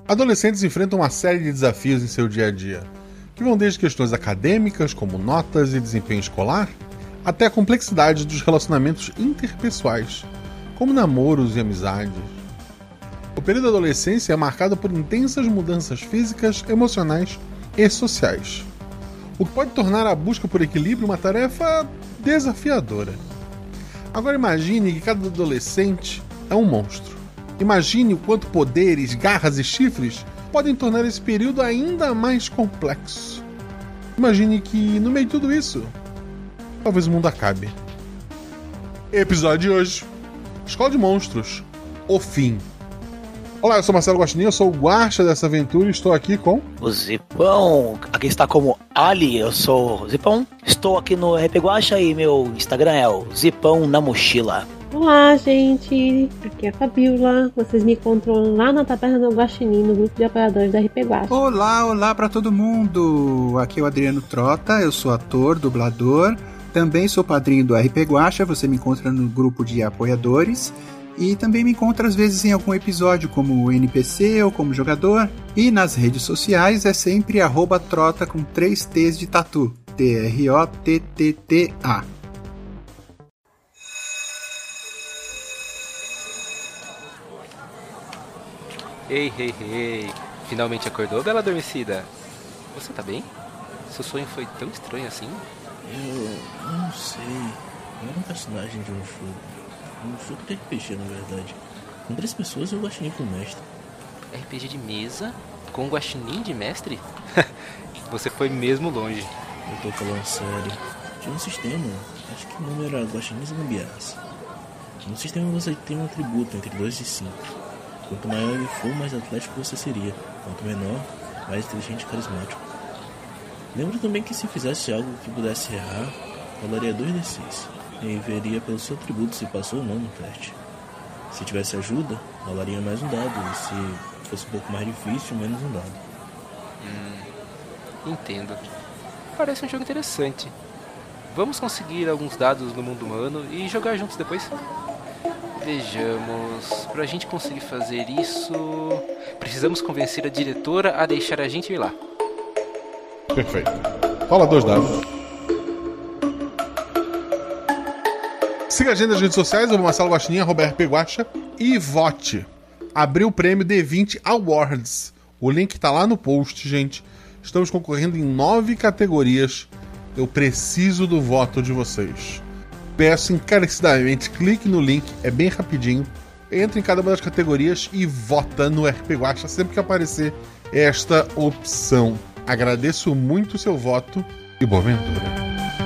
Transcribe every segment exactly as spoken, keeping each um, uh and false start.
Adolescentes enfrentam uma série de desafios em seu dia a dia, que vão desde questões acadêmicas, como notas e desempenho escolar, até a complexidade dos relacionamentos interpessoais, como namoros e amizades. O período da adolescência é marcado por intensas mudanças físicas, emocionais e sociais, o que pode tornar a busca por equilíbrio uma tarefa desafiadora. Agora imagine que cada adolescente é um monstro. Imagine o quanto poderes, garras e chifres podem tornar esse período ainda mais complexo. Imagine que, no meio de tudo isso, talvez o mundo acabe. Episódio de hoje: Escola de Monstros, o fim. Olá, eu sou Marcelo Guaxinim, eu sou o guarda dessa aventura e estou aqui com... o Zipão. Aqui está como Ali, eu sou o Zipão. Estou aqui no R P Guaxa e meu Instagram é o Zipão na Mochila. Olá, gente, aqui é a Fabiola. Vocês me encontram lá na Taverna do Guaxinim, no grupo de apoiadores da R P Guaxa. Olá, olá pra todo mundo. Aqui é o Adriano Trota, eu sou ator, dublador. Também sou padrinho do R P Guaxa, você me encontra no grupo de apoiadores. E também me encontra às vezes em algum episódio como N P C ou como jogador. E nas redes sociais é sempre arroba trota com três T's de tatu. T R O T T T A. Ei, ei, ei, finalmente acordou, bela adormecida? Você tá bem? Seu sonho foi tão estranho assim? Eu não sei. Eu era um personagem de um jogo. Um jogo de R P G, na verdade. Com três pessoas eu guaxinim com o mestre. R P G de mesa? Com um guaxinim de mestre? Você foi mesmo longe. Eu tô falando sério. Tinha um sistema, acho que o nome era Guaxinins e Gambiarras. No sistema você tem um atributo entre dois e cinco. Quanto maior ele for, mais atlético você seria. Quanto menor, mais inteligente e carismático. Lembro também que se fizesse algo que pudesse errar, rolaria dois D seis. E veria pelo seu atributo se passou ou não no teste. Se tivesse ajuda, rolaria mais um dado. E se fosse um pouco mais difícil, menos um dado. Hum, entendo. Parece um jogo interessante. Vamos conseguir alguns dados no mundo humano e jogar juntos depois? Vejamos, pra gente conseguir fazer isso, precisamos convencer a diretora a deixar a gente ir lá. Perfeito. Fala dois dados. Siga a gente nas redes sociais, eu sou Marcelo Guaxinim, arroba R P Guaxa, e vote. Abriu o prêmio D vinte Awards. O link tá lá no post, gente. Estamos concorrendo em nove categorias. Eu preciso do voto de vocês. Peço encarecidamente, clique no link, é bem rapidinho. Entra em cada uma das categorias e vota no R P Guaxa sempre que aparecer esta opção. Agradeço muito o seu voto e boa aventura.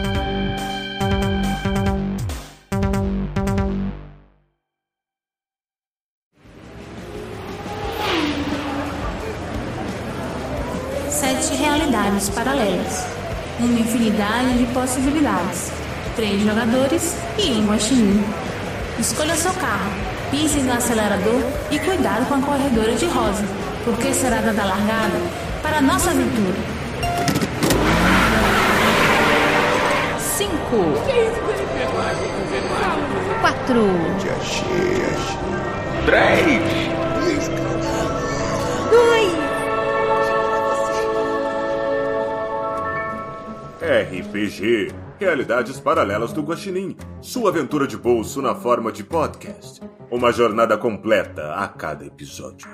Sete realidades paralelas. Uma infinidade de possibilidades. Três jogadores e um guaxinim. Escolha seu carro, pise no acelerador e cuidado com a corredora de rosa, porque será dada largada para a nossa aventura. Cinco. Quatro. Três. Dois. R P G, Realidades Paralelas do Guaxinim, sua aventura de bolso na forma de podcast. Uma jornada completa a cada episódio.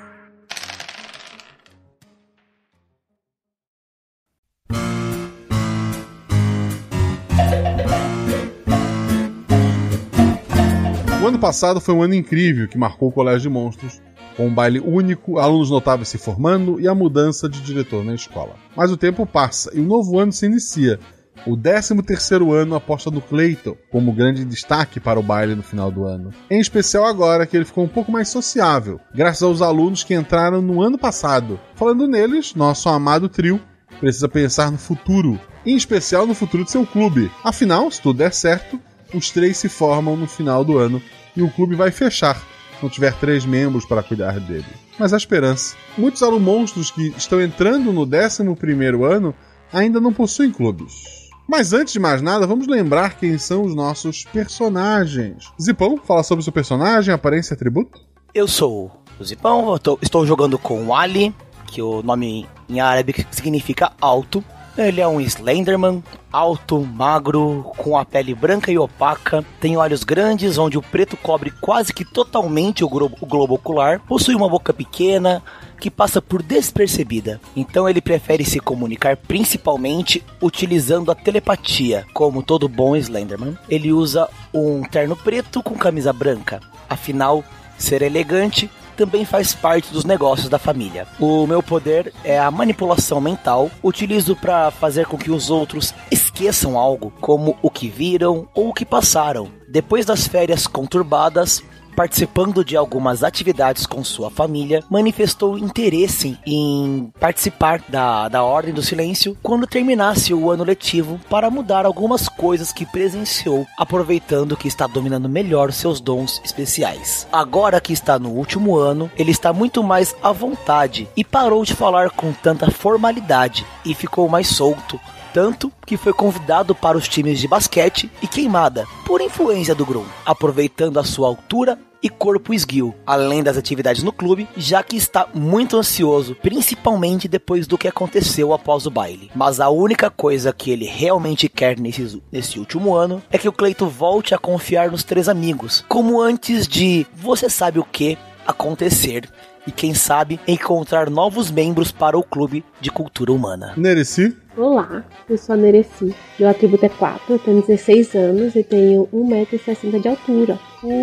O ano passado foi um ano incrível que marcou o Colégio de Monstros, com um baile único, alunos notáveis se formando e a mudança de diretor na escola. Mas o tempo passa e o novo ano se inicia. O décimo terceiro ano aposta no Clayton como grande destaque para o baile no final do ano. Em especial agora que ele ficou um pouco mais sociável, graças aos alunos que entraram no ano passado. Falando neles, nosso amado trio precisa pensar no futuro, em especial no futuro de seu clube. Afinal, se tudo der certo, os três se formam no final do ano e o clube vai fechar se não tiver três membros para cuidar dele. Mas há esperança. Muitos alumonstros que estão entrando no décimo primeiro ano ainda não possuem clubes. Mas antes de mais nada, vamos lembrar quem são os nossos personagens. Zipão, fala sobre o seu personagem, aparência e atributo? Eu sou o Zipão, eu tô, estou jogando com o Ali, que o nome em árabe significa alto. Ele é um Slenderman, alto, magro, com a pele branca e opaca, tem olhos grandes onde o preto cobre quase que totalmente o globo, o globo ocular, possui uma boca pequena que passa por despercebida. Então ele prefere se comunicar principalmente utilizando a telepatia, como todo bom Slenderman. Ele usa um terno preto com camisa branca, afinal, ser elegante também faz parte dos negócios da família. O meu poder é a manipulação mental. Utilizo para fazer com que os outros esqueçam algo, como o que viram ou o que passaram. Depois das férias conturbadas, participando de algumas atividades com sua família, manifestou interesse em participar da, da Ordem do Silêncio quando terminasse o ano letivo para mudar algumas coisas que presenciou, aproveitando que está dominando melhor seus dons especiais. Agora que está no último ano, ele está muito mais à vontade e parou de falar com tanta formalidade e ficou mais solto. Tanto que foi convidado para os times de basquete e queimada, por influência do Grum, aproveitando a sua altura e corpo esguio, além das atividades no clube, já que está muito ansioso, principalmente depois do que aconteceu após o baile. Mas a única coisa que ele realmente quer nesse, nesse último ano é que o Cleito volte a confiar nos três amigos, como antes de você sabe o que acontecer. E quem sabe encontrar novos membros para o clube de cultura humana. Nereci? Olá, eu sou a Nereci. Meu atributo é quatro, tenho dezesseis anos e tenho um metro e sessenta de altura.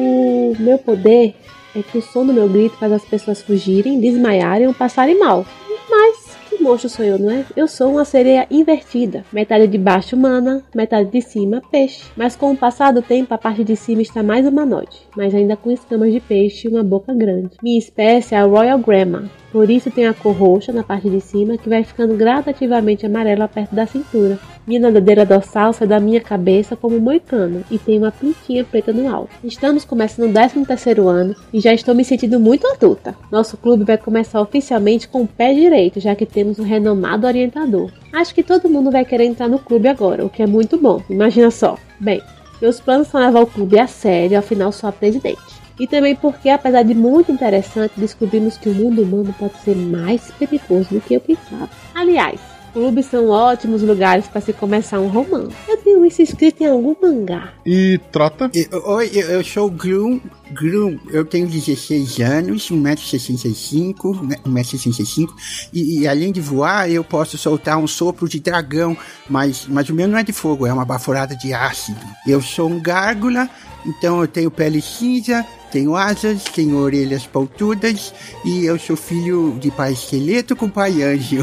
O meu poder é que o som do meu grito faz as pessoas fugirem, desmaiarem ou passarem mal. Mas que monstro sou eu, não é? Eu sou uma sereia invertida. Metade de baixo humana, metade de cima peixe. Mas com o passar do tempo, a parte de cima está mais humanoide, mas ainda com escamas de peixe e uma boca grande. Minha espécie é a Royal Grandma. Por isso tem a cor roxa na parte de cima, que vai ficando gradativamente amarela perto da cintura. Minha nadadeira dorsal sai da minha cabeça como um moicano e tem uma pintinha preta no alto. Estamos começando o décimo terceiro ano e já estou me sentindo muito adulta. Nosso clube vai começar oficialmente com o pé direito, já que temos um renomado orientador. Acho que todo mundo vai querer entrar no clube agora, o que é muito bom, imagina só. Bem, meus planos são levar o clube a sério, afinal sou a presidente. E também porque, apesar de muito interessante, descobrimos que o mundo humano pode ser mais perigoso do que eu pensava. Aliás, clubes são ótimos lugares para se começar um romance. Eu tenho isso escrito em algum mangá. E Trota? Oi, eu, eu sou o Grum. Grum, eu tenho dezesseis anos, um metro e sessenta e cinco, um metro e sessenta e cinco, e, e além de voar, eu posso soltar um sopro de dragão, mas, mas o meu não é de fogo, é uma baforada de ácido. Eu sou um gárgula, então eu tenho pele cinza, tenho asas, tenho orelhas pontudas e eu sou filho de pai esqueleto com pai anjo.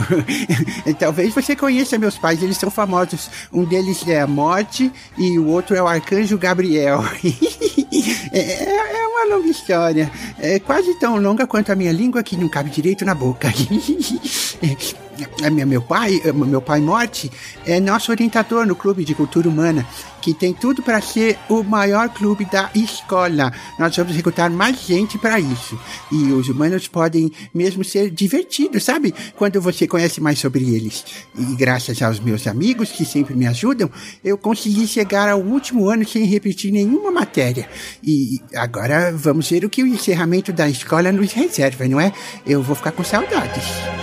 Talvez você conheça meus pais, eles são famosos. Um deles é a Morte e o outro é o Arcanjo Gabriel. é, é uma longa história. É quase tão longa quanto a minha língua que não cabe direito na boca. Meu pai, meu pai Morte, é nosso orientador no Clube de Cultura Humana, que tem tudo para ser o maior clube da escola. Nós vamos recrutar mais gente para isso. E os humanos podem mesmo ser divertidos, sabe? Quando você conhece mais sobre eles. E graças aos meus amigos que sempre me ajudam, eu consegui chegar ao último ano sem repetir nenhuma matéria. E agora vamos ver o que o encerramento da escola nos reserva, não é? Eu vou ficar com saudades.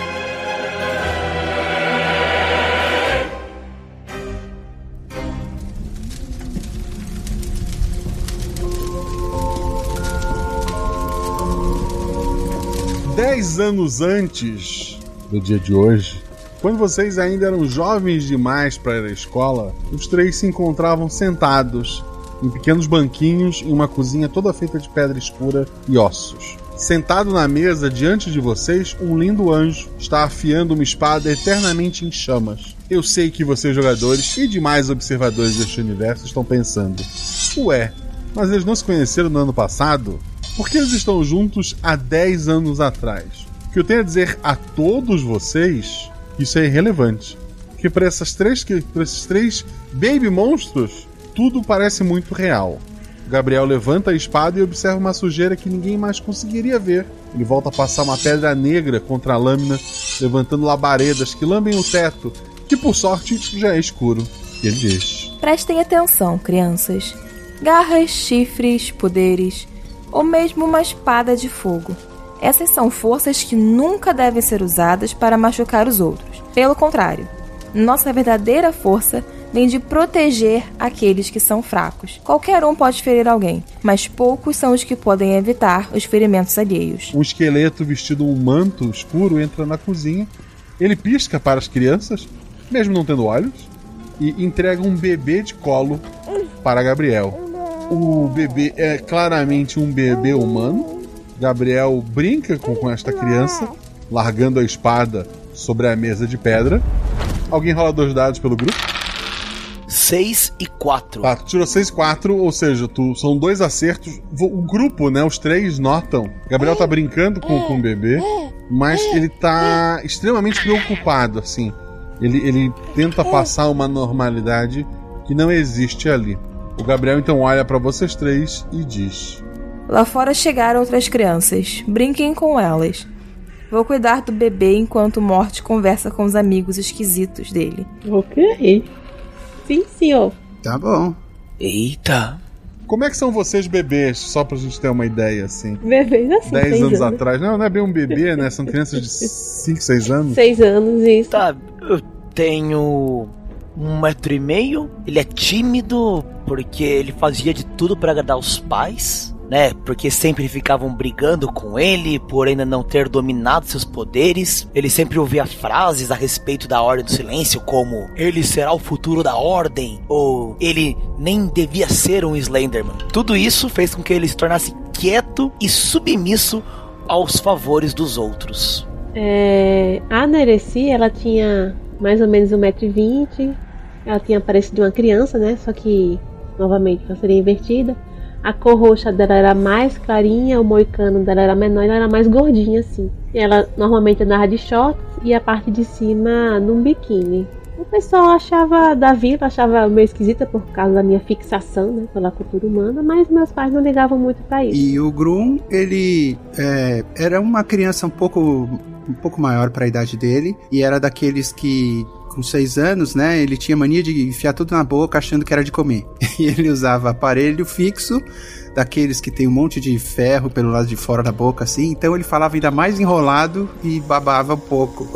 Dez anos antes do dia de hoje, quando vocês ainda eram jovens demais para ir à escola, os três se encontravam sentados em pequenos banquinhos em uma cozinha toda feita de pedra escura e ossos. Sentado na mesa diante de vocês, um lindo anjo está afiando uma espada eternamente em chamas. Eu sei que vocês, jogadores e demais observadores deste universo, estão pensando: ué, mas eles não se conheceram no ano passado? Por que eles estão juntos há dez anos atrás? O que eu tenho a dizer a todos vocês, isso é irrelevante. Porque para essas três, para esses três baby monstros, tudo parece muito real. O Gabriel levanta a espada e observa uma sujeira que ninguém mais conseguiria ver. Ele volta a passar uma pedra negra contra a lâmina, levantando labaredas que lambem o teto, que por sorte já é escuro. E ele diz: prestem atenção, crianças. Garras, chifres, poderes, ou mesmo uma espada de fogo. Essas são forças que nunca devem ser usadas para machucar os outros. Pelo contrário, nossa verdadeira força vem de proteger aqueles que são fracos. Qualquer um pode ferir alguém, mas poucos são os que podem evitar os ferimentos alheios. Um esqueleto vestido um manto escuro entra na cozinha. Ele pisca para as crianças, mesmo não tendo olhos, e entrega um bebê de colo para Gabriel. O bebê é claramente um bebê humano. Gabriel brinca com, com esta criança, largando a espada sobre a mesa de pedra. Alguém rola dois dados pelo grupo? seis e quatro. Tá, tu tirou seis e quatro, ou seja, tu, são dois acertos. O grupo, né, os três notam. Gabriel tá brincando com, com o bebê, mas ele tá extremamente preocupado, assim. Ele, ele tenta passar uma normalidade que não existe ali. O Gabriel então olha pra vocês três e diz: Lá fora chegaram outras crianças. Brinquem com elas. Vou cuidar do bebê enquanto Morty conversa com os amigos esquisitos dele. Ok. Sim, senhor. Tá bom. Eita. Como é que são vocês bebês? Só pra gente ter uma ideia, assim. Bebês assim, Dez seis anos anos. atrás. Não, não é bem um bebê, né? São crianças de cinco, seis anos. Seis anos, isso. Tá, eu tenho um metro e meio. Ele é tímido porque ele fazia de tudo pra agradar os pais, né? Porque sempre ficavam brigando com ele por ainda não ter dominado seus poderes. Ele sempre ouvia frases a respeito da Ordem do Silêncio, como ele será o futuro da Ordem, ou ele nem devia ser um Slenderman. Tudo isso fez com que ele se tornasse quieto e submisso aos favores dos outros. É, a Nereci, ela tinha mais ou menos um metro e vinte. Ela tinha parecido uma criança, né? Só que, novamente, ela seria invertida. A cor roxa dela era mais clarinha, o moicano dela era menor e ela era mais gordinha, assim. E ela normalmente andava de shorts e a parte de cima num biquíni. O pessoal achava da vila, achava meio esquisita por causa da minha fixação, né, pela cultura humana, mas meus pais não ligavam muito pra isso. E o Grum, ele é, era uma criança um pouco, um pouco maior pra idade dele, e era daqueles que, com seis anos, né, ele tinha mania de enfiar tudo na boca achando que era de comer. E ele usava aparelho fixo, daqueles que tem um monte de ferro pelo lado de fora da boca, assim, então ele falava ainda mais enrolado e babava um pouco.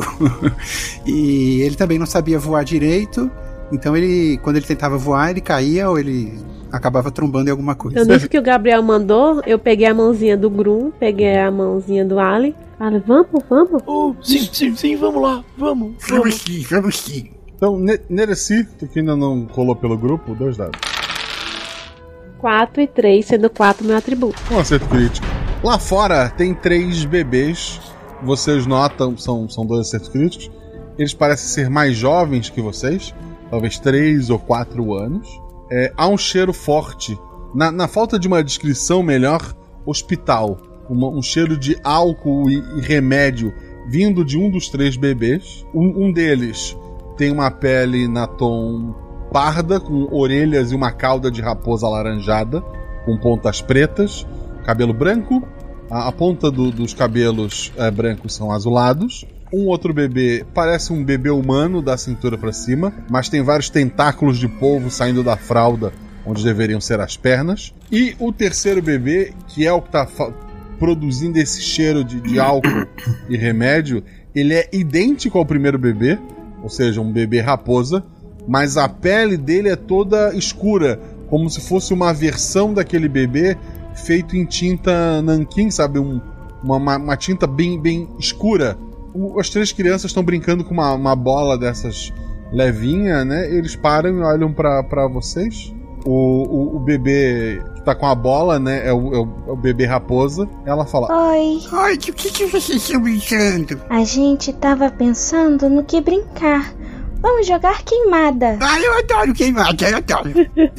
E ele também não sabia voar direito, então ele, quando ele tentava voar, ele caía ou ele acabava trombando em alguma coisa. Então, nisso que o Gabriel mandou, eu peguei a mãozinha do Grum, peguei a mãozinha do Ali, falei, vamos, vamos? Oh, sim, sim, sim, vamos lá, vamos, vamos. Vamos sim, vamos sim. Então, Nereci, tu que ainda não colou pelo grupo, dois dados. quatro e três, sendo quatro meu atributo. Um acerto crítico. Lá fora tem três bebês. Vocês notam, são, são dois acertos críticos. Eles parecem ser mais jovens que vocês. Talvez três ou quatro anos. É, há um cheiro forte. Na, na falta de uma descrição melhor, hospital. Uma, um cheiro de álcool e, e remédio vindo de um dos três bebês. Um, um deles tem uma pele na tom parda, com orelhas e uma cauda de raposa alaranjada, com pontas pretas, cabelo branco, a, a ponta do, dos cabelos é, brancos são azulados. Um outro bebê parece um bebê humano da cintura para cima, mas tem vários tentáculos de polvo saindo da fralda, onde deveriam ser as pernas. E o terceiro bebê, que é o que está produzindo esse cheiro de, de álcool e remédio, ele é idêntico ao primeiro bebê, ou seja, um bebê raposa, mas a pele dele é toda escura, como se fosse uma versão daquele bebê feito em tinta nanquim, sabe? Um, uma, uma tinta bem, bem escura. O, as três crianças estão brincando com uma, uma bola dessas levinha, né? Eles param e olham pra, pra vocês. O, o, o bebê que tá com a bola, né? É o, é o, é o bebê raposa. Ela fala: Oi. Oi, o que, que vocês estão brincando? A gente tava pensando no que brincar. Vamos jogar queimada. Ah, eu adoro queimada, eu adoro.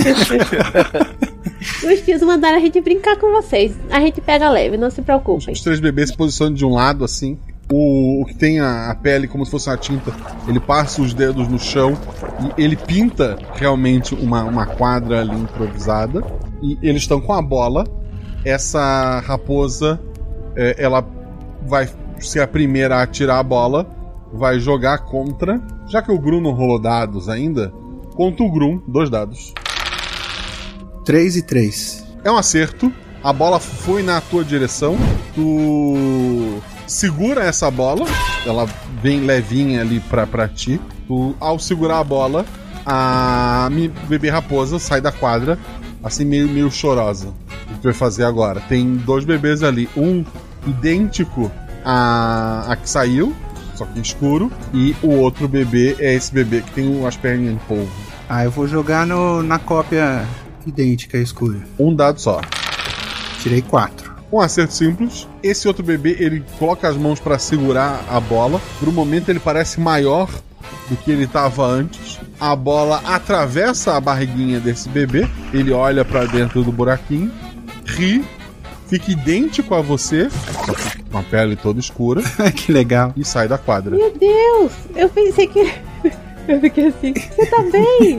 Os tios mandaram a gente brincar com vocês. A gente pega leve, não se preocupem. Os três bebês se posicionam de um lado, assim. O, o que tem a, a pele como se fosse uma tinta, ele passa os dedos no chão e ele pinta realmente uma, uma quadra ali improvisada. E eles estão com a bola. Essa raposa, é, ela vai ser a primeira a atirar a bola. Vai jogar contra, já que o Grum não rolou dados ainda, contra o Grum, dois dados. três e três. É um acerto. A bola foi na tua direção. Tu segura essa bola. Ela vem levinha ali pra, pra ti. Tu, ao segurar a bola, a bebê raposa sai da quadra, assim meio, meio chorosa. O que tu vai fazer agora? Tem dois bebês ali. Um idêntico a, a que saiu, só que escuro. E o outro bebê é esse bebê que tem as perninhas em polvo. Ah, eu vou jogar no, na cópia idêntica escura. Um dado só. Tirei quatro. Um acerto simples. Esse outro bebê, ele coloca as mãos pra segurar a bola. Por um momento ele parece maior do que ele estava antes. A bola atravessa a barriguinha desse bebê. Ele olha pra dentro do buraquinho, ri, fica idêntico a você, só que com a pele toda escura. Que legal. E sai da quadra. Meu Deus, eu pensei que... Eu fiquei assim, você tá bem?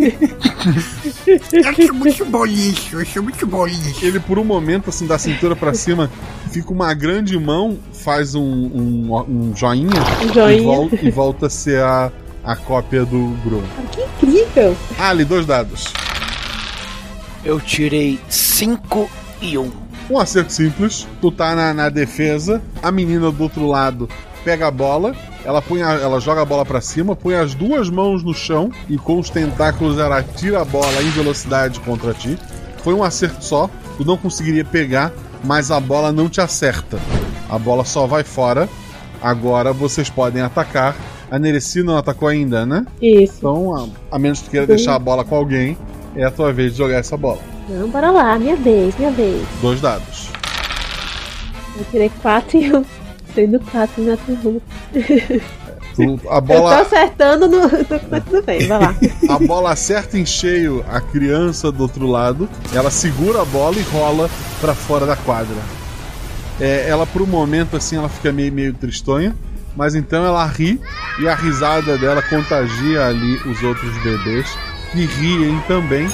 Eu sou muito bolicho, eu sou muito bolicho. Ele, por um momento, assim, da cintura pra cima, fica uma grande mão, faz um, um, um joinha, um joinha. E, volta, e volta a ser a, a cópia do Grum. Que incrível! Ali, dois dados. Eu tirei cinco e um. Um acerto simples, tu tá na, na defesa, a menina do outro lado pega a bola, ela, põe a, ela joga a bola pra cima, põe as duas mãos no chão e com os tentáculos ela tira a bola em velocidade contra ti. Foi um acerto só, tu não conseguiria pegar, mas a bola não te acerta. A bola só vai fora. Agora vocês podem atacar. A Nereci não atacou ainda, né? Isso. Então, a, a menos que tu queira deixar a bola com alguém, é a tua vez de jogar essa bola. Não, bora lá, minha vez, minha vez. Dois dados. Eu tirei quatro e um. Sendo quatro na turma. A bola... Eu tô acertando no... Mas tudo bem, vai lá. A bola acerta em cheio a criança do outro lado. Ela segura a bola e rola pra fora da quadra. É, ela, por um momento, assim, ela fica meio, meio tristonha. Mas então ela ri e a risada dela contagia ali os outros bebês, que riem também.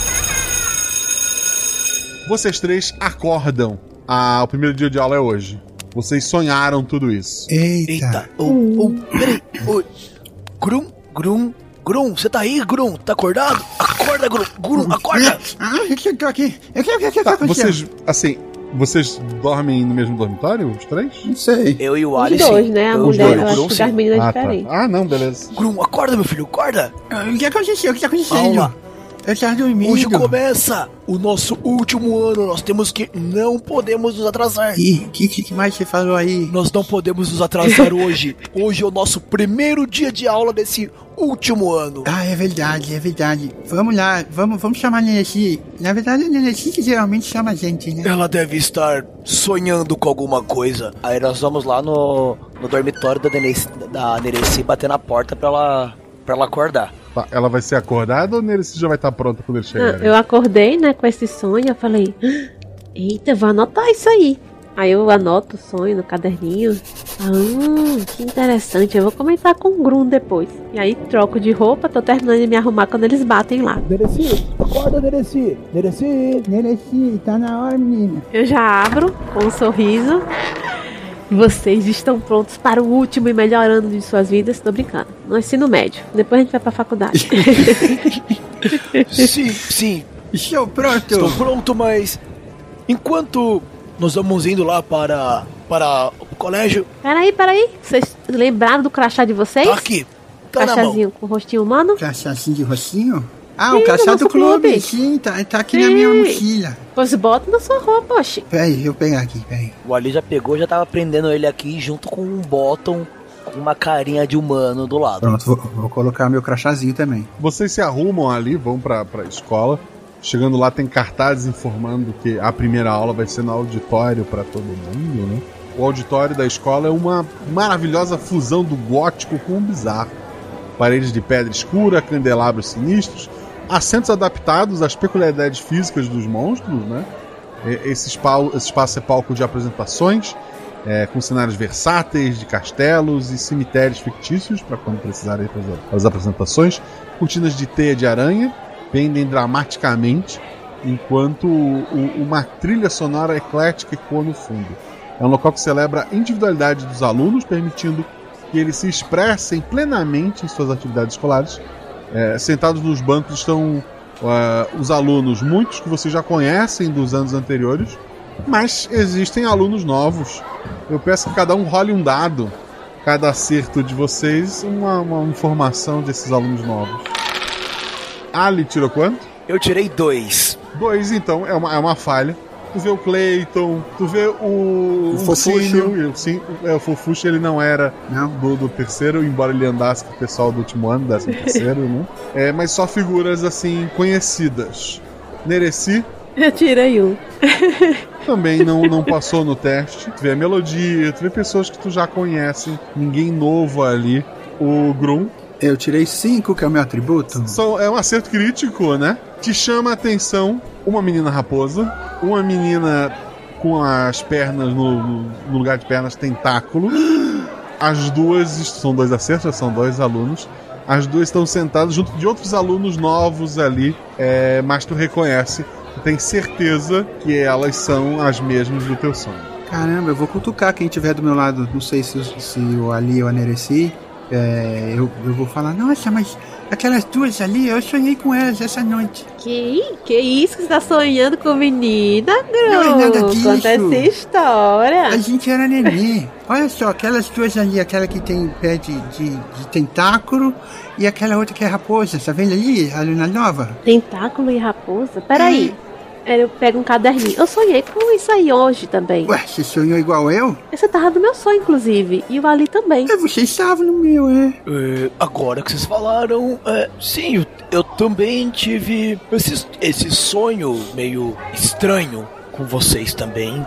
Vocês três acordam. Ah, o primeiro dia de aula é hoje. Vocês sonharam tudo isso. Eita. Eita. Oh, oh, peraí. Oh. Grum, Grum, Grum, você tá aí, Grum? Tá acordado? Acorda, Grum, Grum, acorda! Ah, eu tô aqui. Eu quero que tá, vocês, assim, vocês dormem no mesmo dormitório, os três? Não sei. Eu e o Os Ali, dois, sim. né? A Eu, mulher, eu eu acho que das meninas ah, diferentes. Tá. Ah, não, beleza. Grum, acorda, meu filho, acorda! O que aconteceu? O que tá acontecendo? Aula. Eu tava dormindo. Hoje começa o nosso último ano. Nós temos que... Não podemos nos atrasar. E o que, que mais você falou aí? Nós não podemos nos atrasar hoje. Hoje é o nosso primeiro dia de aula desse último ano. Ah, é verdade, é verdade. Vamos lá, vamos, vamos chamar a Neneci. Na verdade, a Neneci que geralmente chama a gente, né? Ela deve estar sonhando com alguma coisa. Aí nós vamos lá no, no dormitório da Nereci, da Nereci bater na porta pra ela, pra ela acordar. Tá, ela vai ser acordada ou Nereci já vai estar pronta quando ele chegar? Ah, eu acordei, né, com esse sonho. Eu falei, eita, vou anotar isso aí. Aí eu anoto o sonho no caderninho. Ah, que interessante. Eu vou comentar com o Grum depois. E aí troco de roupa, tô terminando de me arrumar quando eles batem lá. Nereci, acorda, Nereci. Nereci. Nereci, tá na hora, menina. Eu já abro com um sorriso. Vocês estão prontos para o último e melhor ano de suas vidas? Tô brincando. No ensino médio. Depois a gente vai pra faculdade. Sim, sim. Estou pronto. Estou pronto, mas... Enquanto nós vamos indo lá para, para o colégio... Peraí, peraí. Vocês lembraram do crachá de vocês? Tá aqui. Tá Crachazinho com rostinho humano? Crachazinho de rostinho? Ah, Sim, o crachá do do nosso clube. clube. Sim, tá, tá aqui Sim. na minha mochila. Pois bota na sua roupa, oxi. Peraí, deixa eu pegar aqui, peraí. O Ali já pegou, já tava prendendo ele aqui junto com um bottom com uma carinha de humano do lado. Pronto, vou, vou colocar meu crachazinho também. Vocês se arrumam ali, vão pra, pra escola. Chegando lá tem cartazes informando que a primeira aula vai ser no auditório pra todo mundo, né? O auditório da escola é uma maravilhosa fusão do gótico com o bizarro. Paredes de pedra escura, candelabros sinistros, assentos adaptados às peculiaridades físicas dos monstros, né? Esse espaço, esse espaço é palco de apresentações, é, com cenários versáteis de castelos e cemitérios fictícios para quando precisarem fazer as apresentações. Cortinas de teia de aranha pendem dramaticamente, enquanto o, uma trilha sonora eclética ecoa no fundo. É um local que celebra a individualidade dos alunos, permitindo que eles se expressem plenamente em suas atividades escolares. É, sentados nos bancos estão uh, os alunos, muitos que vocês já conhecem dos anos anteriores, Mas existem alunos novos. Eu peço que cada um role um dado. Cada acerto de vocês, uma, uma informação desses alunos novos. Ali tirou quanto? Eu tirei dois. Dois, então, é uma, é uma falha. Tu vê o Clayton, tu vê o... O Fofuxo. Sim, é, o Fofuxo ele não era não. Do, do terceiro, embora ele andasse com o pessoal do último ano, décimo terceiro, né? É, mas só figuras, assim, conhecidas. Nereci. Eu tirei um. Também não, não passou no teste. Tu vê a Melodia, tu vê pessoas que tu já conhece. Ninguém novo ali. O Grum. Eu tirei cinco, que é o meu atributo. São, é um acerto crítico, né? Te chama a atenção uma menina raposa, uma menina com as pernas, no, no lugar de pernas, tentáculo. As duas, são dois acertos, são dois alunos. As duas estão sentadas junto de outros alunos novos ali, é, mas tu reconhece, tu tem certeza que elas são as mesmas do teu sonho. Caramba, eu vou cutucar quem tiver do meu lado, não sei se, se o Ali ou a Nereci. É, eu, eu vou falar, nossa, mas aquelas duas ali, eu sonhei com elas essa noite. Que, que isso que você tá sonhando com menina, Gru? Não é nada disso. Conta essa história. A gente era nenê. Olha só, aquelas duas ali, aquela que tem pé de, de, de tentáculo e aquela outra que é raposa, tá vendo ali, a Luna Nova? Tentáculo e raposa? Peraí. É. Eu pego um caderninho. Eu sonhei com isso aí hoje também. Ué, você sonhou igual eu? Você tava no meu sonho, inclusive. E o Ali também. É, você estava no meu, é. é agora que vocês falaram, é, sim, eu, eu também tive esse, esse sonho meio estranho com vocês também.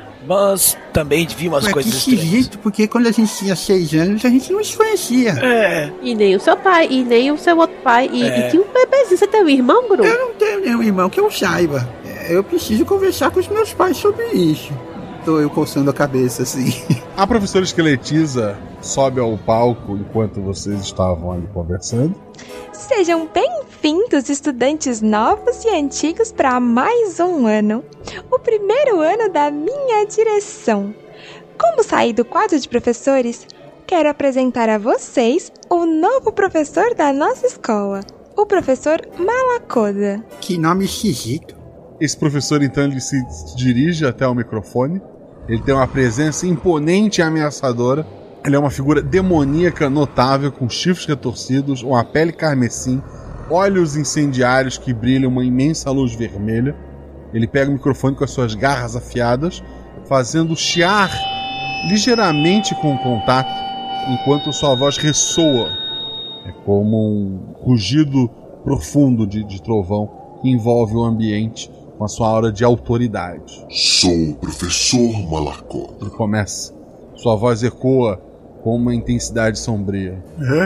Mas também vi umas Ué, coisas que esquisito, porque quando a gente tinha seis anos, a gente não se conhecia. É. E nem o seu pai, e nem o seu outro pai. E, é. e tinha um bebezinho. Você tem um irmão, Gru? Eu não tenho nenhum irmão que eu saiba. Eu preciso conversar com os meus pais sobre isso. Tô eu coçando a cabeça, assim. A professora esqueletiza sobe ao palco enquanto vocês estavam ali conversando. Sejam bem-vindos, estudantes novos e antigos, para mais um ano. O primeiro ano da minha direção. Como saí do quadro de professores, quero apresentar a vocês o novo professor da nossa escola, o professor Malacoda. Que nome esquisito. Esse professor, então, ele se dirige até o microfone. Ele tem uma presença imponente e ameaçadora. Ele é uma figura demoníaca notável, com chifres retorcidos, uma pele carmesim, olhos incendiários que brilham uma imensa luz vermelha. Ele pega o microfone com as suas garras afiadas, fazendo chiar ligeiramente com o contato, enquanto sua voz ressoa. É como um rugido profundo de, de trovão que envolve o ambiente com a sua aura de autoridade. Sou o professor Malacoda. Ele começa. Sua voz ecoa com uma intensidade sombria.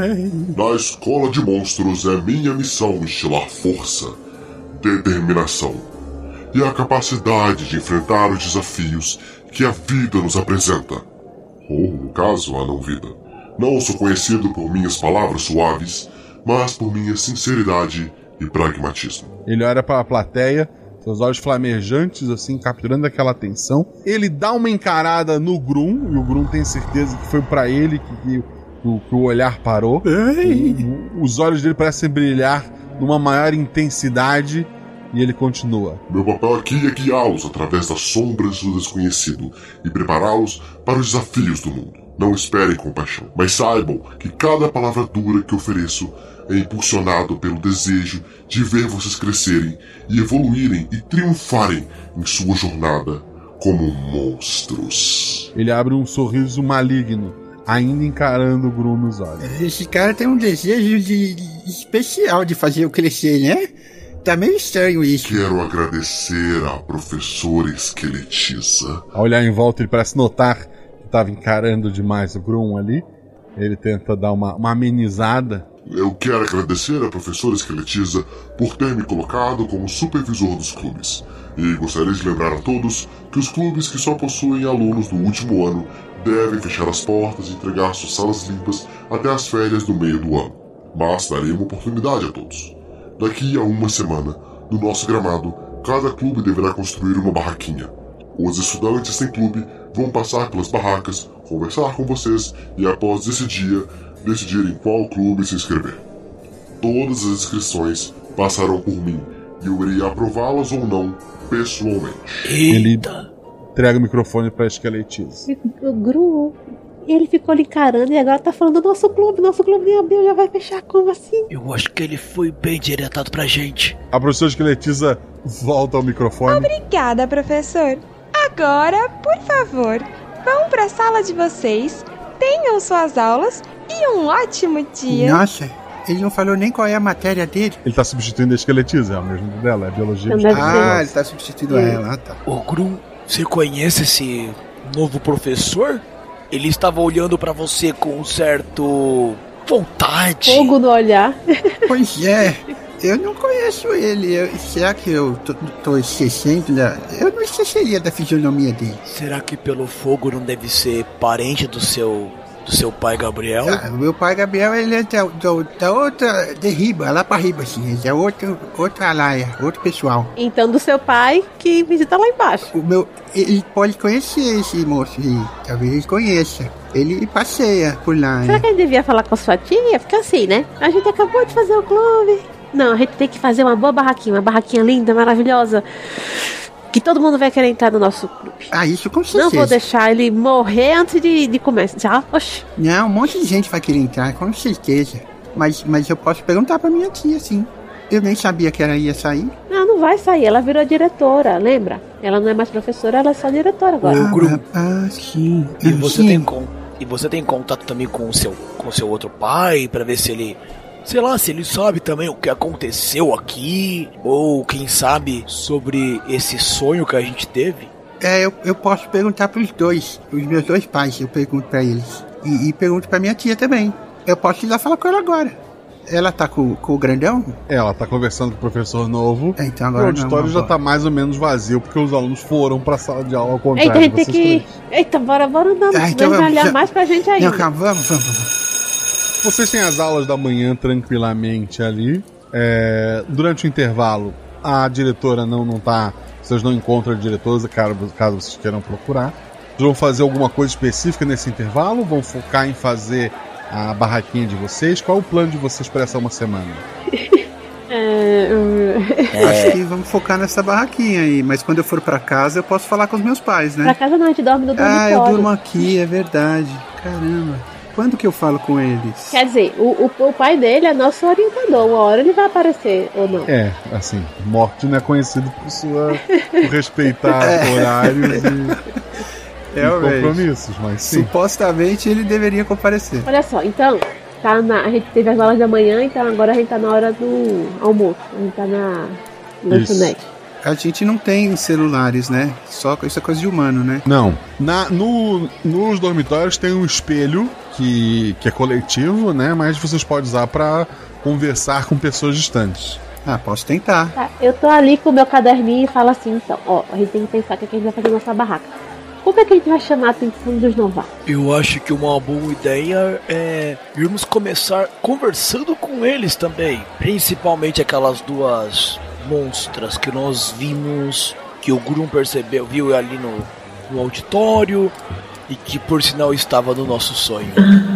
Na escola de monstros é minha missão instilar força, determinação e a capacidade de enfrentar os desafios que a vida nos apresenta. Ou, no caso, a não-vida. Não sou conhecido por minhas palavras suaves, mas por minha sinceridade e pragmatismo. Ele olha para a plateia, seus olhos flamejantes, assim, capturando aquela atenção. Ele dá uma encarada no Grum, e o Grum tem certeza que foi para ele que, que, que, que o olhar parou. O, os olhos dele parecem brilhar numa maior intensidade, e ele continua. Meu papel aqui é guiá-los através das sombras do desconhecido e prepará-los para os desafios do mundo. Não esperem compaixão, mas saibam que cada palavra dura que ofereço é impulsionado pelo desejo de ver vocês crescerem e evoluírem e triunfarem em sua jornada como monstros. Ele abre um sorriso maligno, ainda encarando o Grum nos olhos. Esse cara tem um desejo de, de especial de fazer eu crescer, né? Tá meio estranho isso. Quero agradecer à professora esqueletiza. Ao olhar em volta, ele parece notar que estava encarando demais o Grum ali. Ele tenta dar uma, uma amenizada. Eu quero agradecer à professora esqueletiza por ter me colocado como supervisor dos clubes. E gostaria de lembrar a todos que os clubes que só possuem alunos do último ano devem fechar as portas e entregar suas salas limpas até as férias do meio do ano. Mas darei uma oportunidade a todos. Daqui a uma semana, no nosso gramado, cada clube deverá construir uma barraquinha. Os estudantes sem clube vão passar pelas barracas, conversar com vocês e após esse dia, decidir em qual clube se inscrever. Todas as inscrições passarão por mim e eu irei aprová-las ou não pessoalmente. Ele entrega o microfone pra esqueletiza. O Gru, ele ficou lhe encarando e agora tá falando do nosso clube. Nosso clube nem abriu, já vai fechar como assim? Eu acho que ele foi bem diretado pra gente. A professora esqueletiza volta ao microfone. Obrigada, professor. Agora, por favor, vão pra sala de vocês, tenham suas aulas e um ótimo dia. Nossa, ele não falou nem qual é a matéria dele. Ele tá substituindo a esqueletiza, é o mesmo dela, é biologia. Ah, ele tá substituindo ela, ah, tá. Ô, Gru, você conhece esse novo professor? Ele estava olhando pra você com um certo vontade. Fogo no olhar. Pois é, eu não conheço ele. Eu, será que eu tô, tô esquecendo? Da, eu não esqueceria da fisionomia dele. Será que pelo fogo não deve ser parente do seu do seu pai Gabriel? Ah, o meu pai Gabriel, ele é da, da, da outra, de riba, lá pra riba, assim. Ele é outro, outra alaia, outro pessoal. Então do seu pai que visita lá embaixo. O meu, ele pode conhecer esse moço aí. Talvez ele conheça. Ele passeia por lá. Será né? que ele devia falar com a sua tia? Fica assim, né? A gente acabou de fazer o clube. Não, a gente tem que fazer uma boa barraquinha. Uma barraquinha linda, maravilhosa. Que todo mundo vai querer entrar no nosso clube. Ah, isso com certeza. Não vou deixar ele morrer antes de, de começar. Oxi. Não, um monte de gente vai querer entrar, com certeza. Mas, mas eu posso perguntar pra minha tia, sim. Eu nem sabia que ela ia sair. Não, não vai sair. Ela virou diretora, lembra? Ela não é mais professora, ela é só diretora agora. Ah, grupo. Ah, sim. E você sim. tem con... e você tem contato também com o seu com o seu outro pai pra ver se ele, sei lá, se ele sabe também o que aconteceu aqui, ou quem sabe sobre esse sonho que a gente teve? É, eu, eu posso perguntar pros dois, pros meus dois pais, eu pergunto pra eles. E, e pergunto pra minha tia também. Eu posso ir lá falar com ela agora. Ela tá com, com o grandão? É, ela tá conversando com o professor novo. É, então agora o auditório não, já não, tá mais ou menos vazio, porque os alunos foram pra sala de aula ao contrário. Eita, a gente tem vocês que... três. Eita, bora, bora andando. Ah, então vai vamos, olhar já... mais pra gente ainda. Não, calma, vamos, vamos, vamos. Vocês têm as aulas da manhã tranquilamente ali. É, durante o intervalo, a diretora não, não tá... Vocês não encontram a diretora, caso, caso vocês queiram procurar. Vocês vão fazer alguma coisa específica nesse intervalo? Vão focar em fazer a barraquinha de vocês? Qual é o plano de vocês para essa uma semana? É, eu... Acho que vamos focar nessa barraquinha aí. Mas quando eu for pra casa, eu posso falar com os meus pais, né? Pra casa não, a gente dorme no dormitório. Ah, eu durmo aqui, é verdade. Caramba. Quando que eu falo com eles? Quer dizer, o, o, o pai dele é nosso orientador. Uma hora ele vai aparecer, ou não? É, assim, Morte não é conhecido por sua por respeitar é. horários e, é, e compromissos, mas sim. Supostamente ele deveria comparecer. Olha só, então, tá na, a gente teve as aulas da manhã, então agora a gente tá na hora do almoço. A gente tá na lanchonete. A gente não tem celulares, né? Só isso é coisa de humano, né? Não. Na, no, nos dormitórios tem um espelho que, que é coletivo, né? Mas vocês podem usar para conversar com pessoas distantes. Ah, posso tentar. Tá, eu tô ali com o meu caderninho e falo assim, então, ó, a gente tem que pensar o que a gente vai fazer na nossa barraca. Como é que a gente vai chamar a atenção dos novatos? Eu acho que uma boa ideia é irmos começar conversando com eles também. Principalmente aquelas duas monstras que nós vimos, que o Grum percebeu, viu ali no, no auditório e que por sinal estava no nosso sonho.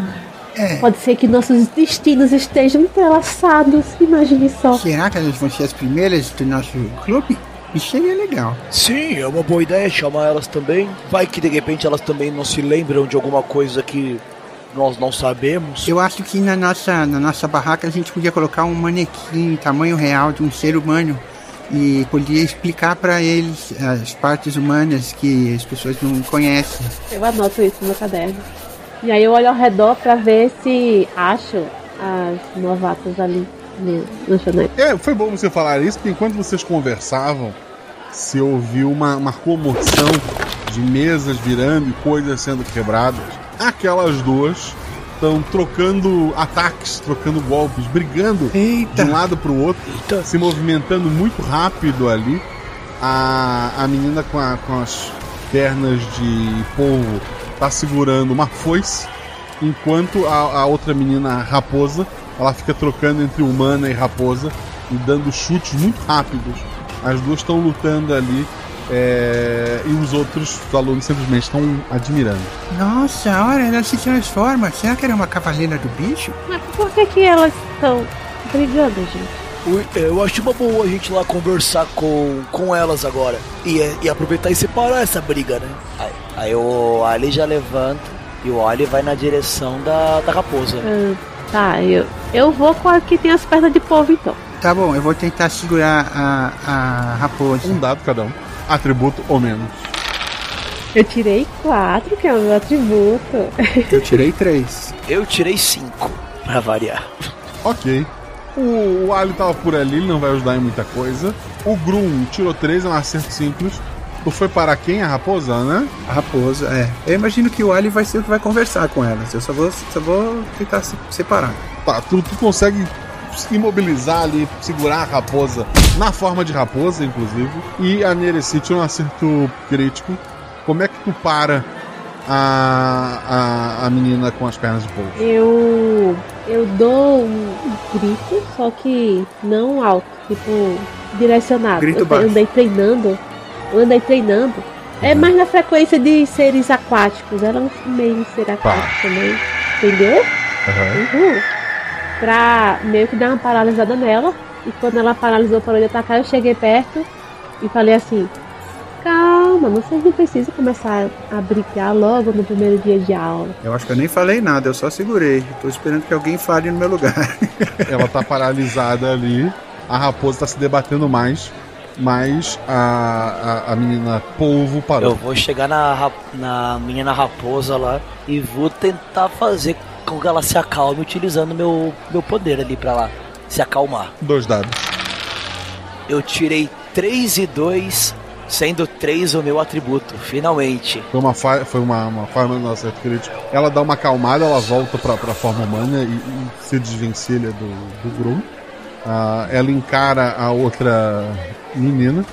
É. Pode ser que nossos destinos estejam entrelaçados, imagine só. Será que elas vão ser as primeiras do nosso clube? Isso seria legal. Sim, é uma boa ideia chamar elas também. Vai que de repente elas também não se lembram de alguma coisa que nós não sabemos. Eu acho que na nossa, na nossa barraca a gente podia colocar um manequim tamanho real de um ser humano e podia explicar para eles as partes humanas que as pessoas não conhecem. Eu anoto isso no meu caderno. E aí eu olho ao redor para ver se acho as novatas ali no lanchonete. É, foi bom você falar isso, porque enquanto vocês conversavam, se ouviu uma, uma comoção de mesas virando e coisas sendo quebradas. Aquelas duas estão trocando ataques, trocando golpes, brigando Eita. de um lado pro outro, Eita. se movimentando muito rápido ali. A, a menina com, a, com as pernas de polvo tá segurando uma foice, enquanto a, a outra menina, a raposa, ela fica trocando entre humana e raposa e dando chutes muito rápidos. As duas estão lutando ali. É, e os outros os alunos simplesmente estão admirando. Nossa, olha, ela se transforma. Será que era uma cavaleira do bicho? Mas por que que elas estão brigando, gente? Eu acho uma boa a gente ir lá conversar com, com elas agora. E, e aproveitar e separar essa briga, né? Aí, aí o Ali já levanta e o Ali vai na direção da, da raposa. Ah, tá, eu, eu vou com a que tem as pernas de polvo então. Tá bom, eu vou tentar segurar a, a raposa. Um dado cada um. Atributo ou menos. Eu tirei quatro, que é o meu atributo. Eu tirei três. Eu tirei cinco, pra variar. Ok. O, o Ali tava por ali, ele não vai ajudar em muita coisa. O Grum tirou três, é um acerto simples. Tu foi para quem? A raposa, né? A raposa, é. Eu imagino que o Ali vai ser o que vai conversar com elas. Eu só vou, só vou tentar se separar. Tá, tu, tu consegue imobilizar ali, segurar a raposa na forma de raposa, inclusive. E a Nereci tirou um acerto crítico. Como é que tu para a, a, a menina com as pernas de polvo? Eu. Eu dou um grito, só que não alto, tipo, direcionado. Grito eu, baixo. eu andei treinando. Eu andei treinando. É mais na frequência de seres aquáticos. Ela é um meio ser aquático também. Entendeu? Uhum. Uhum. Pra meio que dar uma paralisada nela. E quando ela paralisou, parou de atacar, eu cheguei perto e falei assim: calma, vocês não precisam começar a brigar logo no primeiro dia de aula. Eu acho que eu nem falei nada, eu só segurei. Tô esperando que alguém fale no meu lugar. Ela tá paralisada ali. A raposa tá se debatendo mais. Mas a, a, a menina polvo parou. Eu vou chegar na, rap- na menina raposa lá e vou tentar fazer com que ela se acalme utilizando meu, meu poder ali pra lá se acalmar. Dois dados. Eu tirei três e dois, sendo três o meu atributo, finalmente. Foi uma, fa- foi uma, uma forma do acerto crítico. Ela dá uma acalmada, ela volta pra, pra forma humana e, e se desvencilha do, do Grum. Uh, ela encara a outra menina.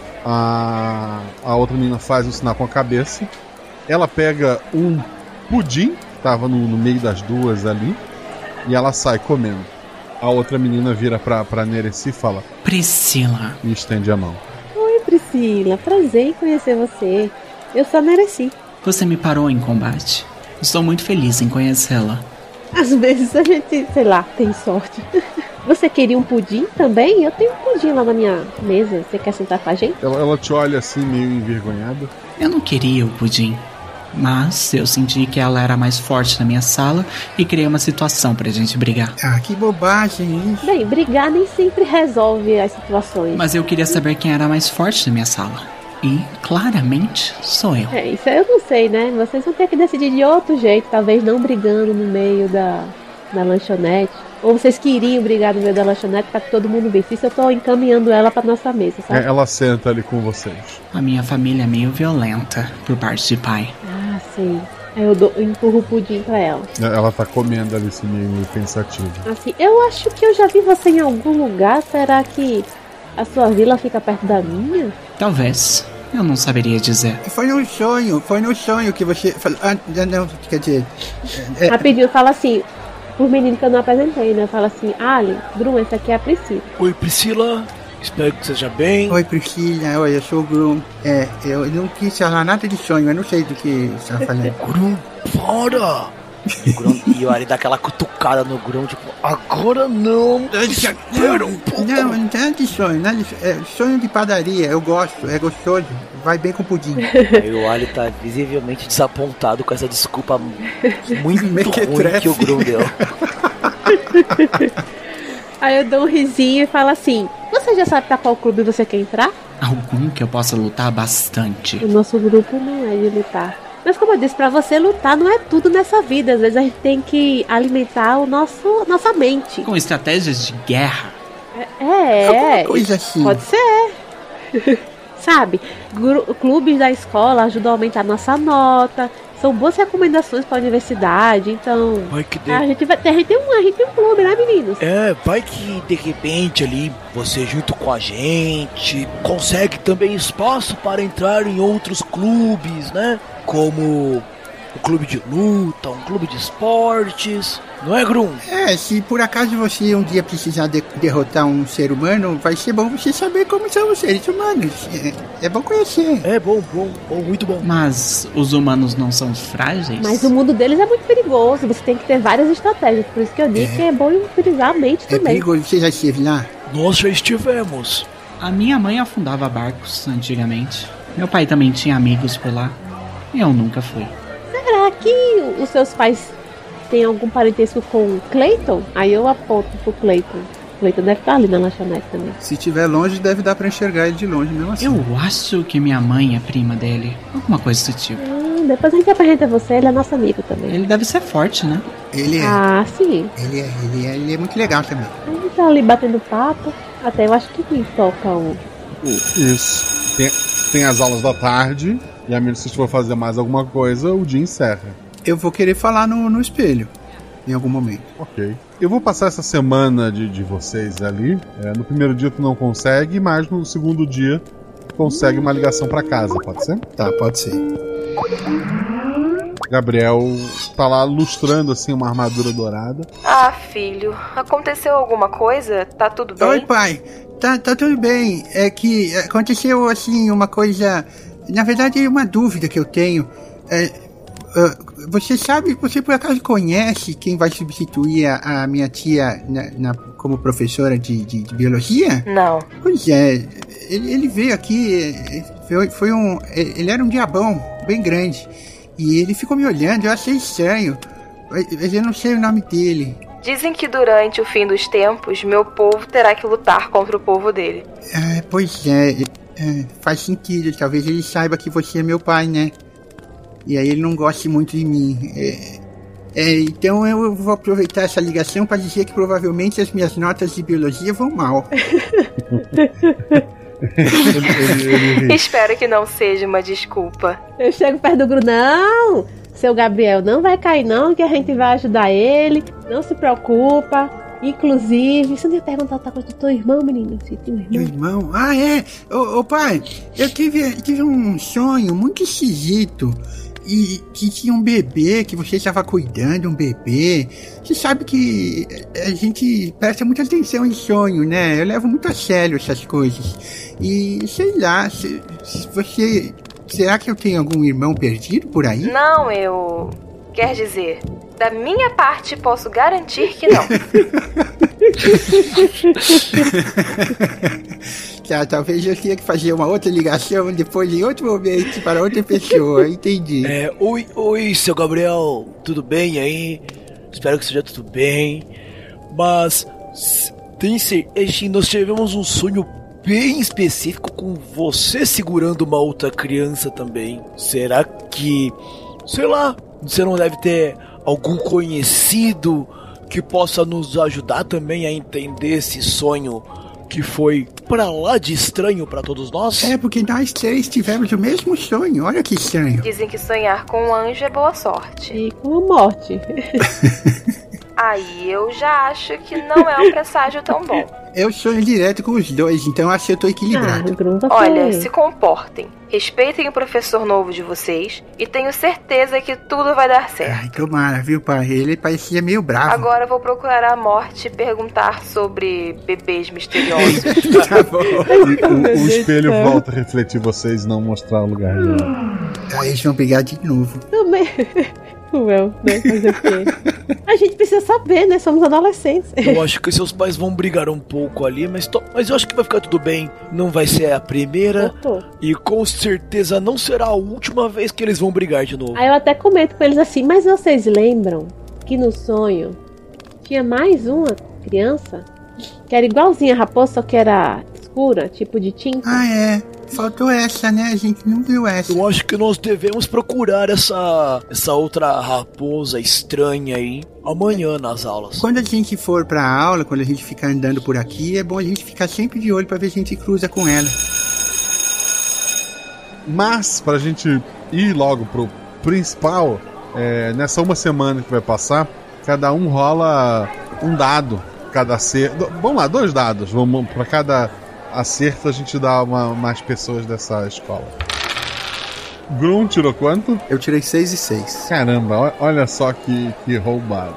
A, a outra menina faz um sinal com a cabeça. Ela pega um pudim que tava no, no meio das duas ali e ela sai comendo. A outra menina vira pra, pra Nereci e fala: Priscila. E estende a mão. Oi, Priscila, prazer em conhecer você. Eu sou a Nereci. Você me parou em combate. Estou muito feliz em conhecê-la. Às vezes a gente, sei lá, tem sorte. Você queria um pudim também? Eu tenho um pudim lá na minha mesa. Você quer sentar com a gente? Ela, ela te olha assim, meio envergonhada. Eu não queria o pudim, mas eu senti que ela era mais forte na minha sala e criei uma situação pra gente brigar. Ah, que bobagem isso. Bem, brigar nem sempre resolve as situações. Mas eu queria saber quem era mais forte na minha sala. E, claramente, sou eu. É, isso eu não sei, né? Vocês vão ter que decidir de outro jeito. Talvez não brigando no meio da, da lanchonete. Ou vocês queriam brigar no meio da lanchonete pra que todo mundo visse. Isso eu tô encaminhando ela pra nossa mesa, sabe? É, ela senta ali com vocês. A minha família é meio violenta, por parte de pai. Ah, sim. Aí eu, dou, eu empurro o pudim pra ela. Ela tá comendo ali, assim, meio, meio pensativa. Assim, eu acho que eu já vi você em algum lugar. Será que a sua vila fica perto da minha? Talvez. Eu não saberia dizer. Foi no sonho, foi no sonho que você falou. Ah, não, quer dizer. É... Rapidinho, fala assim. Por menino que eu não apresentei, né? Fala assim: Ali, Grum, essa aqui é a Priscila. Oi, Priscila. Espero que seja bem. Oi, Priscila. Oi, eu sou o Grum. É, eu não quis falar nada de sonho, eu não sei do que você está falando. Grum, fora! Grum, e o Ari dá aquela cutucada no Grum, tipo, agora não! Espera um pouco! Não, não é de sonho, não é, de, é sonho de padaria, eu gosto, é gostoso, vai bem com pudim. Aí o Ali tá visivelmente desapontado com essa desculpa muito ruim que o Grum deu. Aí eu dou um risinho e falo assim: você já sabe pra qual clube você quer entrar? Algum que eu possa lutar bastante. O nosso grupo não é de lutar. Mas como eu disse pra você, lutar não é tudo nessa vida. Às vezes a gente tem que alimentar o nosso, nossa mente. Com estratégias de guerra. É, é, é coisa assim. Pode ser. Sabe, gru- clubes da escola ajudam a aumentar nossa nota. São boas recomendações para a universidade. Então, vai que de... a, gente vai, a, gente tem um, a gente tem um clube, né, meninos? É, vai que de repente ali você junto com a gente consegue também espaço para entrar em outros clubes, né? Como um clube de luta, um clube de esportes, não é, Grum? É, se por acaso você um dia precisar de derrotar um ser humano, vai ser bom você saber como são os seres humanos. É, é bom conhecer. É bom, bom, bom, muito bom. Mas os humanos não são frágeis? Mas o mundo deles é muito perigoso, você tem que ter várias estratégias, por isso que eu digo é. que é bom utilizar a mente é também. É perigoso, você já esteve lá? Nós já estivemos. A minha mãe afundava barcos antigamente. Meu pai também tinha amigos por lá. Eu nunca fui. Será que os seus pais têm algum parentesco com Clayton? Aí eu aponto pro Clayton. Clayton deve estar ali na lanchonete também. Se estiver longe, deve dar pra enxergar ele de longe mesmo assim. Eu acho que minha mãe é prima dele. Alguma coisa desse tipo. Hum, depois a gente apresenta você, ele é nosso amigo também. Ele deve ser forte, né? Ele é. Ah, sim. Ele é, ele é, ele é muito legal também. A gente tá ali batendo papo. Até eu acho que toca o... Isso. Tem, tem as aulas da tarde. E a menos que se for fazer mais alguma coisa, o dia encerra. Eu vou querer falar no, no espelho. Em algum momento. Ok. Eu vou passar essa semana de, de vocês ali. É, no primeiro dia tu não consegue, mas no segundo dia consegue uma ligação pra casa, pode ser? Tá, pode ser. Gabriel tá lá lustrando assim uma armadura dourada. Ah, filho, aconteceu alguma coisa? Tá tudo bem? Oi, pai. Tá, tá tudo bem. É que aconteceu assim uma coisa... Na verdade é uma dúvida que eu tenho. É, uh, você sabe, você por acaso conhece quem vai substituir a, a minha tia na, na, como professora de, de, de biologia? Não. Pois é, ele, ele veio aqui, foi, foi um... Ele era um diabão bem grande. E ele ficou me olhando, eu achei estranho. Mas eu não sei o nome dele. Dizem que durante o fim dos tempos, meu povo terá que lutar contra o povo dele. É, pois é, é, faz sentido. Talvez ele saiba que você é meu pai, né? E aí ele não goste muito de mim. É, é, então eu vou aproveitar essa ligação para dizer que provavelmente as minhas notas de biologia vão mal. ele, ele, ele Espero que não seja uma desculpa. Eu chego perto do Gru, não, seu Gabriel não vai cair não, que a gente vai ajudar ele, não se preocupa. Inclusive, você não ia perguntar outra coisa do teu irmão, menino? Você tem um irmão? Meu irmão? Ah, é? Ô, ô pai, eu tive, tive um sonho muito esquisito. E que tinha um bebê, que você estava cuidando, um bebê. Você sabe que a gente presta muita atenção em sonho, né? Eu levo muito a sério essas coisas. E sei lá, se, se você... Será que eu tenho algum irmão perdido por aí? Não, eu... Quer dizer, da minha parte posso garantir que não. Tá, talvez eu tenha que fazer uma outra ligação depois em outro momento para outra pessoa, entendi. É, oi, oi, seu Gabriel, tudo bem aí? Espero que esteja tudo bem. Mas tem certeza, nós tivemos um sonho bem específico com você segurando uma outra criança também. Será que, sei lá, você não deve ter algum conhecido que possa nos ajudar também a entender esse sonho que foi pra lá de estranho pra todos nós? É, porque nós três tivemos o mesmo sonho, olha que estranho. Dizem que sonhar com um anjo é boa sorte. E com a morte. Aí eu já acho que não é um presságio tão bom. Eu sonho direto com os dois, então acho que eu tô equilibrado. Ah, olha, se comportem. Respeitem o professor novo de vocês e tenho certeza que tudo vai dar certo. Ai, tomara, viu, pai? Ele parecia meio bravo. Agora vou procurar a morte e perguntar sobre bebês misteriosos. Tá bom. E o, o espelho volta a refletir vocês e não mostrar o lugar dele. Aí eles vão brigar de novo. Também. Well, né? Fazer o quê? A gente precisa saber, né? Somos adolescentes. Eu acho que seus pais vão brigar um pouco ali, mas, to... mas eu acho que vai ficar tudo bem. Não vai ser a primeira Tô. E com certeza não será a última vez que eles vão brigar de novo. Aí eu até comento com eles assim, mas vocês lembram que no sonho tinha mais uma criança que era igualzinha a raposa, só que era escura, tipo de tinta? Ah, é. Faltou essa, né? A gente não viu essa. Eu acho que nós devemos procurar essa essa outra raposa estranha aí amanhã nas aulas. Quando a gente for pra aula, quando a gente ficar andando por aqui, é bom a gente ficar sempre de olho pra ver se a gente cruza com ela. Mas, pra gente ir logo pro principal, é, nessa uma semana que vai passar, cada um rola um dado. Cada acerto. Vamos lá, dois dados. Vamos pra cada acerto a gente dá uma, mais pessoas dessa escola. Grum tirou quanto? Eu tirei seis e seis. Caramba, olha só que, que roubado.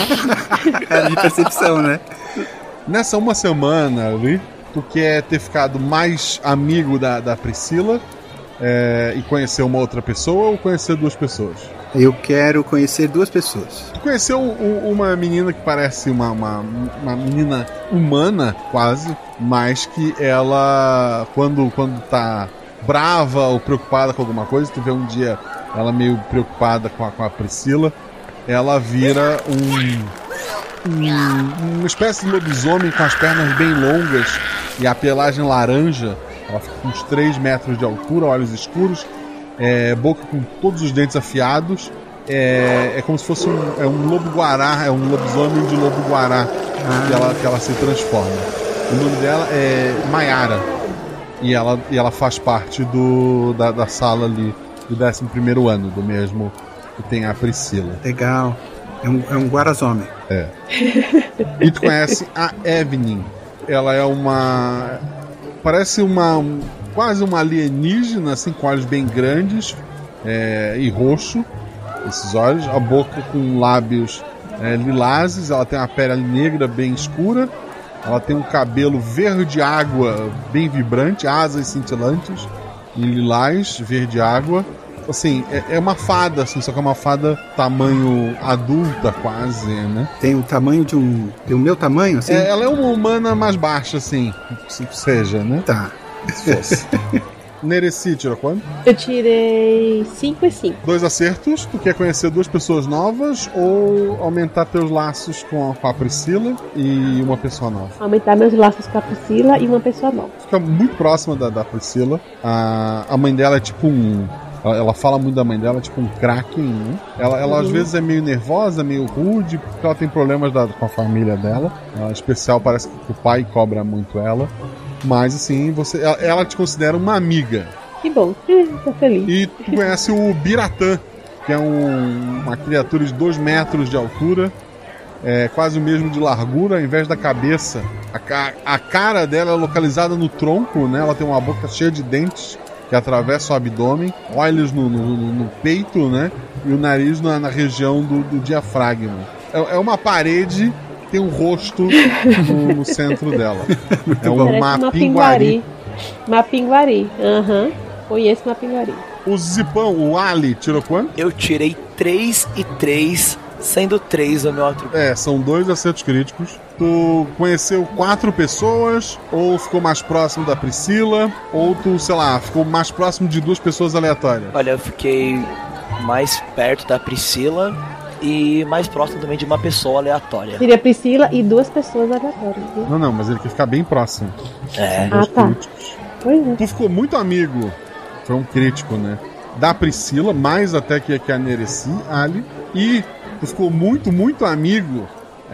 Cara de percepção, né? Nessa uma semana ali, tu quer ter ficado mais amigo da, da Priscila é, e conhecer uma outra pessoa ou conhecer duas pessoas? Eu quero conhecer duas pessoas. Tu conheceu um, uma menina que parece uma, uma, uma menina humana, quase, mas que ela, quando, quando tá brava ou preocupada com alguma coisa, tu vê um dia ela meio preocupada com a, com a Priscila, ela vira um, um uma espécie de lobisomem com as pernas bem longas e a pelagem laranja. Ela fica com uns três metros de altura, olhos escuros, é, boca com todos os dentes afiados. É, é como se fosse um, é um lobo-guará, é um lobisomem de lobo-guará que ela, que ela se transforma. O nome dela é Mayara. E ela, e ela faz parte do, da, da sala ali do décimo primeiro ano, do mesmo que tem a Priscila. Legal. É um, é um guarazhomem. É. E tu conhece a Evelyn. Ela é uma... Parece uma... Um, quase uma alienígena, assim, com olhos bem grandes é, e roxo. Esses olhos. A boca com lábios é, lilazes. Ela tem uma pele negra bem escura. Ela tem um cabelo verde água bem vibrante, asas cintilantes em lilás, verde água. Assim, é, é uma fada, assim, só que é uma fada tamanho adulta quase, né? Tem o tamanho de um... Tem o meu tamanho, assim? É, ela é uma humana mais baixa, assim, se seja, né? Tá. Se fosse. Nereci tirou quanto? Eu tirei cinco e cinco. Dois acertos. Tu quer conhecer duas pessoas novas ou aumentar teus laços com a, com a Priscila e uma pessoa nova? Aumentar meus laços com a Priscila e uma pessoa nova. Fica muito próxima da, da Priscila. A, a mãe dela é tipo um... Ela, ela fala muito da mãe dela, tipo um Kraken, né? Ela, ela uhum. às vezes é meio nervosa, meio rude, porque ela tem problemas da, com a família dela. Ela, em especial, parece que o pai cobra muito ela. Mas assim, você, ela, ela te considera uma amiga. Que bom, tô feliz. E tu conhece o Biratã, que é um, uma criatura de dois metros de altura, é, quase o mesmo de largura, ao invés da cabeça. A, a cara dela é localizada no tronco, né? Ela tem uma boca cheia de dentes que atravessa o abdômen, olhos no, no, no peito, né? E o nariz na, na região do, do diafragma. É, é uma parede... Tem um rosto no, no centro dela. É um mapinguari. Mapinguari, aham. Uhum. Conheço mapinguari. O Zipão, o Ali, tirou quanto? Eu tirei três e três, sendo três o meu atributo. É, são dois acertos críticos. Tu conheceu quatro pessoas, ou ficou mais próximo da Priscila, ou tu, sei lá, ficou mais próximo de duas pessoas aleatórias? Olha, eu fiquei mais perto da Priscila e mais próximo também de uma pessoa aleatória. Seria Priscila e duas pessoas aleatórias, viu? Não, não, mas ele quer ficar bem próximo. É. Ah, tá. Pois é. Tu ficou muito amigo, foi um crítico, né? Da Priscila, mais até que, que a Nereci, Ali. E tu ficou muito, muito amigo.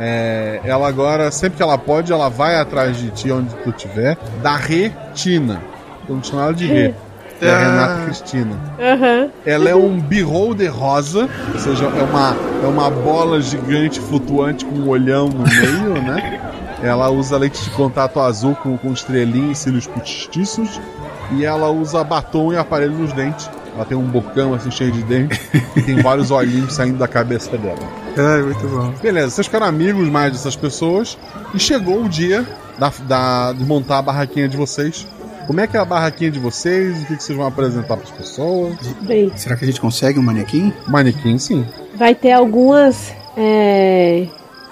É, ela agora, sempre que ela pode, ela vai atrás de ti onde tu estiver. Da Retina. Vamos chamar ela de Rê. É a Renata Cristina. Uhum. Ela é um beholder rosa, ou seja, é uma, é uma bola gigante flutuante com um olhão no meio, né? Ela usa lente de contato azul com, com estrelinha e cílios postiços. E ela usa batom e aparelho nos dentes. Ela tem um bocão assim cheio de dentes e tem vários olhinhos saindo da cabeça dela. Ai, muito bom. Beleza, vocês ficaram amigos mais dessas pessoas. E chegou o dia da, da, de montar a barraquinha de vocês. Como é que é a barraquinha de vocês? O que, que vocês vão apresentar para as pessoas? Bem, será que a gente consegue um manequim? Manequim, sim. Vai ter algumas... É,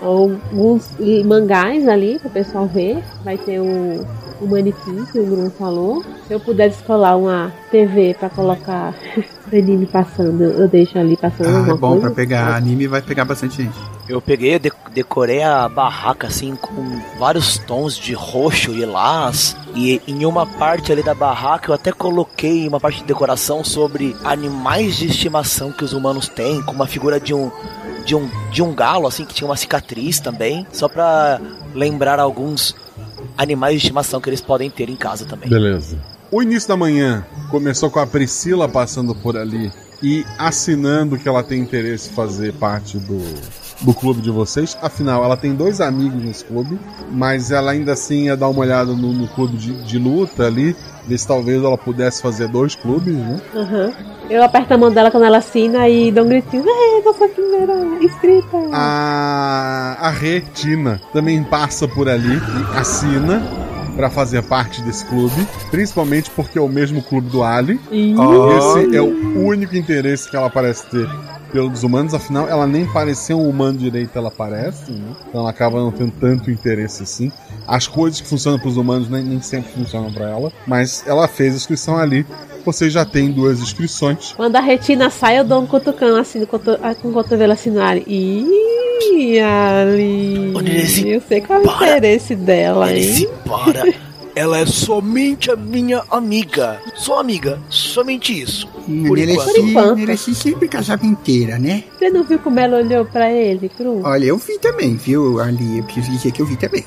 alguns mangás ali para o pessoal ver. Vai ter o, o manequim que o Bruno falou. Se eu puder descolar uma T V para colocar anime passando, eu deixo ali passando ah, alguma é bom coisa. Para pegar anime, vai pegar bastante gente. Eu peguei, eu decorei a barraca assim com vários tons de roxo e lilás. E em uma parte ali da barraca eu até coloquei uma parte de decoração sobre animais de estimação que os humanos têm, com uma figura de um de um, de um galo assim que tinha uma cicatriz também, só pra lembrar alguns animais de estimação que eles podem ter em casa também. Beleza. O início da manhã começou com a Priscila passando por ali e assinando que ela tem interesse em fazer parte do, do clube de vocês. Afinal, ela tem dois amigos nesse clube, mas ela ainda assim ia dar uma olhada no, no clube de, de luta ali, ver se talvez ela pudesse fazer dois clubes, né? Uhum. Eu aperto a mão dela quando ela assina e dou um gritinho. É, você é a primeira inscrita. A, a Retina também passa por ali e assina pra fazer parte desse clube, principalmente porque é o mesmo clube do Ali. Oh. Esse é o único interesse que ela parece ter pelos humanos, afinal ela nem parecia um humano direito, ela parece, né? Então ela acaba não tendo tanto interesse assim. As coisas que funcionam pros humanos nem, nem sempre funcionam pra ela, mas ela fez a inscrição ali. Você já tem duas inscrições. Quando a Retina sai, eu dou um cutucão assim, com o cotovelo assim no Ali. Ih, Ali. Eu sei qual é o interesse dela, hein? Para. Ela é somente a minha amiga. Só amiga. Somente isso. Por enquanto. Mereci sempre casava inteira, né? Você não viu como ela olhou pra ele, Cru? Olha, eu vi também, viu, Ali? Eu preciso dizer que eu vi também.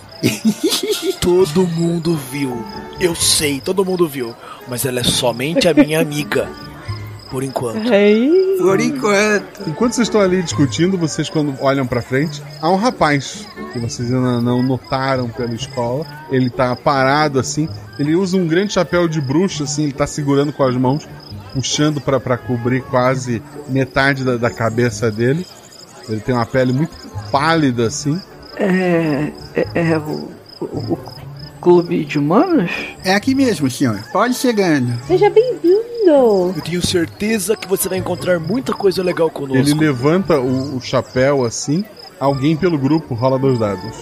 Todo mundo viu. Eu sei, todo mundo viu. Mas ela é somente a minha amiga. Por enquanto. Por enquanto. Enquanto vocês estão ali discutindo, vocês quando olham pra frente, há um rapaz que vocês ainda não notaram pela escola. Ele tá parado assim. Ele usa um grande chapéu de bruxa, assim. Ele tá segurando com as mãos, puxando pra, pra cobrir quase metade da, da cabeça dele. Ele tem uma pele muito pálida, assim. É... É, é o, o, o clube de humanos? É aqui mesmo, senhor. Pode ir chegando. Seja bem-vindo. Eu tenho certeza que você vai encontrar muita coisa legal conosco. Ele levanta o, o chapéu assim. Alguém pelo grupo rola dois dados.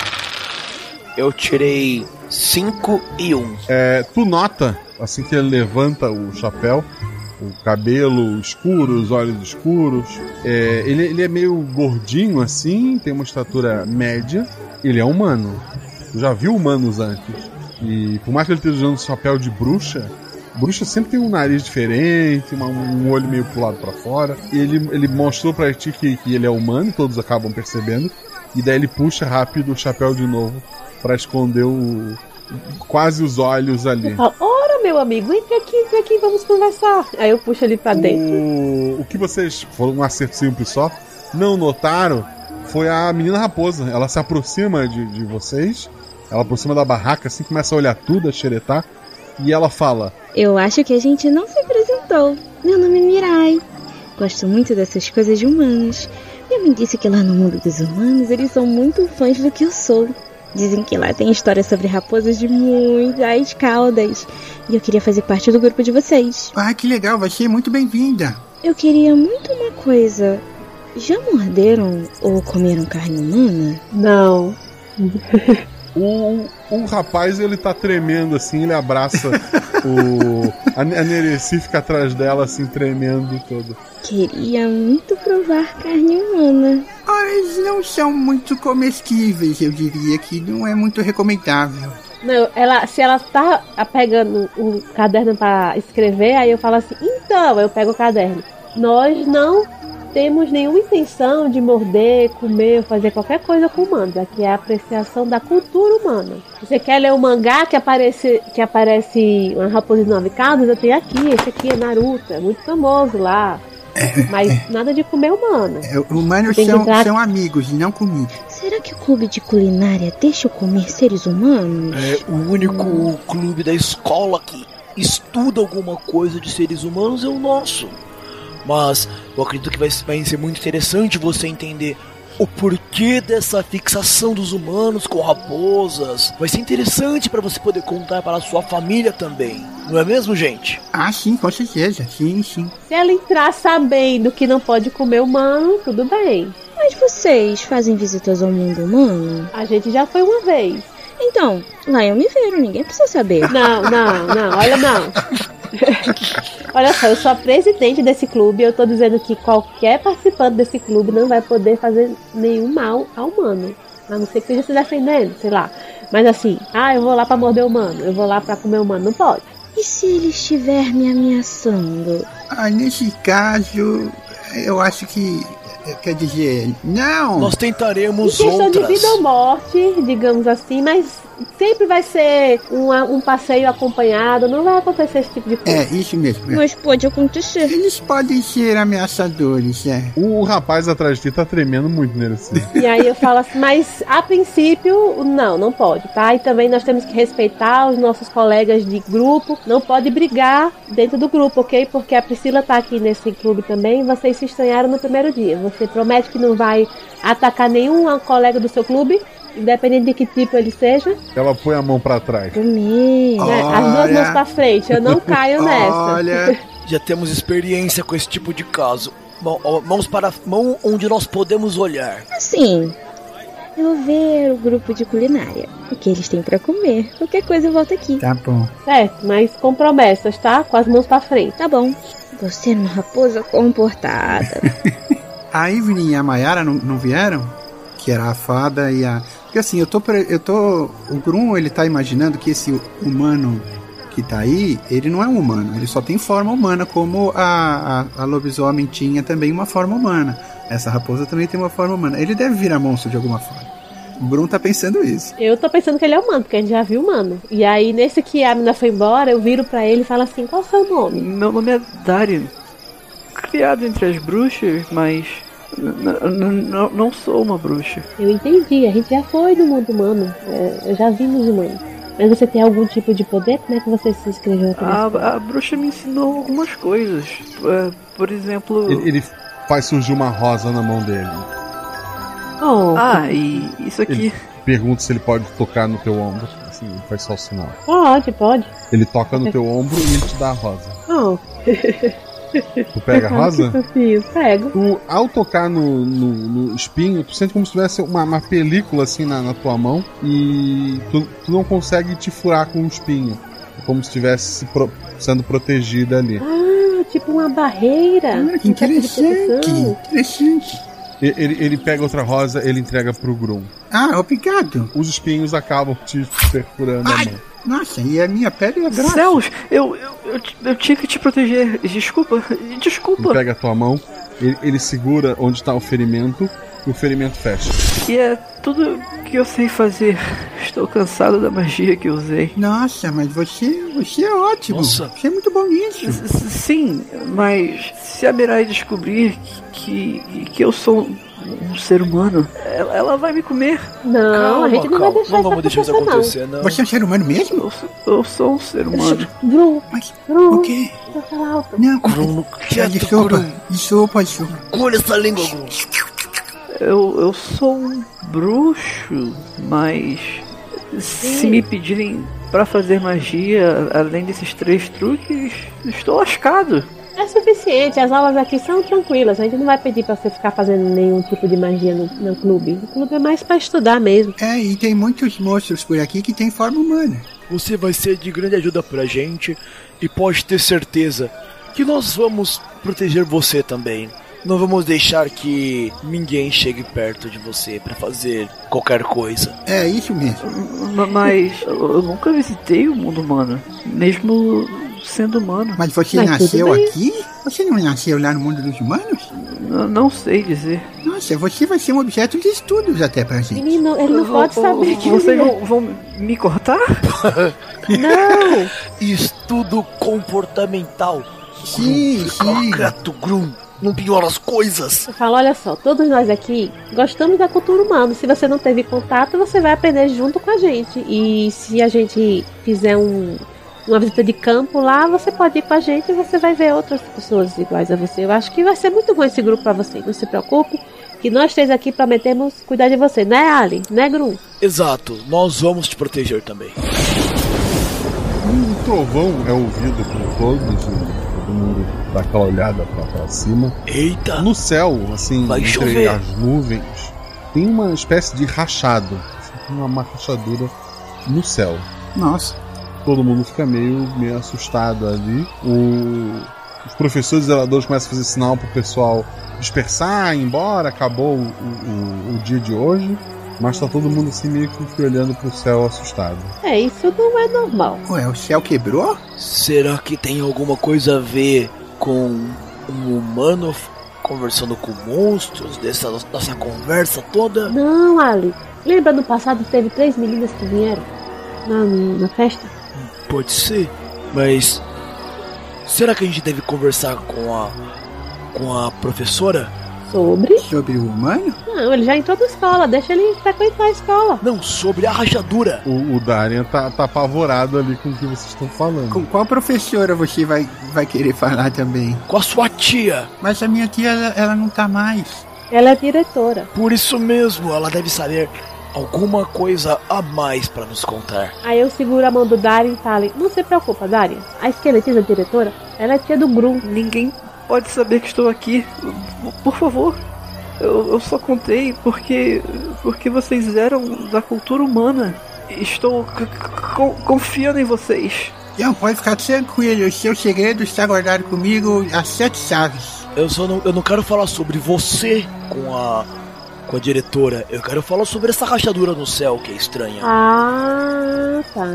Eu tirei cinco e um. É, tu nota, assim que ele levanta o chapéu, o cabelo escuro, os olhos escuros. É, ele, ele é meio gordinho assim, tem uma estatura média. Ele é humano. Tu já viu humanos antes. E por mais que ele esteja usando chapéu de bruxa, bruxa sempre tem um nariz diferente, uma, um olho meio pro lado pra fora. E ele, ele mostrou pra ti que, que ele é humano, todos acabam percebendo. E daí ele puxa rápido o chapéu de novo pra esconder o, quase os olhos ali. Eu falo, ora meu amigo, entre aqui, entre aqui, vamos conversar. Aí eu puxo ele pra dentro. O, o que vocês, foram um acerto simples só, não notaram foi a menina raposa. Ela se aproxima de, de vocês, ela aproxima da barraca, assim, começa a olhar tudo, a xeretar. E ela fala: eu acho que a gente não se apresentou. Meu nome é Mirai. Gosto muito dessas coisas de humanos. Minha mãe disse que lá no mundo dos humanos eles são muito fãs do que eu sou. Dizem que lá tem histórias sobre raposas de muitas caudas. E eu queria fazer parte do grupo de vocês. Ah, que legal, vai ser muito bem-vinda. Eu queria muito uma coisa. Já morderam ou comeram carne humana? Não. O, o rapaz, ele tá tremendo assim, ele abraça o... A, a Nereci fica atrás dela assim, tremendo todo. Queria muito provar carne humana. Ah, eles não são muito comestíveis, eu diria que não é muito recomendável. Não, ela, se ela tá pegando o caderno pra escrever, aí eu falo assim, então, eu pego o caderno. Nós não temos nenhuma intenção de morder, comer, fazer qualquer coisa com humanos. Aqui é a apreciação da cultura humana. Você quer ler um mangá que aparece, que aparece uma raposa de nove caudas? Eu tenho aqui, esse aqui é Naruto, é muito famoso lá. Mas nada de comer humano. É, humanos são, entrar... são amigos e não comida. Será que o clube de culinária deixa eu comer seres humanos? É o único hum. clube da escola que estuda alguma coisa de seres humanos é o nosso. Mas eu acredito que vai, vai ser muito interessante você entender o porquê dessa fixação dos humanos com raposas. Vai ser interessante para você poder contar para a sua família também. Não é mesmo, gente? Ah, sim, com certeza. Sim, sim. Se ela entrar sabendo que não pode comer humano, tudo bem. Mas vocês fazem visitas ao mundo humano? A gente já foi uma vez. Então, lá eu me vejo, ninguém precisa saber. Não, não, não, olha não. Olha só, eu sou a presidente desse clube e eu tô dizendo que qualquer participante desse clube não vai poder fazer nenhum mal ao humano. A não ser que esteja se defendendo, sei lá. Mas assim, ah, eu vou lá pra morder o humano, eu vou lá pra comer o humano, não pode. E se ele estiver me ameaçando? Ah, nesse caso, eu acho que... Quer dizer, não. Nós tentaremos em questão outras. de vida ou morte, digamos assim, mas sempre vai ser uma, um passeio acompanhado, não vai acontecer esse tipo de coisa. É, isso mesmo. É. Mas pode acontecer. Eles podem ser ameaçadores, é. O rapaz atrás de ti tá tremendo muito nele assim. E aí eu falo assim, mas a princípio, não, não pode, tá? E também nós temos que respeitar os nossos colegas de grupo, não pode brigar dentro do grupo, ok? Porque a Priscila tá aqui nesse clube também, vocês se estranharam no primeiro dia. Você promete que não vai atacar nenhum colega do seu clube, independente de que tipo ele seja. Ela põe a mão pra trás. Né? As duas mãos pra frente, eu não caio nessa. Olha. Já temos experiência com esse tipo de caso. Mão, mãos para mão onde nós podemos olhar. Assim, eu vou ver o grupo de culinária, o que eles têm pra comer. Qualquer coisa eu volto aqui. Tá bom. Certo, mas com promessas, tá? Com as mãos pra frente. Tá bom. Você é uma raposa comportada. A Evelyn e a Mayara não, não vieram? Que era a fada e a... Porque assim, eu tô, eu tô... O Grum, ele tá imaginando que esse humano que tá aí, ele não é um humano. Ele só tem forma humana, como a, a, a lobisomem tinha também uma forma humana. Essa raposa também tem uma forma humana. Ele deve virar monstro de alguma forma. O Grum tá pensando isso. Eu tô pensando que ele é humano, porque a gente já viu humano. E aí, nesse que a menina foi embora, eu viro pra ele e falo assim, qual é o seu nome? Meu nome é Darien. Criado entre as bruxas, mas... não sou uma bruxa. Eu entendi, a gente já foi no mundo humano. É, eu já vi nos humanos. Mas você tem algum tipo de poder? Como é que você se inscreveu aqui? A, a bruxa me ensinou algumas coisas. Por exemplo... Ele, ele faz surgir uma rosa na mão dele. Oh. Ah, e isso aqui... Ele pergunta se ele pode tocar no teu ombro. Assim, ele faz só o sinal. Pode, pode. Ele toca no teu ombro e ele te dá a rosa. Oh. Tu pega a rosa? Sim, pego. Tu, ao tocar no, no, no espinho, tu sente como se tivesse uma, uma película assim na, na tua mão e tu, tu não consegue te furar com o espinho. É como se estivesse pro, sendo protegida ali. Ah, tipo uma barreira. Ah, que interessante. Interessante. Ele, ele pega outra rosa, ele entrega pro Grum. Ah, obrigado. Os espinhos acabam te perfurando Ai. a mão. Nossa, e a minha pele é grossa. Céus, eu, eu, eu, eu tinha que te proteger. Desculpa, desculpa. Ele pega a tua mão, ele, ele segura onde está o ferimento e o ferimento fecha. E é tudo que eu sei fazer. Estou cansado da magia que usei. Nossa, mas você, você é ótimo. Nossa. Você é muito bom nisso. S- sim, mas se a Mirai descobrir que, que, que eu sou um ser humano, ela, ela vai me comer. Não, calma, a gente não calma. vai deixar não isso vamos deixar isso acontecer, não. Você é um ser humano mesmo? Eu, sou- eu sou um ser humano. Grum, Mas Grum, o quê? vou falar alto. Não, Grum, é de quieto, sopa. Grum. De sopa, de sopa. Engole essa língua, Grum. Eu, eu sou um bruxo, mas se me pedirem pra fazer magia, além desses três truques, estou lascado. É suficiente, as aulas aqui são tranquilas. A gente não vai pedir pra você ficar fazendo nenhum tipo de magia no, no clube. O clube é mais pra estudar mesmo. É, e tem muitos monstros por aqui que tem forma humana. Você vai ser de grande ajuda pra gente e pode ter certeza que nós vamos proteger você também. Não vamos deixar que ninguém chegue perto de você pra fazer qualquer coisa. É, isso mesmo. M- Mas eu nunca visitei o mundo humano, mesmo sendo humano. Mas você Mas nasceu tudo bem. aqui? Você não nasceu lá no mundo dos humanos? N- não sei dizer. Nossa, você vai ser um objeto de estudos até pra gente. Menino, ele não pode saber que Vocês ele é. vão, vão me cortar? Não! Estudo comportamental. Sim, sim. Quieto, Grum. Não piora as coisas. Eu falo, olha só, todos nós aqui gostamos da cultura humana. Se você não teve contato, você vai aprender junto com a gente. E se a gente fizer um, uma visita de campo lá, você pode ir com a gente e você vai ver outras pessoas iguais a você. Eu acho que vai ser muito bom esse grupo pra você. Não se preocupe, que nós três aqui prometemos cuidar de você. Né, Ali? Né, Grum? Exato, nós vamos te proteger também. Um trovão é ouvido por todos, todo mundo dá aquela olhada pra, pra cima. Eita! No céu, assim, Vai entre chover. as nuvens, tem uma espécie de rachado, uma, uma rachadura no céu. Nossa. Todo mundo fica meio, meio assustado ali. O, os professores e zeladores começam a fazer sinal pro pessoal dispersar, ir embora, acabou o, o, o dia de hoje. Mas tá todo mundo assim meio que olhando pro céu assustado. É, isso não é normal. Ué, o céu quebrou? Será que tem alguma coisa a ver com um humano f- conversando com monstros, dessa nossa conversa toda? Não, Ali. Lembra no passado teve três meninas que vieram? na, na festa? Pode ser, mas será que a gente deve conversar com a com a professora? Sobre? Sobre o humano? Não, ele já entrou na escola, deixa ele frequentar a escola. Não, sobre a rachadura. O, o Darian tá, tá apavorado ali com o que vocês estão falando. Com qual professora você vai, vai querer falar também? Com a sua tia. Mas a minha tia, ela, ela não tá mais. Ela é diretora. Por isso mesmo, ela deve saber alguma coisa a mais pra nos contar. Aí eu seguro a mão do Darian e falo, não se preocupa, Darian. A esqueletina diretora, ela é tia do Grum. Ninguém pode saber que estou aqui. Por favor. Eu, eu só contei porque porque vocês eram da cultura humana. Estou c- c- confiando em vocês. Não, pode ficar tranquilo. O seu segredo está guardado comigo a sete chaves. Eu só não, eu não quero falar sobre você com a com a diretora. Eu quero falar sobre essa rachadura no céu que é estranha. Ah, tá.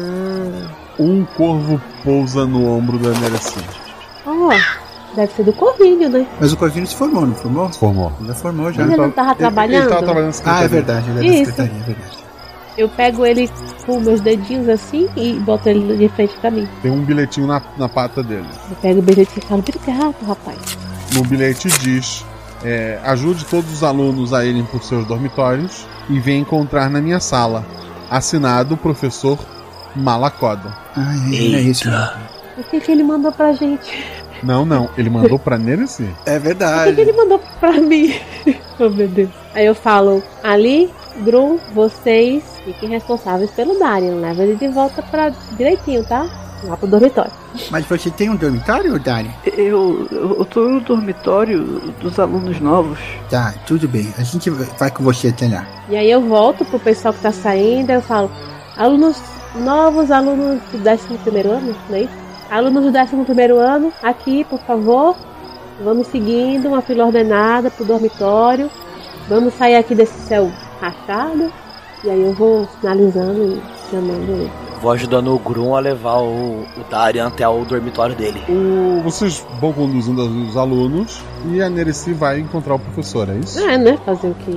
Um corvo pousa no ombro da Nerecy. Ó, oh, deve ser do Corvinho, né? Mas o Corvinho se formou, não formou? Se formou. Já formou, já. Ele não tava trabalhando? Ele, ele tava trabalhando na secretaria. Ah, é verdade, ele é da secretaria, é verdade. Eu pego ele com meus dedinhos assim e boto ele de frente pra mim. Tem um bilhetinho na, na pata dele. Eu pego o bilhete e falo, vira que rato, rapaz. No bilhete diz, é, ajude todos os alunos a irem por seus dormitórios e venha encontrar na minha sala. Assinado, professor Malacoda. Ah, é, é isso. O que que ele mandou pra gente? Não, não, ele mandou pra Nerecy. É O verdade. que que ele mandou pra mim? Oh, meu Deus. Aí eu falo, ali, Grum, vocês fiquem responsáveis pelo Darian. Leva ele de volta pra direitinho, tá? Lá pro dormitório. Mas você tem um dormitório, Darian? Eu, eu, eu tô no dormitório dos alunos novos. Tá, tudo bem. A gente vai com você até lá. E aí eu volto pro pessoal que tá saindo, eu falo, alunos novos, alunos do décimo primeiro ano, não é isso? Alunos do décimo primeiro ano, aqui, por favor, vamos seguindo uma fila ordenada pro dormitório. Vamos sair aqui desse céu rachado. E aí eu vou sinalizando e chamando ele. Vou ajudando o Grum a levar o, o Darian até o dormitório dele. O, vocês vão conduzindo os alunos e a Nerecy vai encontrar o professor, é isso? É, né? Fazer o quê?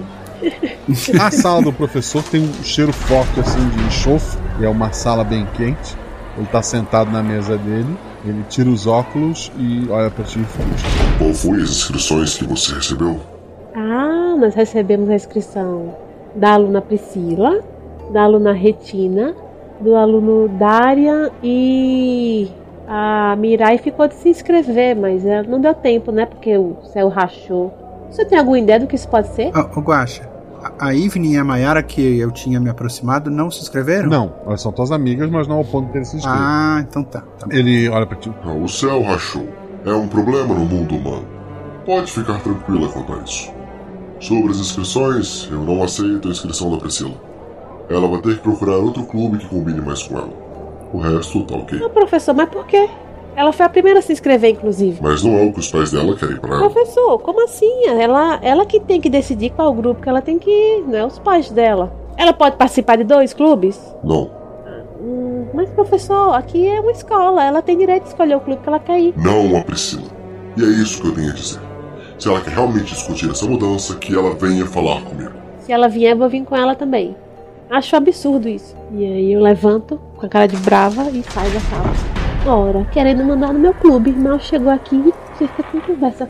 A sala do professor tem um cheiro forte assim de enxofre, e é uma sala bem quente. Ele tá sentado na mesa dele, ele tira os óculos e olha pra ti e fala: Qual foi as inscrições que você recebeu? Ah, nós recebemos a inscrição da aluna Priscila, da aluna Retina, do aluno Darian e a Mirai ficou de se inscrever, mas não deu tempo, né? Porque o céu rachou. Você tem alguma ideia do que isso pode ser? Ô, oh, Guaxa, a Ivne e a Mayara, que eu tinha me aproximado, não se inscreveram? Não, elas são tuas amigas, mas não ao ponto de ter se inscrito. Ah, então tá. tá Ele olha pra ti. O céu rachou. É um problema no mundo humano. Pode ficar tranquila quanto a isso. Sobre as inscrições, eu não aceito a inscrição da Priscila. Ela vai ter que procurar outro clube que combine mais com ela. O resto tá ok. Não, professor, mas por quê? Ela foi a primeira a se inscrever, inclusive. Mas não é o que os pais dela querem pra ela. Professor, como assim? Ela, ela que tem que decidir qual grupo que ela tem que ir, não é os pais dela. Ela pode participar de dois clubes? Não. Hum, mas, professor, aqui é uma escola. Ela tem direito de escolher o clube que ela quer ir. Não a Priscila. E é isso que eu tenho a dizer. Se ela quer realmente discutir essa mudança, que ela venha falar comigo. Se ela vier, eu vou vir com ela também. Acho absurdo isso. E aí eu levanto com a cara de brava e saio da sala. Ora, querendo mandar no meu clube. Mal chegou aqui e fica com conversa.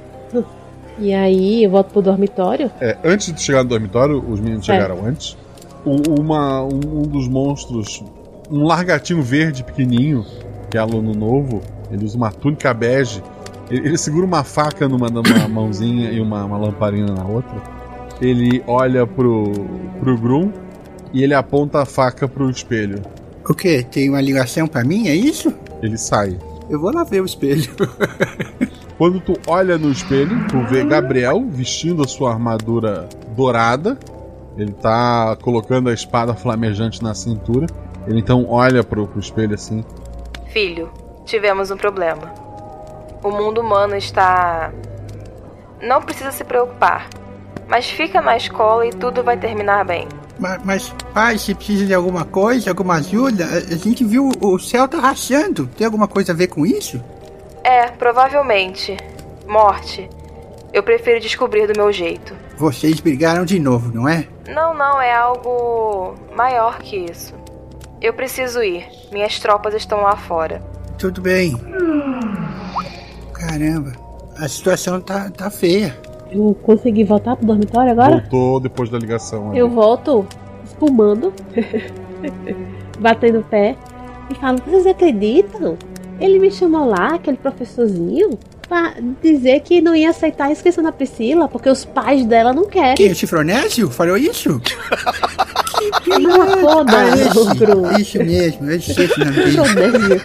E aí eu volto pro dormitório. É, antes de chegar no dormitório, os meninos é. chegaram antes. O, uma, um, um dos monstros, um largatinho verde pequenininho, que é aluno novo, ele usa uma túnica bege. Ele, ele segura uma faca numa, numa mãozinha e uma, uma lamparina na outra. Ele olha pro, pro Grum e ele aponta a faca pro espelho. O quê? Tem uma ligação pra mim, é isso? Ele sai. Eu vou lá ver o espelho. Quando tu olha no espelho, tu vê Gabriel vestindo a sua armadura dourada. Ele tá colocando a espada flamejante na cintura. Ele então olha pro, pro espelho assim. Filho, tivemos um problema. O mundo humano está... Não precisa se preocupar. Mas fica na escola e tudo vai terminar bem. Mas, mas, pai, se precisa de alguma coisa, alguma ajuda, a gente viu o céu tá rachando. Tem alguma coisa a ver com isso? É, provavelmente. Morte. Eu prefiro descobrir do meu jeito. Vocês brigaram de novo, não é? Não, não, é algo maior que isso. Eu preciso ir. Minhas tropas estão lá fora. Tudo bem. Caramba, a situação tá, tá feia. Eu consegui voltar pro dormitório agora? Voltou depois da ligação. Ali. Eu volto espumando, batendo o pé e falo, vocês acreditam? Ele me chamou lá, aquele professorzinho, pra dizer que não ia aceitar a inscrição da Priscila, porque os pais dela não querem. Quem? O Chifronésio? Falou isso? Que não foda, ah, esse, Bruno. Isso mesmo, eu sei que não tem.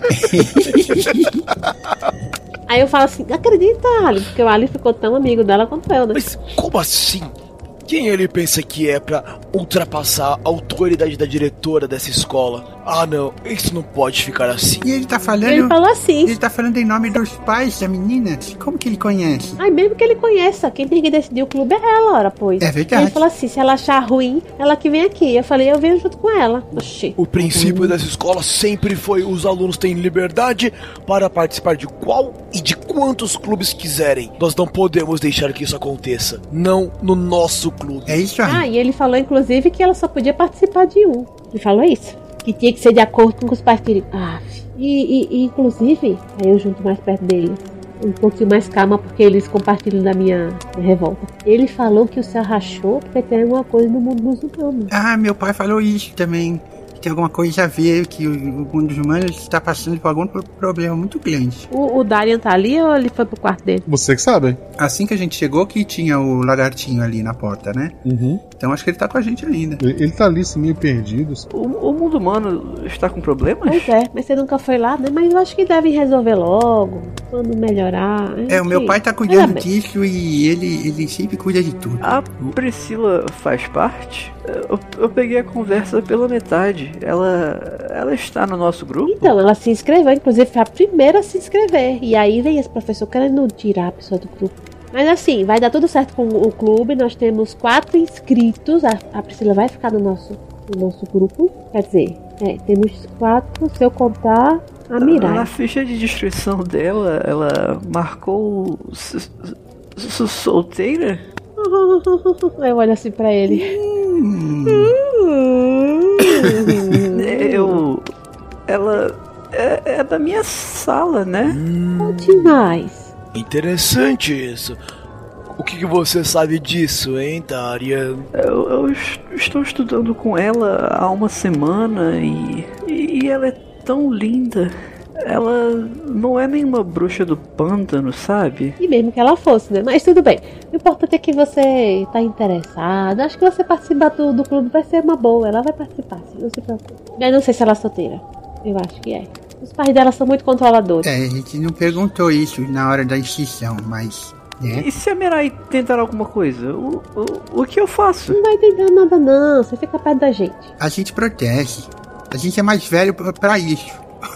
Aí eu falo assim, acredita, Ali, porque o Ali ficou tão amigo dela quanto eu, né? Mas como assim? Quem ele pensa que é pra ultrapassar a autoridade da diretora dessa escola? Ah não, isso não pode ficar assim. E ele tá falando... Ele falou assim. Ele tá falando em nome dos pais da menina? Como que ele conhece? Ai, mesmo que ele conheça, quem tem que decidir o clube é ela, ora, pois. É verdade. Ele falou assim, se ela achar ruim, ela que vem aqui. Eu falei, eu venho junto com ela. Oxi. O princípio uhum. dessa escola sempre foi os alunos têm liberdade para participar de qual e de quantos clubes quiserem. Nós não podemos deixar que isso aconteça. Não no nosso clube. É isso aí. Ah, e ele falou, inclusive, que ela só podia participar de um. Ele falou isso. Que tinha que ser de acordo com os pais queriam. Ah, e, e, e inclusive, aí eu junto mais perto dele. Um pouquinho mais calma, porque eles compartilham da minha revolta. Ele falou que o céu rachou porque tem alguma coisa no mundo dos humanos. Ah, meu pai falou isso também. Tem alguma coisa a ver, que o, o mundo dos humanos está passando por algum problema muito grande. O, o Darian tá ali ou ele foi pro quarto dele? Você que sabe. Assim que a gente chegou, que tinha o lagartinho ali na porta, né? Uhum. Então acho que ele tá com a gente ainda. Ele, ele tá ali, assim, meio perdido. O, o mundo humano está com problemas? Pois é, mas você nunca foi lá, né? Mas eu acho que devem resolver logo, quando melhorar. É, o meu pai tá cuidando disso e ele, ele sempre cuida de tudo. A Priscila faz parte? Eu, eu peguei a conversa pela metade. Ela, ela está no nosso grupo? Então, ela se inscreveu, inclusive foi a primeira a se inscrever. E aí vem esse professor querendo tirar a pessoa do grupo. Mas assim, vai dar tudo certo com o clube. Nós temos quatro inscritos. A, a Priscila vai ficar no nosso, no nosso grupo. Quer dizer, é, temos quatro, se eu contar a Mirai. Na ficha de descrição dela, ela marcou solteira? Eu olho assim pra ele. Eu... Ela é, é da minha sala, né? Hum, demais. Interessante isso. O que, que você sabe disso, hein, Darian? Eu, eu estou estudando com ela há uma semana e, e ela é tão linda. Ela não é nenhuma bruxa do pântano, sabe? E mesmo que ela fosse, né? Mas tudo bem. O importante é que você tá interessado. Acho que você participar do, do clube vai ser uma boa. Ela vai participar, não se preocupe. Eu não sei se ela é solteira. Eu acho que é. Os pais dela são muito controladores. É, a gente não perguntou isso na hora da inscrição, mas... É. E se a Mirai tentar alguma coisa? O, o, o que eu faço? Não vai tentar nada não. Você fica perto da gente. A gente protege. A gente é mais velho pra, pra isso.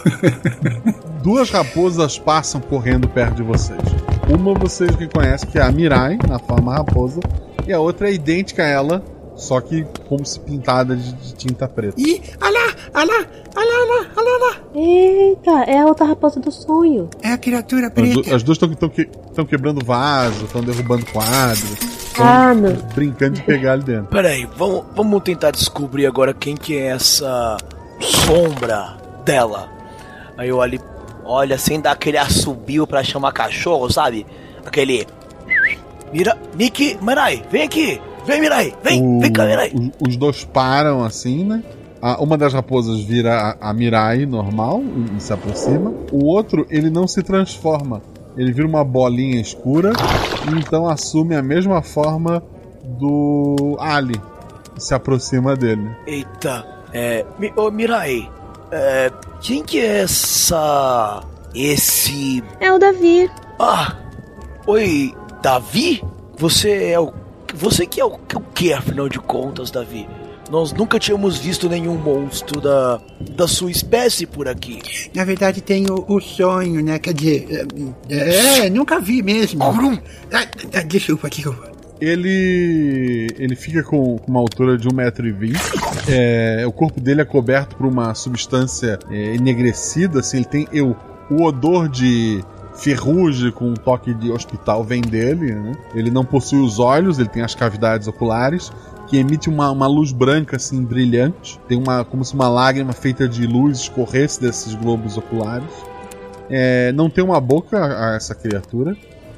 Duas raposas passam correndo perto de vocês. Uma vocês que conhecem, que é a Mirai, na forma raposa, e a outra é idêntica a ela, só que como se pintada de, de tinta preta. Ih, olha lá, olha lá, olha lá, olha lá. Eita, é a outra raposa do sonho. É a criatura preta. As, du- as duas estão que, quebrando vaso, estão derrubando quadros. Ah, não. Brincando de pegar ali dentro. Peraí, vamos, vamos tentar descobrir agora quem que é essa sombra dela. Aí eu ali, olha assim, dá aquele assobio pra chamar cachorro, sabe? Aquele... Mira, Miki, Mirai, vem aqui. Vem, Mirai, vem, o, vem cá, Mirai. Os, os dois param assim, né? A, uma das raposas vira a, a Mirai normal e, e se aproxima. O outro, ele não se transforma. Ele vira uma bolinha escura e então assume a mesma forma do Ali. E se aproxima dele. Eita, é... Mi, ô, Mirai... É, quem que é essa... Esse... É o Davi. Ah, oi, Davi? Você é o... Você que é o, o que, afinal de contas, Davi? Nós nunca tínhamos visto nenhum monstro da, da sua espécie por aqui. Na verdade tem o, o sonho, né? Quer dizer... É, é nunca vi mesmo. Ah, ah, desculpa, desculpa. Ele ele fica com uma altura de um metro e vinte. É, o corpo dele é coberto por uma substância é, enegrecida. Assim, ele tem eu, o odor de ferrugem com um toque de hospital vem dele, né? Ele não possui os olhos, ele tem as cavidades oculares, que emite uma, uma luz branca, assim, brilhante. Tem uma, como se uma lágrima feita de luz escorresse desses globos oculares. É, não tem uma boca a essa criatura.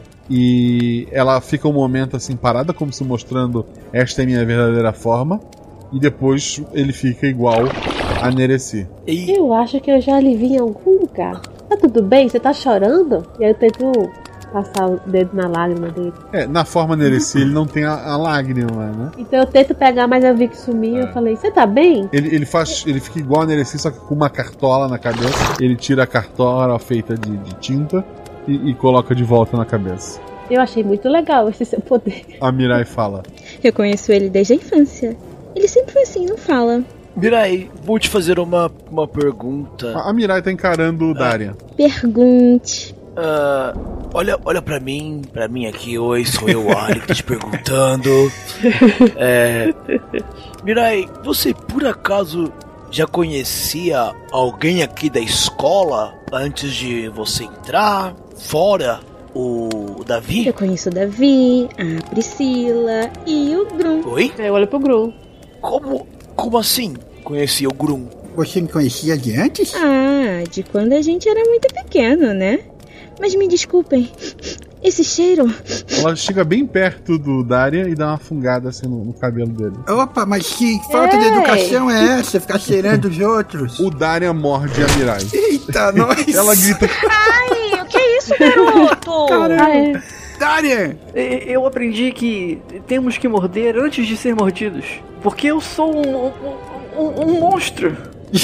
E ela fica um momento assim parada, como se mostrando: esta é minha verdadeira forma. E depois ele fica igual a Nereci. Eu acho que eu já lhe vi em algum lugar. Tá tudo bem? Você tá chorando? E aí eu tento passar o dedo na lágrima dele. É, na forma Nereci ele não tem a, a lágrima, né? Então eu tento pegar, mas eu vi que sumiu. É. Eu falei: você tá bem? Ele, ele faz, ele fica igual a Nereci, só que com uma cartola na cabeça. Ele tira a cartola feita de, de tinta e, e coloca de volta na cabeça. Eu achei muito legal esse seu poder. A Mirai fala: eu conheço ele desde a infância. Ele sempre foi assim, não fala. Mirai, vou te fazer uma, uma pergunta. A, a Mirai tá encarando o Darian. Pergunte. Uh, olha, olha pra mim, pra mim aqui, oi, sou eu, Ali, que tô te perguntando. É, Mirai, você por acaso já conhecia alguém aqui da escola antes de você entrar? Fora o Davi? Eu conheço o Davi, a Priscila e o Grum. Oi? Eu olho pro Grum. Como, como assim conhecia o Grum? Você me conhecia de antes? Ah, de quando a gente era muito pequeno, né? Mas me desculpem, esse cheiro... Ela chega bem perto do Darian e dá uma fungada assim no, no cabelo dele. Opa, mas que falta Ei. de educação é essa? Ficar cheirando os outros? O Darian morde a Mirai. Eita, nós! Ela grita... Ai, o que é isso, garoto? Caramba! Darian! Eu aprendi que temos que morder antes de ser mordidos. Porque eu sou um, um, um monstro.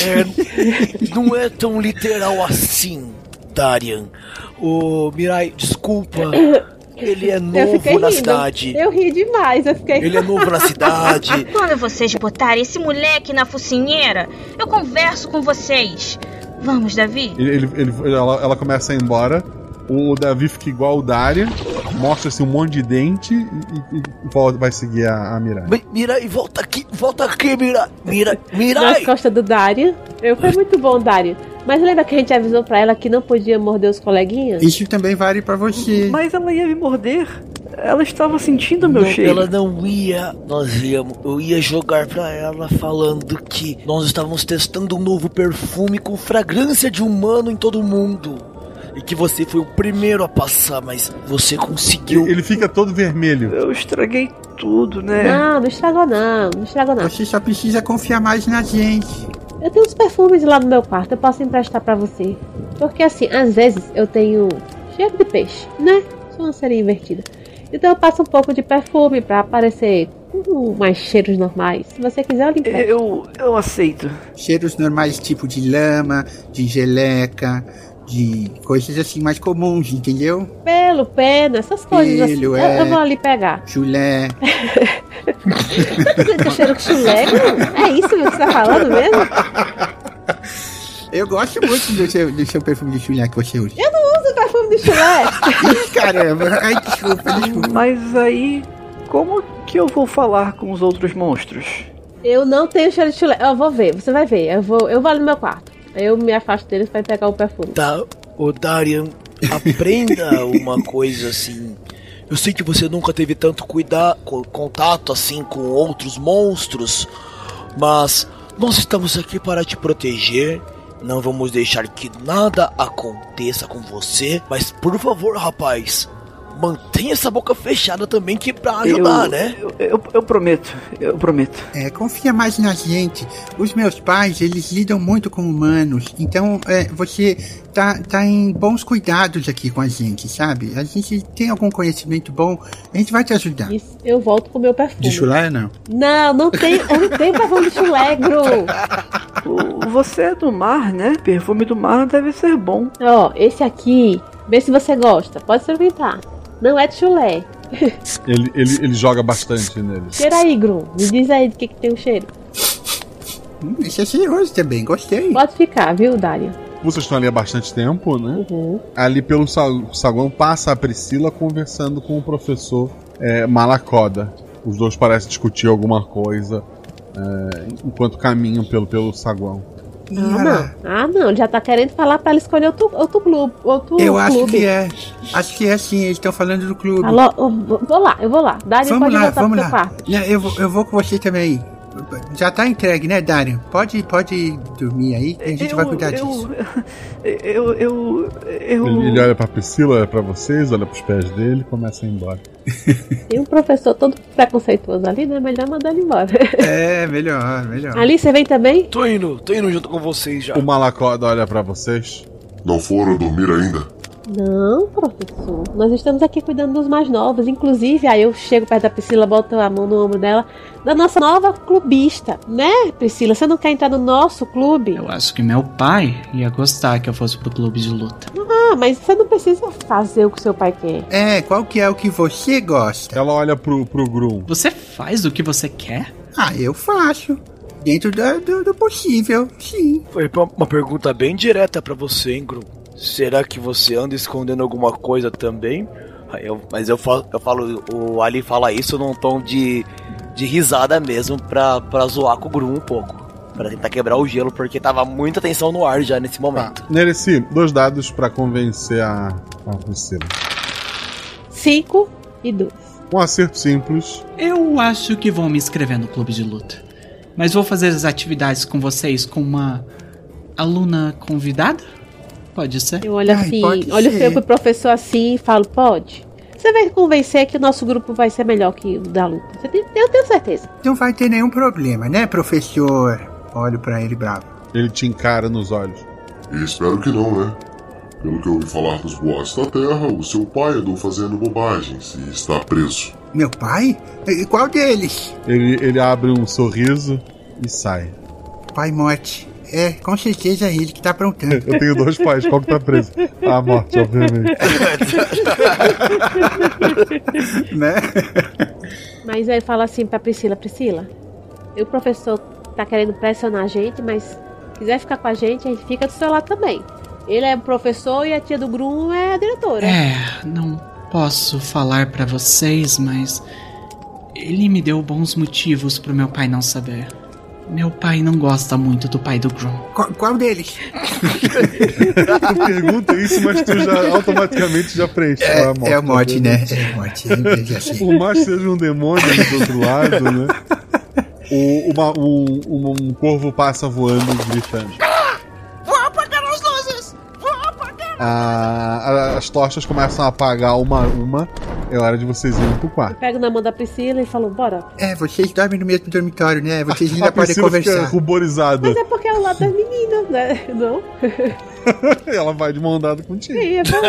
É, não é tão literal assim, Darian. Ô, Mirai, desculpa. Ele é novo na rindo. cidade. Eu ri demais, eu fiquei... Ele é novo na cidade. Quando vocês botarem esse moleque na focinheira, eu converso com vocês. Vamos, Davi? Ele, ele, ele, ela, ela começa a ir embora. O Davi fica igual o Darian. Mostra-se um monte de dente e, e, e volta, vai seguir a, a Mirai. Mirai, volta aqui, volta aqui, Mirai. Mirai, Mirai. Nas costas do Darian. Eu fui muito bom, Darian. Mas lembra que a gente avisou pra ela que não podia morder os coleguinhas? Isso também vale pra você. Mas ela ia me morder. Ela estava sentindo o meu não, cheiro. Ela não ia. Nós íamos. Eu ia jogar pra ela falando que nós estávamos testando um novo perfume com fragrância de humano em todo mundo. E que você foi o primeiro a passar, mas você conseguiu. Ele fica todo vermelho. Eu estraguei tudo, né? Não, não estragou não, não estragou não. Você só precisa confiar mais na gente. Eu tenho uns perfumes lá no meu quarto, eu posso emprestar pra você. Porque assim, às vezes eu tenho cheiro de peixe, né? Sou uma série invertida. Então eu passo um pouco de perfume pra aparecer com mais cheiros normais. Se você quiser, eu lhe empresto. Eu, eu aceito. Cheiros normais tipo de lama, de geleca, de coisas assim mais comuns, entendeu? Pelo, pena, essas coisas Pelo, assim. é... Eu, eu vou ali pegar. Chulé. Você cheiro de chulé? É isso que você tá falando mesmo? Eu gosto muito do seu, do seu perfume de chulé que você usa. Eu não uso perfume de chulé. Ih, caramba. Ai, desculpa, desculpa. Mas aí, como que eu vou falar com os outros monstros? Eu não tenho cheiro de chulé. Eu vou ver, você vai ver. Eu vou, eu vou ali no meu quarto. Eu me afasto deles pra pegar o perfume. Tá, ô Darian, aprenda uma coisa assim. Eu sei que você nunca teve tanto cuidado, contato assim com outros monstros, mas nós estamos aqui para te proteger. Não vamos deixar que nada aconteça com você. Mas por favor, rapaz, mantenha essa boca fechada também, que pra ajudar, eu, né? Eu, eu, eu prometo, eu prometo. É, confia mais na gente. Os meus pais, eles lidam muito com humanos. Então, é, você tá, tá em bons cuidados aqui com a gente, sabe? A gente tem algum conhecimento bom, a gente vai te ajudar. Isso, eu volto com o meu perfume. De chulé, não? Não, não tenho, eu não tenho perfume de chulé, Gru. Você é do mar, né? Perfume do mar deve ser bom. Ó, esse aqui, vê se você gosta, pode experimentar. Não é de chulé. Ele, ele, ele joga bastante nele. Cheira aí, Grum. Me diz aí do que, que tem o cheiro. Hum, esse é cheiroso também, gostei. Pode ficar, viu, Darian? Vocês estão ali há bastante tempo, né? Uhum. Ali pelo saguão passa a Priscila conversando com o professor é, Malacoda. Os dois parecem discutir alguma coisa é, enquanto caminham pelo, pelo saguão. Ah, não. Ah, não. Ele já tá querendo falar pra ela escolher outro, outro clube. Outro eu acho clube. que é. Acho que é sim, eles estão falando do clube. Alô, eu vou lá, eu vou lá. Darian, vamos pode lá, voltar vamos pro lá. seu quarto. Não, eu, vou, eu vou com você também. Já tá entregue, né, Darian? Pode, pode dormir aí, que a gente eu, vai cuidar eu, disso. Eu, eu, eu... Ele, ele olha pra Priscila, olha pra vocês, olha pros pés dele e começa a ir embora. Tem um professor todo preconceituoso ali, né? Melhor mandar ele embora. É, melhor, melhor. Ali, você vem também? Tô indo, tô indo junto com vocês já. O Malacoda olha pra vocês. Não foram dormir ainda? Não, professor. Nós estamos aqui cuidando dos mais novos. Inclusive, aí eu chego perto da Priscila, boto a mão no ombro dela, da nossa nova clubista, né, Priscila? Você não quer entrar no nosso clube? Eu acho que meu pai ia gostar que eu fosse pro clube de luta. Ah, mas você não precisa fazer o que seu pai quer. É, qual que é o que você gosta? Ela olha pro, pro Grum. Você faz o que você quer? Ah, eu faço. Dentro do, do, do possível, sim. Foi uma pergunta bem direta pra você, hein, Grum? Será que você anda escondendo alguma coisa também? Eu, mas eu falo, eu falo, o Ali fala isso num tom de, de risada mesmo pra, pra zoar com o Grum um pouco. Pra tentar quebrar o gelo, porque tava muita tensão no ar já nesse momento. Tá. Nereci, dois dados pra convencer a, a Priscila. Cinco e dois. Um acerto simples. Eu acho que vou me inscrever no clube de luta. Mas vou fazer as atividades com vocês com uma aluna convidada? Pode ser? Eu olho assim, Ai, olho feio pro professor assim e falo, pode. Você vai convencer que o nosso grupo vai ser melhor que o da luta. Você tem, eu tenho certeza. Não vai ter nenhum problema, né, professor? Olho pra ele bravo. Ele te encara nos olhos. E espero que não, né? Pelo que eu ouvi falar dos boatos da Terra, o seu pai andou fazendo bobagens e está preso. Meu pai? E qual deles? Ele, ele abre um sorriso e sai. Pai Morte. É, com certeza é ele que tá aprontando. Eu tenho dois pais, qual que tá preso? A Morte, obviamente. Né? Mas aí fala assim pra Priscila, Priscila, o professor tá querendo pressionar a gente, mas se quiser ficar com a gente, a gente fica do seu lado também. Ele é o professor e a tia do Grum é a diretora. É, não posso falar pra vocês, mas ele me deu bons motivos pro meu pai não saber. Meu pai não gosta muito do pai do Grum. Qual, qual deles? Tu pergunta isso, mas tu já automaticamente já preenche. É, a morte, é a morte, né? É a morte. É assim. Por mais que seja um demônio ali do outro lado, né? O, uma, um, um, um corvo passa voando gritando. Vou apagar as luzes! Vou apagar! Ah, as tochas começam a apagar uma a uma. É hora de vocês irem pro quarto. Eu pego na mão da Priscila e falo, bora. É, vocês dormem no mesmo dormitório, né? Vocês ainda a podem Priscila conversar. Fica ruborizada. Mas é porque é o lado das meninas, né? Não? Ela vai de mão dada contigo. Sim, é bom.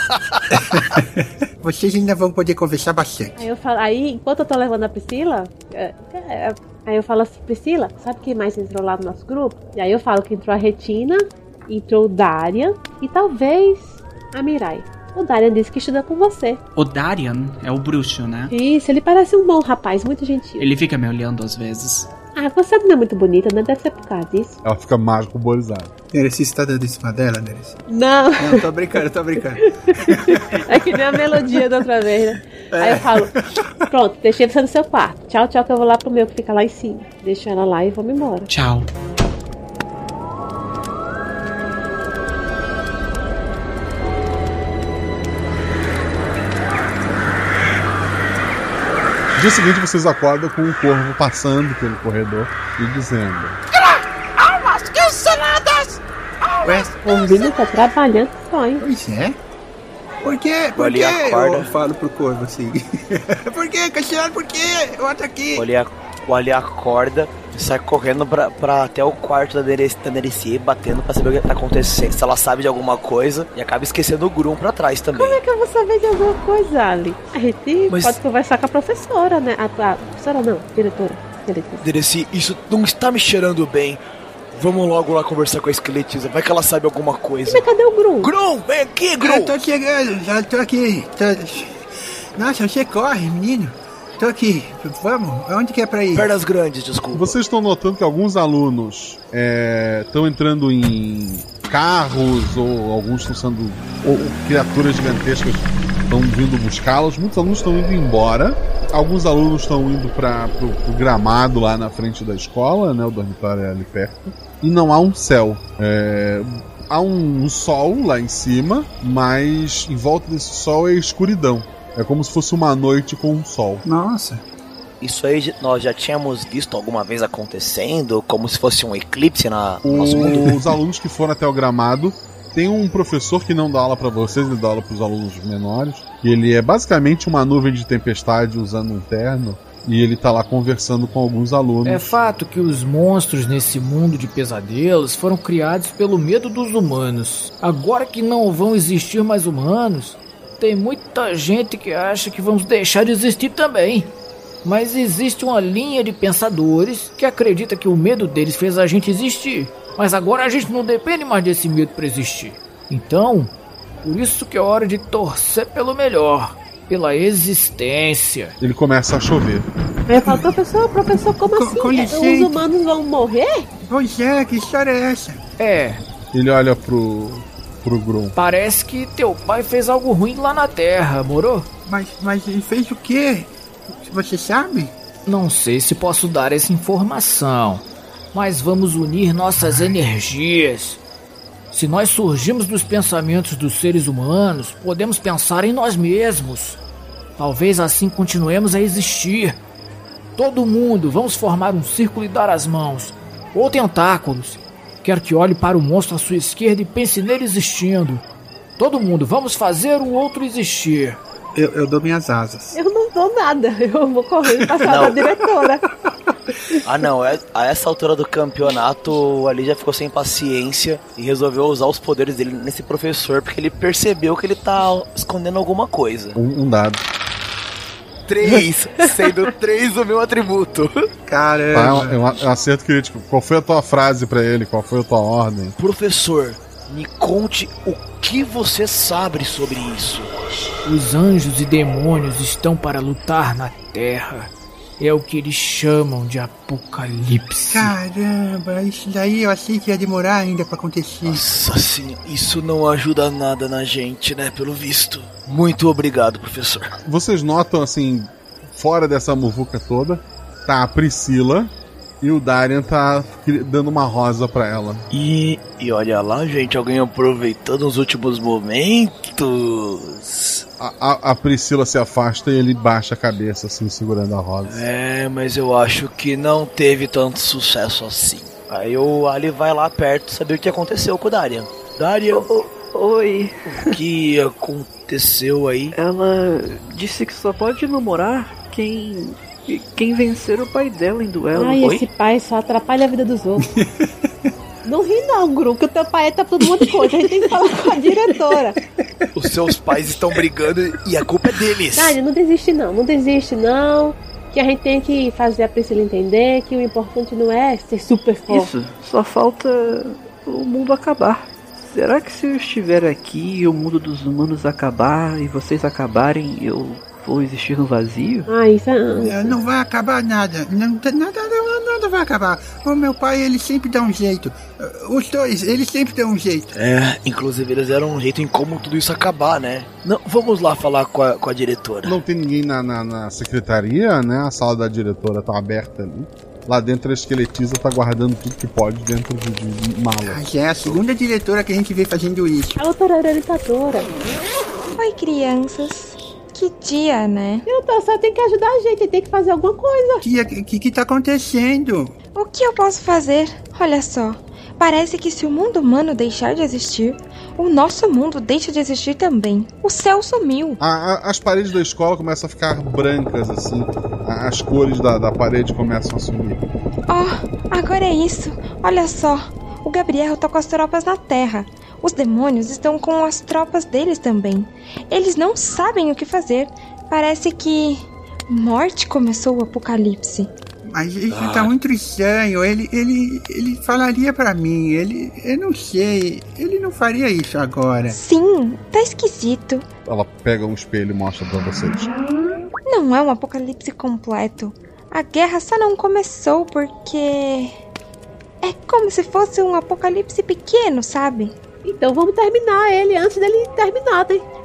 Vocês ainda vão poder conversar bastante. Aí eu falo, aí enquanto eu tô levando a Priscila, é, é, aí eu falo assim, Priscila, sabe quem mais entrou lá no nosso grupo? E aí eu falo que entrou a Retina, entrou o Darian e talvez a Mirai. O Darian disse que estuda com você. O Darian é o bruxo, né? Isso, ele parece um bom rapaz, muito gentil. Ele fica me olhando às vezes. Ah, você não é muito bonita, né? Deve ser por causa disso. Ela fica mais ruborizada. Nereci, você tá dando em cima dela, Nereci? Não. Não, tô brincando, tô brincando. É que nem a melodia da outra vez, né? É. Aí eu falo, pronto, deixei você no seu quarto. Tchau, tchau, que eu vou lá pro meu que fica lá em cima. Deixo ela lá e vou me embora. Tchau. No dia seguinte vocês acordam com um corvo passando pelo corredor e dizendo: Almas canceladas! O Vini tá trabalhando só, hein? Pois é. Por quê? Por quê? Eu falo pro corvo assim. Por quê, Cassiano? Por quê? Eu ataquei. O Ali acorda e sai correndo pra, pra até o quarto da Nereci, batendo pra saber o que tá acontecendo, se ela sabe de alguma coisa, e acaba esquecendo o Grum pra trás também. Como é que eu vou saber de alguma coisa, Ali? A gente Mas... pode conversar com a professora, né? A, a professora não, diretora. Nereci, isso não está me cheirando bem. Vamos logo lá conversar com a esqueletiza. Vai que ela sabe alguma coisa. Mas cadê o Grum? Grum, vem aqui, Grum! Eu tô chegando, já tô aqui. Tô... Nossa, você corre, menino. Tô aqui. Vamos? Aonde que é pra ir? Pernas grandes, desculpa. Vocês estão notando que alguns alunos estão é, entrando em carros, ou alguns estão sendo ou, ou criaturas gigantescas estão vindo buscá-los. Muitos alunos estão indo embora. Alguns alunos estão indo para o gramado lá na frente da escola, né? O dormitório é ali perto. E não há um céu. É, há um, um sol lá em cima, mas em volta desse sol é escuridão. É como se fosse uma noite com um sol. Nossa. Isso aí nós já tínhamos visto alguma vez acontecendo, como se fosse um eclipse na, no nosso mundo. Os alunos que foram até o gramado, tem um professor que não dá aula pra vocês, ele dá aula pros alunos menores. E ele é basicamente uma nuvem de tempestade usando um terno. E ele tá lá conversando com alguns alunos. É fato que os monstros nesse mundo de pesadelos foram criados pelo medo dos humanos. Agora que não vão existir mais humanos, tem muita gente que acha que vamos deixar de existir também. Mas existe uma linha de pensadores que acredita que o medo deles fez a gente existir. Mas agora a gente não depende mais desse medo para existir. Então, por isso que é hora de torcer pelo melhor. Pela existência. Ele começa a chover. Eu falo, professor, professor, como assim? com Os humanos vão morrer? Pois é, que história é essa? É. Ele olha pro, pro Grum. Parece que teu pai fez algo ruim lá na Terra, moro? Mas, mas ele fez o quê? Você sabe? Não sei se posso dar essa informação, mas vamos unir nossas energias. Se nós surgimos dos pensamentos dos seres humanos, podemos pensar em nós mesmos. Talvez assim continuemos a existir. Todo mundo, vamos formar um círculo e dar as mãos. Ou tentáculos. Quero que olhe para o monstro à sua esquerda e pense nele existindo. Todo mundo, vamos fazer o outro existir. Eu, eu dou minhas asas. Eu não dou nada. Eu vou correndo passar da diretora. Ah não, é, a essa altura do campeonato o Ali já ficou sem paciência e resolveu usar os poderes dele nesse professor, porque ele percebeu que ele tá escondendo alguma coisa. Um, um dado. Três, sendo três o meu atributo. Caramba. Ah, é um, é um acerto crítico. Qual foi a tua frase pra ele? Qual foi a tua ordem? Professor, me conte o que você sabe sobre isso. Os anjos e demônios estão para lutar na Terra. É o que eles chamam de apocalipse. Caramba, isso daí eu achei que ia demorar ainda pra acontecer. Nossa, sim, isso não ajuda nada na gente, né, pelo visto. Muito obrigado, professor. Vocês notam, assim, fora dessa muvuca toda, tá a Priscila e o Darian tá dando uma rosa pra ela. E, e olha lá, gente, alguém aproveitando os últimos momentos. A, a, a Priscila se afasta e ele baixa a cabeça, assim, segurando a rosa. É, mas eu acho que não teve tanto sucesso assim. Aí o Ali vai lá perto saber o que aconteceu com o Darian. Darian, O- oi. o que aconteceu aí? Ela disse que só pode namorar quem quem vencer o pai dela em duelo. Ai, Oi? esse pai só atrapalha a vida dos outros. Não ri não, Gru, que o teu pai tá por um monte de coisa. A gente tem que falar com a diretora. Os seus pais estão brigando e a culpa é deles. Dani, não desiste não, não desiste não. Que a gente tem que fazer a Priscila entender que o importante não é ser super forte. Isso, só falta o mundo acabar. Será que se eu estiver aqui e o mundo dos humanos acabar e vocês acabarem, eu vou existir no vazio? Ah, isso é... Não, não vai acabar nada. Não, nada, nada, nada vai acabar. O meu pai, ele sempre dá um jeito. Os dois, eles sempre dão um jeito. É, inclusive eles deram um jeito em como tudo isso acabar, né? Não, vamos lá falar com a, com a diretora. Não tem ninguém na, na, na secretaria, né? A sala da diretora tá aberta ali. Lá dentro a esqueletiza tá guardando tudo que pode dentro de, de mala. Ah, já é a segunda diretora que a gente vê fazendo isso. A outra orientadora. Oi, crianças. Que dia, né? Então, só tem que ajudar a gente, tem que fazer alguma coisa. Tia, o que, que tá acontecendo? O que eu posso fazer? Olha só. Parece que se o mundo humano deixar de existir, o nosso mundo deixa de existir também. O céu sumiu. A, a, as paredes da escola começam a ficar brancas, assim. A, as cores da, da parede começam a sumir. Oh, agora é isso. Olha só. O Gabriel tá com as tropas na Terra. Os demônios estão com as tropas deles também. Eles não sabem o que fazer. Parece que morte começou o apocalipse. Mas isso ah. tá muito estranho. Ele, ele, ele falaria pra mim. Ele, eu não sei. Ele não faria isso agora. Sim, tá esquisito. Ela pega um espelho e mostra pra vocês. Não é um apocalipse completo. A guerra só não começou porque... é como se fosse um apocalipse pequeno, sabe? Então vamos terminar ele antes dele terminar, hein?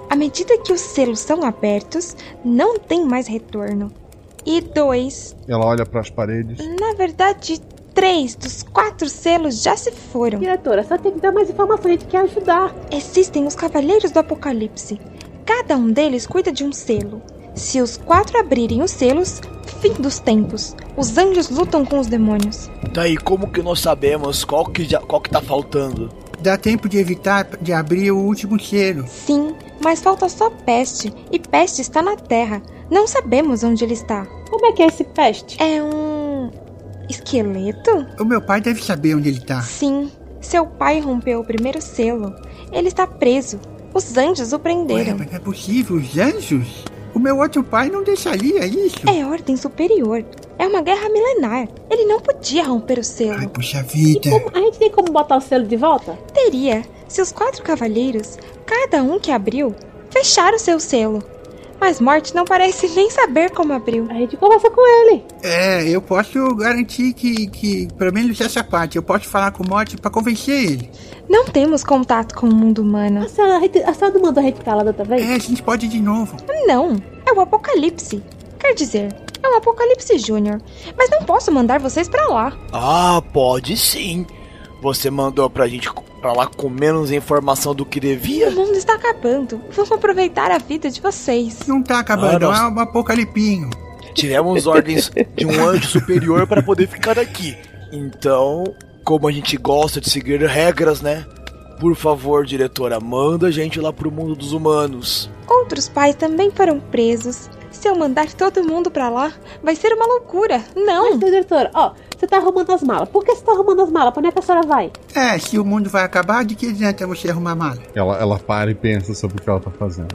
À medida que os selos são abertos, não tem mais retorno. E dois... Ela olha para as paredes. Na verdade, três dos quatro selos já se foram. Diretora, só tem que dar mais informações, a gente quer ajudar. Existem os Cavaleiros do Apocalipse. Cada um deles cuida de um selo. Se os quatro abrirem os selos, fim dos tempos. Os anjos lutam com os demônios. Daí como que nós sabemos qual que, já, qual que tá faltando? Dá tempo de evitar de abrir o último selo. Sim, mas falta só Peste. E Peste está na Terra. Não sabemos onde ele está. Como é que é esse Peste? É um... esqueleto? O meu pai deve saber onde ele tá. Sim, seu pai rompeu o primeiro selo. Ele está preso. Os anjos o prenderam. Ué, mas não é possível, os anjos? O meu outro pai não deixaria isso. É ordem superior. É uma guerra milenar. Ele não podia romper o selo. Ai, puxa vida. E como, a gente tem como botar o selo de volta? Teria, se os quatro cavaleiros, cada um que abriu, fechar o seu selo. Mas Morte não parece nem saber como abriu. A gente conversa com ele. É, eu posso garantir que, que pelo menos essa parte, eu posso falar com o Morte pra convencer ele. Não temos contato com o mundo humano. A senhora, a, gente, a senhora não mandou a gente calada também? É, a gente pode ir de novo. Não, é o Apocalipse. Quer dizer, é o Apocalipse Júnior. Mas não posso mandar vocês pra lá. Ah, pode sim. Você mandou pra gente pra lá com menos informação do que devia? O mundo está acabando. Vamos aproveitar a vida de vocês. Não tá acabando, ah, é um apocalipinho. Tivemos ordens de um anjo superior para poder ficar aqui. Então, como a gente gosta de seguir regras, né? Por favor, diretora, manda a gente lá pro mundo dos humanos. Outros pais também foram presos. Se eu mandar todo mundo pra lá, vai ser uma loucura. Não. Mas, diretora, ó, você tá arrumando as malas. Por que você tá arrumando as malas? Pra onde é que a senhora vai? É, se o mundo vai acabar, de que adianta você arrumar mala? Ela, ela para e pensa sobre o que ela tá fazendo.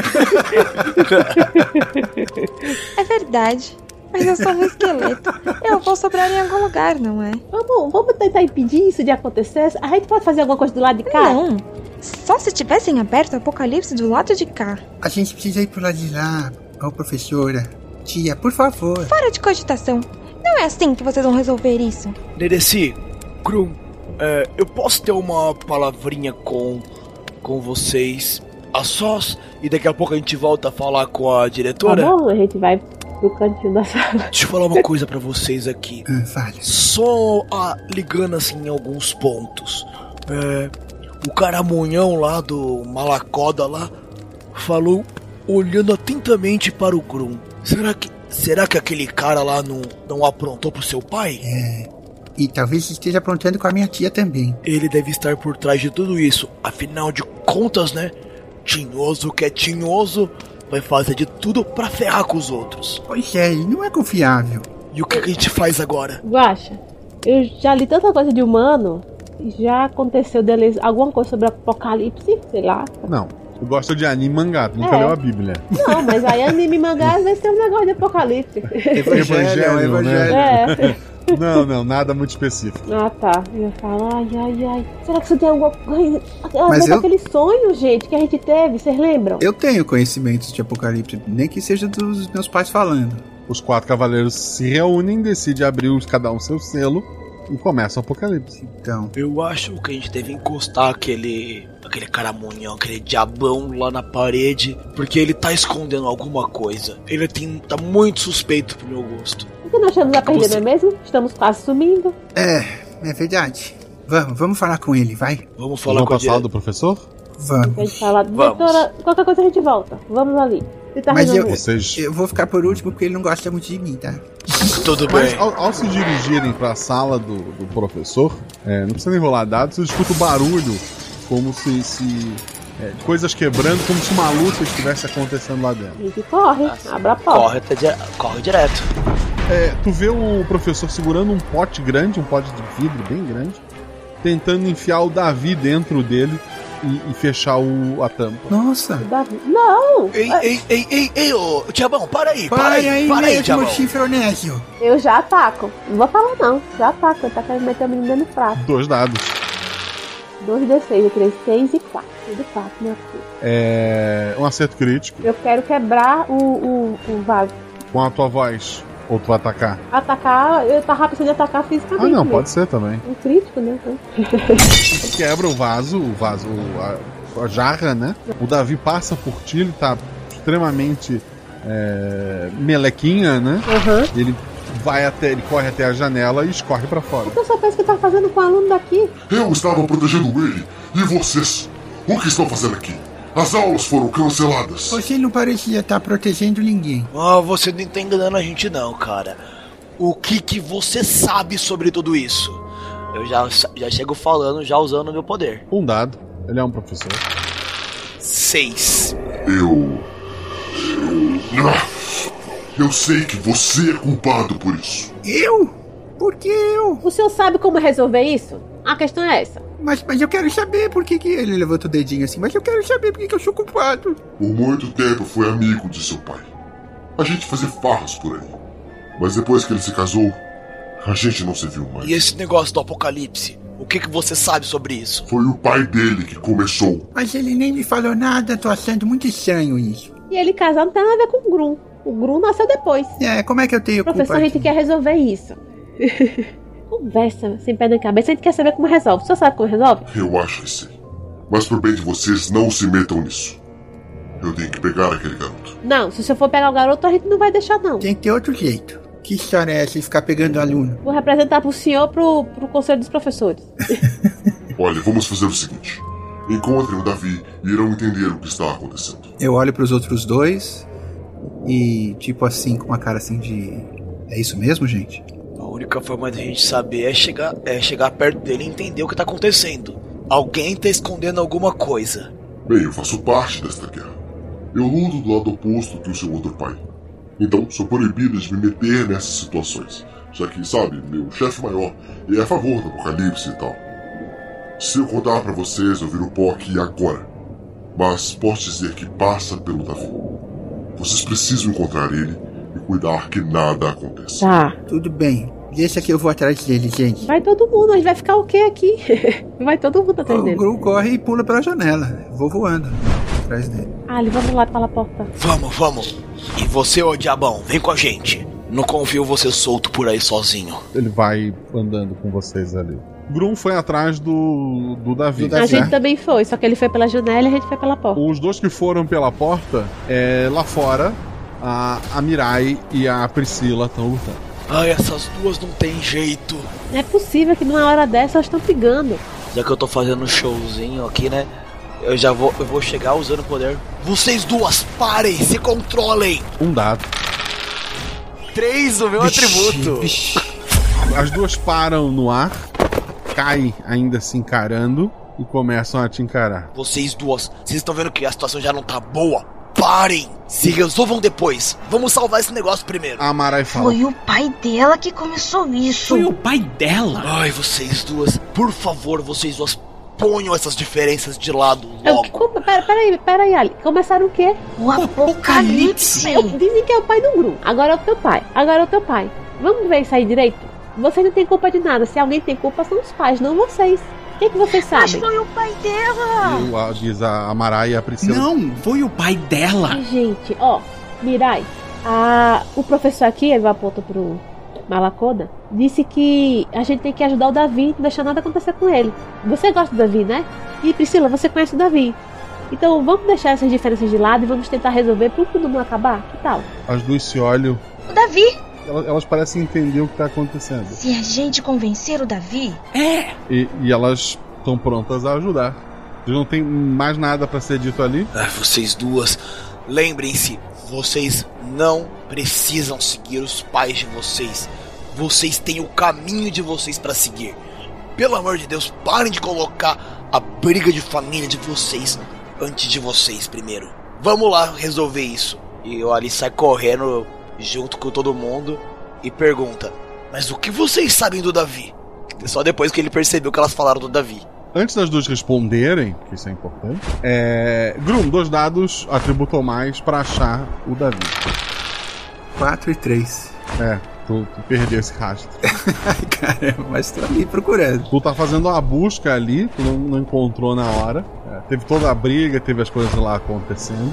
É verdade. Mas eu sou um esqueleto. Eu vou sobrar em algum lugar, não é? Vamos, vamos tentar impedir isso de acontecer? A gente pode fazer alguma coisa do lado de cá? Não. Só se tivessem aberto o Apocalipse do lado de cá. A gente precisa ir pro lado de lá. Ô, oh, professora. Tia, por favor. Fora de cogitação. Não é assim que vocês vão resolver isso. Nereci, Grum, é, eu posso ter uma palavrinha com, com vocês a sós? E daqui a pouco a gente volta a falar com a diretora? Tá bom, a gente vai pro cantinho da sala. Deixa eu falar uma coisa pra vocês aqui. Ah, fale. Só ah, ligando assim em alguns pontos. É, o caramunhão lá do Malacoda lá falou olhando atentamente para o Grum. Será que, será que aquele cara lá não, não aprontou pro seu pai? É, e talvez esteja aprontando com a minha tia também. Ele deve estar por trás de tudo isso. Afinal de contas, né? Tinhoso que é tinhoso vai fazer de tudo pra ferrar com os outros. Pois é, ele não é confiável. E o que, que a gente faz agora? Guaxa, eu já li tanta coisa de humano. Já aconteceu deles alguma coisa sobre apocalipse? Sei lá. Não. Tu gosta de anime e mangá, tu nunca É. leu a Bíblia. Não, mas aí anime e mangá vai ser um negócio de apocalipse. Evangelho, evangelho. né? É. Não, não, nada muito específico. Ah, tá. Eu ia falar, ai, ai, ai. Será que isso tem alguma coisa? Mas eu- aquele sonho, gente, que a gente teve, vocês lembram? Eu tenho conhecimentos de apocalipse, nem que seja dos meus pais falando. Os quatro cavaleiros se reúnem, decidem abrir os- cada um seu selo e começa o apocalipse. Então, Eu acho que a gente deve encostar aquele aquele caramunhão, aquele diabão lá na parede, porque ele tá escondendo alguma coisa. Ele tem, tá muito suspeito pro meu gosto. O que nós estamos a perder, não é mesmo? Estamos quase sumindo. é, é verdade. Vamos, vamos falar com ele, vai? Vamos falar Vamos com a pra sala dire- do professor? A Vamos. gente fala, Vamos. doutora, qualquer coisa a gente volta. Vamos ali. Você tá Mas eu, resolvendo. Vocês- eu vou ficar por último porque ele não gosta muito de mim, tá? Tudo Mas bem. ao, ao se dirigirem pra sala do, do professor, é, não precisa nem rolar dados, você escuta o barulho como se, se é, coisas quebrando, como se uma luta estivesse acontecendo lá dentro. A gente corre, abre a porta. Corre, até di- corre direto. É, tu vê o professor segurando um pote grande, um pote de vidro bem grande, tentando enfiar o Davi dentro dele e, e fechar o, a tampa. Nossa! Davi- Não! Ei, ei, ei, ei, ei, ô, Tiabão, para aí, para, Para aí, aí para aí, mesmo, Tiabão. chifronésio! Eu já ataco. Não vou falar não. Já ataco. Ele tá querendo meter o menino dentro do prato. Dois dados. dois D seis, eu tirei seis e quatro. Tudo quatro, meu filho. É, um acerto crítico. Eu quero quebrar o, o, o vaso. Com a tua voz. Ou tu vai atacar? Atacar, eu tava pensando em atacar fisicamente. Ah, não, mesmo. pode ser também. Um crítico, né? Então. Quebra o vaso, o vaso, a- a jarra, né? O Davi passa por ti, ele tá extremamente é, melequinha, né? Uhum. Ele vai até, ele corre até a janela e escorre pra fora. O que eu só penso que tá fazendo com o aluno daqui? Eu estava protegendo ele. E vocês? O que estão fazendo aqui? As aulas foram canceladas. Você não parecia estar protegendo ninguém. Ah, você não tá enganando a gente não, cara. O que que você sabe sobre tudo isso? Eu já, já chego falando, já usando o meu poder. Um dado. Ele é um professor. Seis. Eu... Eu... Eu sei que você é culpado por isso. Eu? Por que eu? O senhor sabe como resolver isso? A questão é essa. Mas, mas eu quero saber por que, que ele levanta o dedinho assim. Mas eu quero saber por que, que eu sou culpado. Por muito tempo foi amigo de seu pai. A gente fazia farras por aí. Mas depois que ele se casou, a gente não se viu mais. E esse negócio do apocalipse? O que, que você sabe sobre isso? Foi o pai dele que começou. Mas ele nem me falou nada, tô achando muito estranho isso. E ele casar não tem nada a ver com o Grum. O Grum nasceu depois. É, como é que eu tenho culpa? Professor, a gente quer resolver isso. Conversa sem pé na cabeça, a gente quer saber como resolve. O senhor sabe como resolve? Eu acho que sei. Mas por bem de vocês, não se metam nisso. Eu tenho que pegar aquele garoto. Não, se o senhor for pegar o garoto, a gente não vai deixar, não. Tem que ter outro jeito. Que história é essa de ficar pegando aluno? Vou representar pro senhor pro, pro conselho dos professores. Olha, vamos fazer o seguinte. Encontrem o Davi e irão entender o que está acontecendo. Eu olho pros outros dois e, tipo assim, com uma cara assim de... É isso mesmo, gente? A única forma de a gente saber é chegar, é chegar perto dele e entender o que tá acontecendo. Alguém tá escondendo alguma coisa. Bem, eu faço parte desta guerra. Eu luto do lado oposto que o seu outro pai. Então, sou proibido de me meter nessas situações. Já que, sabe, meu chefe maior é a favor do apocalipse e tal. Se eu contar pra vocês, eu viro pó aqui agora. Mas posso dizer que passa pelo Davi. Vocês precisam encontrar ele e cuidar que nada aconteça. Tá. Tudo bem. Deixa que eu vou atrás dele, gente. Vai todo mundo, a gente vai ficar o quê aqui? Vai todo mundo atrás dele. O Gru corre e pula pela janela. Eu vou voando atrás dele. Ali, vamos lá pela porta. Vamos, vamos. E você, ô diabão, vem com a gente. Não confio você solto por aí sozinho. Ele vai andando com vocês ali. Grum foi atrás do, do Davi. A gente também foi, só que ele foi pela janela e a gente foi pela porta. Os dois que foram pela porta, é, lá fora, a, a Mirai e a Priscila estão lutando. Ai, essas duas não tem jeito. Não é possível que numa hora dessa elas estão brigando. Já que eu tô fazendo um showzinho aqui, né? Eu já vou, eu vou chegar usando o poder. Vocês duas, parem, se controlem. Um dado. Três, o meu Vixe, atributo. Vixe. As duas param no ar, caem ainda se encarando e começam a te encarar. Vocês duas, vocês estão vendo que a situação já não tá boa? Parem! Se resolvam depois. Vamos salvar esse negócio primeiro. A Marai fala. Foi o pai dela que começou isso. Foi o pai dela? Ai, vocês duas, por favor, vocês duas ponham essas diferenças de lado logo. Eu, como, pera, peraí, peraí, Ali. Começaram o quê? O apocalipse. Eu, dizem que é o pai do Gru. Agora é o teu pai. Agora é o teu pai. Vamos ver isso aí direito? Você não tem culpa de nada. Se alguém tem culpa, são os pais, não vocês. O que, que vocês sabem? Mas foi o pai dela. Eu, a, diz a, a Marai e a Priscila. Não, foi o pai dela. Gente, ó, Mirai, a, o professor aqui, ele aponta pro Malacoda, disse que a gente tem que ajudar o Davi, não deixar nada acontecer com ele. Você gosta do Davi, né? E Priscila, você conhece o Davi. Então vamos deixar essas diferenças de lado e vamos tentar resolver pro tudo não acabar? Que tal? As duas se olham. O Davi! Elas, elas parecem entender o que tá acontecendo. Se a gente convencer o Davi... É! E, e elas estão prontas a ajudar. Não tem mais nada pra ser dito ali. Ah, vocês duas, lembrem-se, vocês não precisam seguir os pais de vocês. Vocês têm o caminho de vocês pra seguir. Pelo amor de Deus, parem de colocar a briga de família de vocês antes de vocês primeiro. Vamos lá resolver isso. E o Ali sai correndo junto com todo mundo e pergunta: mas o que vocês sabem do Davi? Só depois que ele percebeu que elas falaram do Davi. Antes das duas responderem, que isso é importante, é... Grum, dois dados, atributo ou mais pra achar o Davi. Quatro e três. É, tu, tu perdeu esse rastro. Ai, caramba, mas tô ali procurando. Tu tá fazendo uma busca ali, tu não, não encontrou na hora. É, teve toda a briga, teve as coisas lá acontecendo.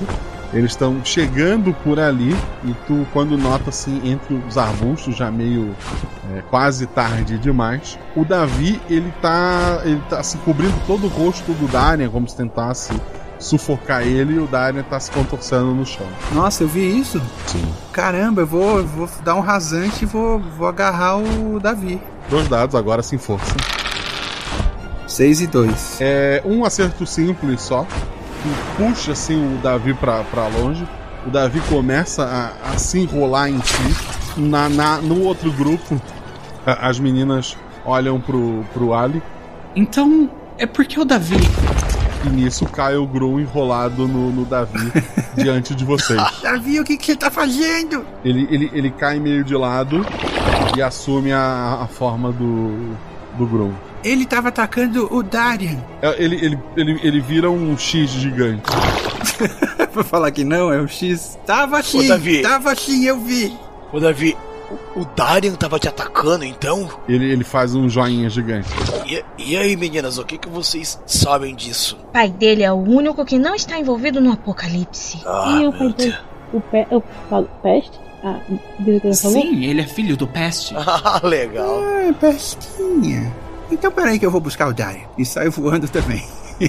Eles estão chegando por ali e tu, quando nota assim, entre os arbustos, já meio é, quase tarde demais, o Davi, ele tá, ele tá se cobrindo todo o rosto do Darian, como se tentasse sufocar ele, e o Darian tá se contorcendo no chão. Nossa, eu vi isso? Sim. Caramba, eu vou, vou dar um rasante e vou, vou agarrar o Davi. Dois dados, agora sem força. seis e dois. É um acerto simples só. Tu puxa assim o Davi pra, pra longe. O Davi começa a, a se enrolar em ti. Na, na, no outro grupo, a, as meninas olham pro, pro Ali. Então, é porque o Davi... E nisso cai o Grum enrolado no, no Davi diante de vocês. Davi, o que, que você tá fazendo? Ele, ele, ele cai meio de lado e assume a, a forma do, do Grum. Ele tava atacando o Darian. Ele, ele, ele, ele vira um X gigante. Vou falar que não, é um X. Tava assim, Ô, Davi. tava assim, eu vi. Ô, Davi, o, o Darian tava te atacando, então? Ele, ele faz um joinha gigante. E, e aí, meninas, o que, que vocês sabem disso? O pai dele é o único que não está envolvido no apocalipse. Ah, e o pai dele? O, pe, o falo, Peste? Ah, sim, ele é filho do Peste. Ah, legal. Ah, Pestinha. Então peraí que eu vou buscar o Darian. E saio voando também.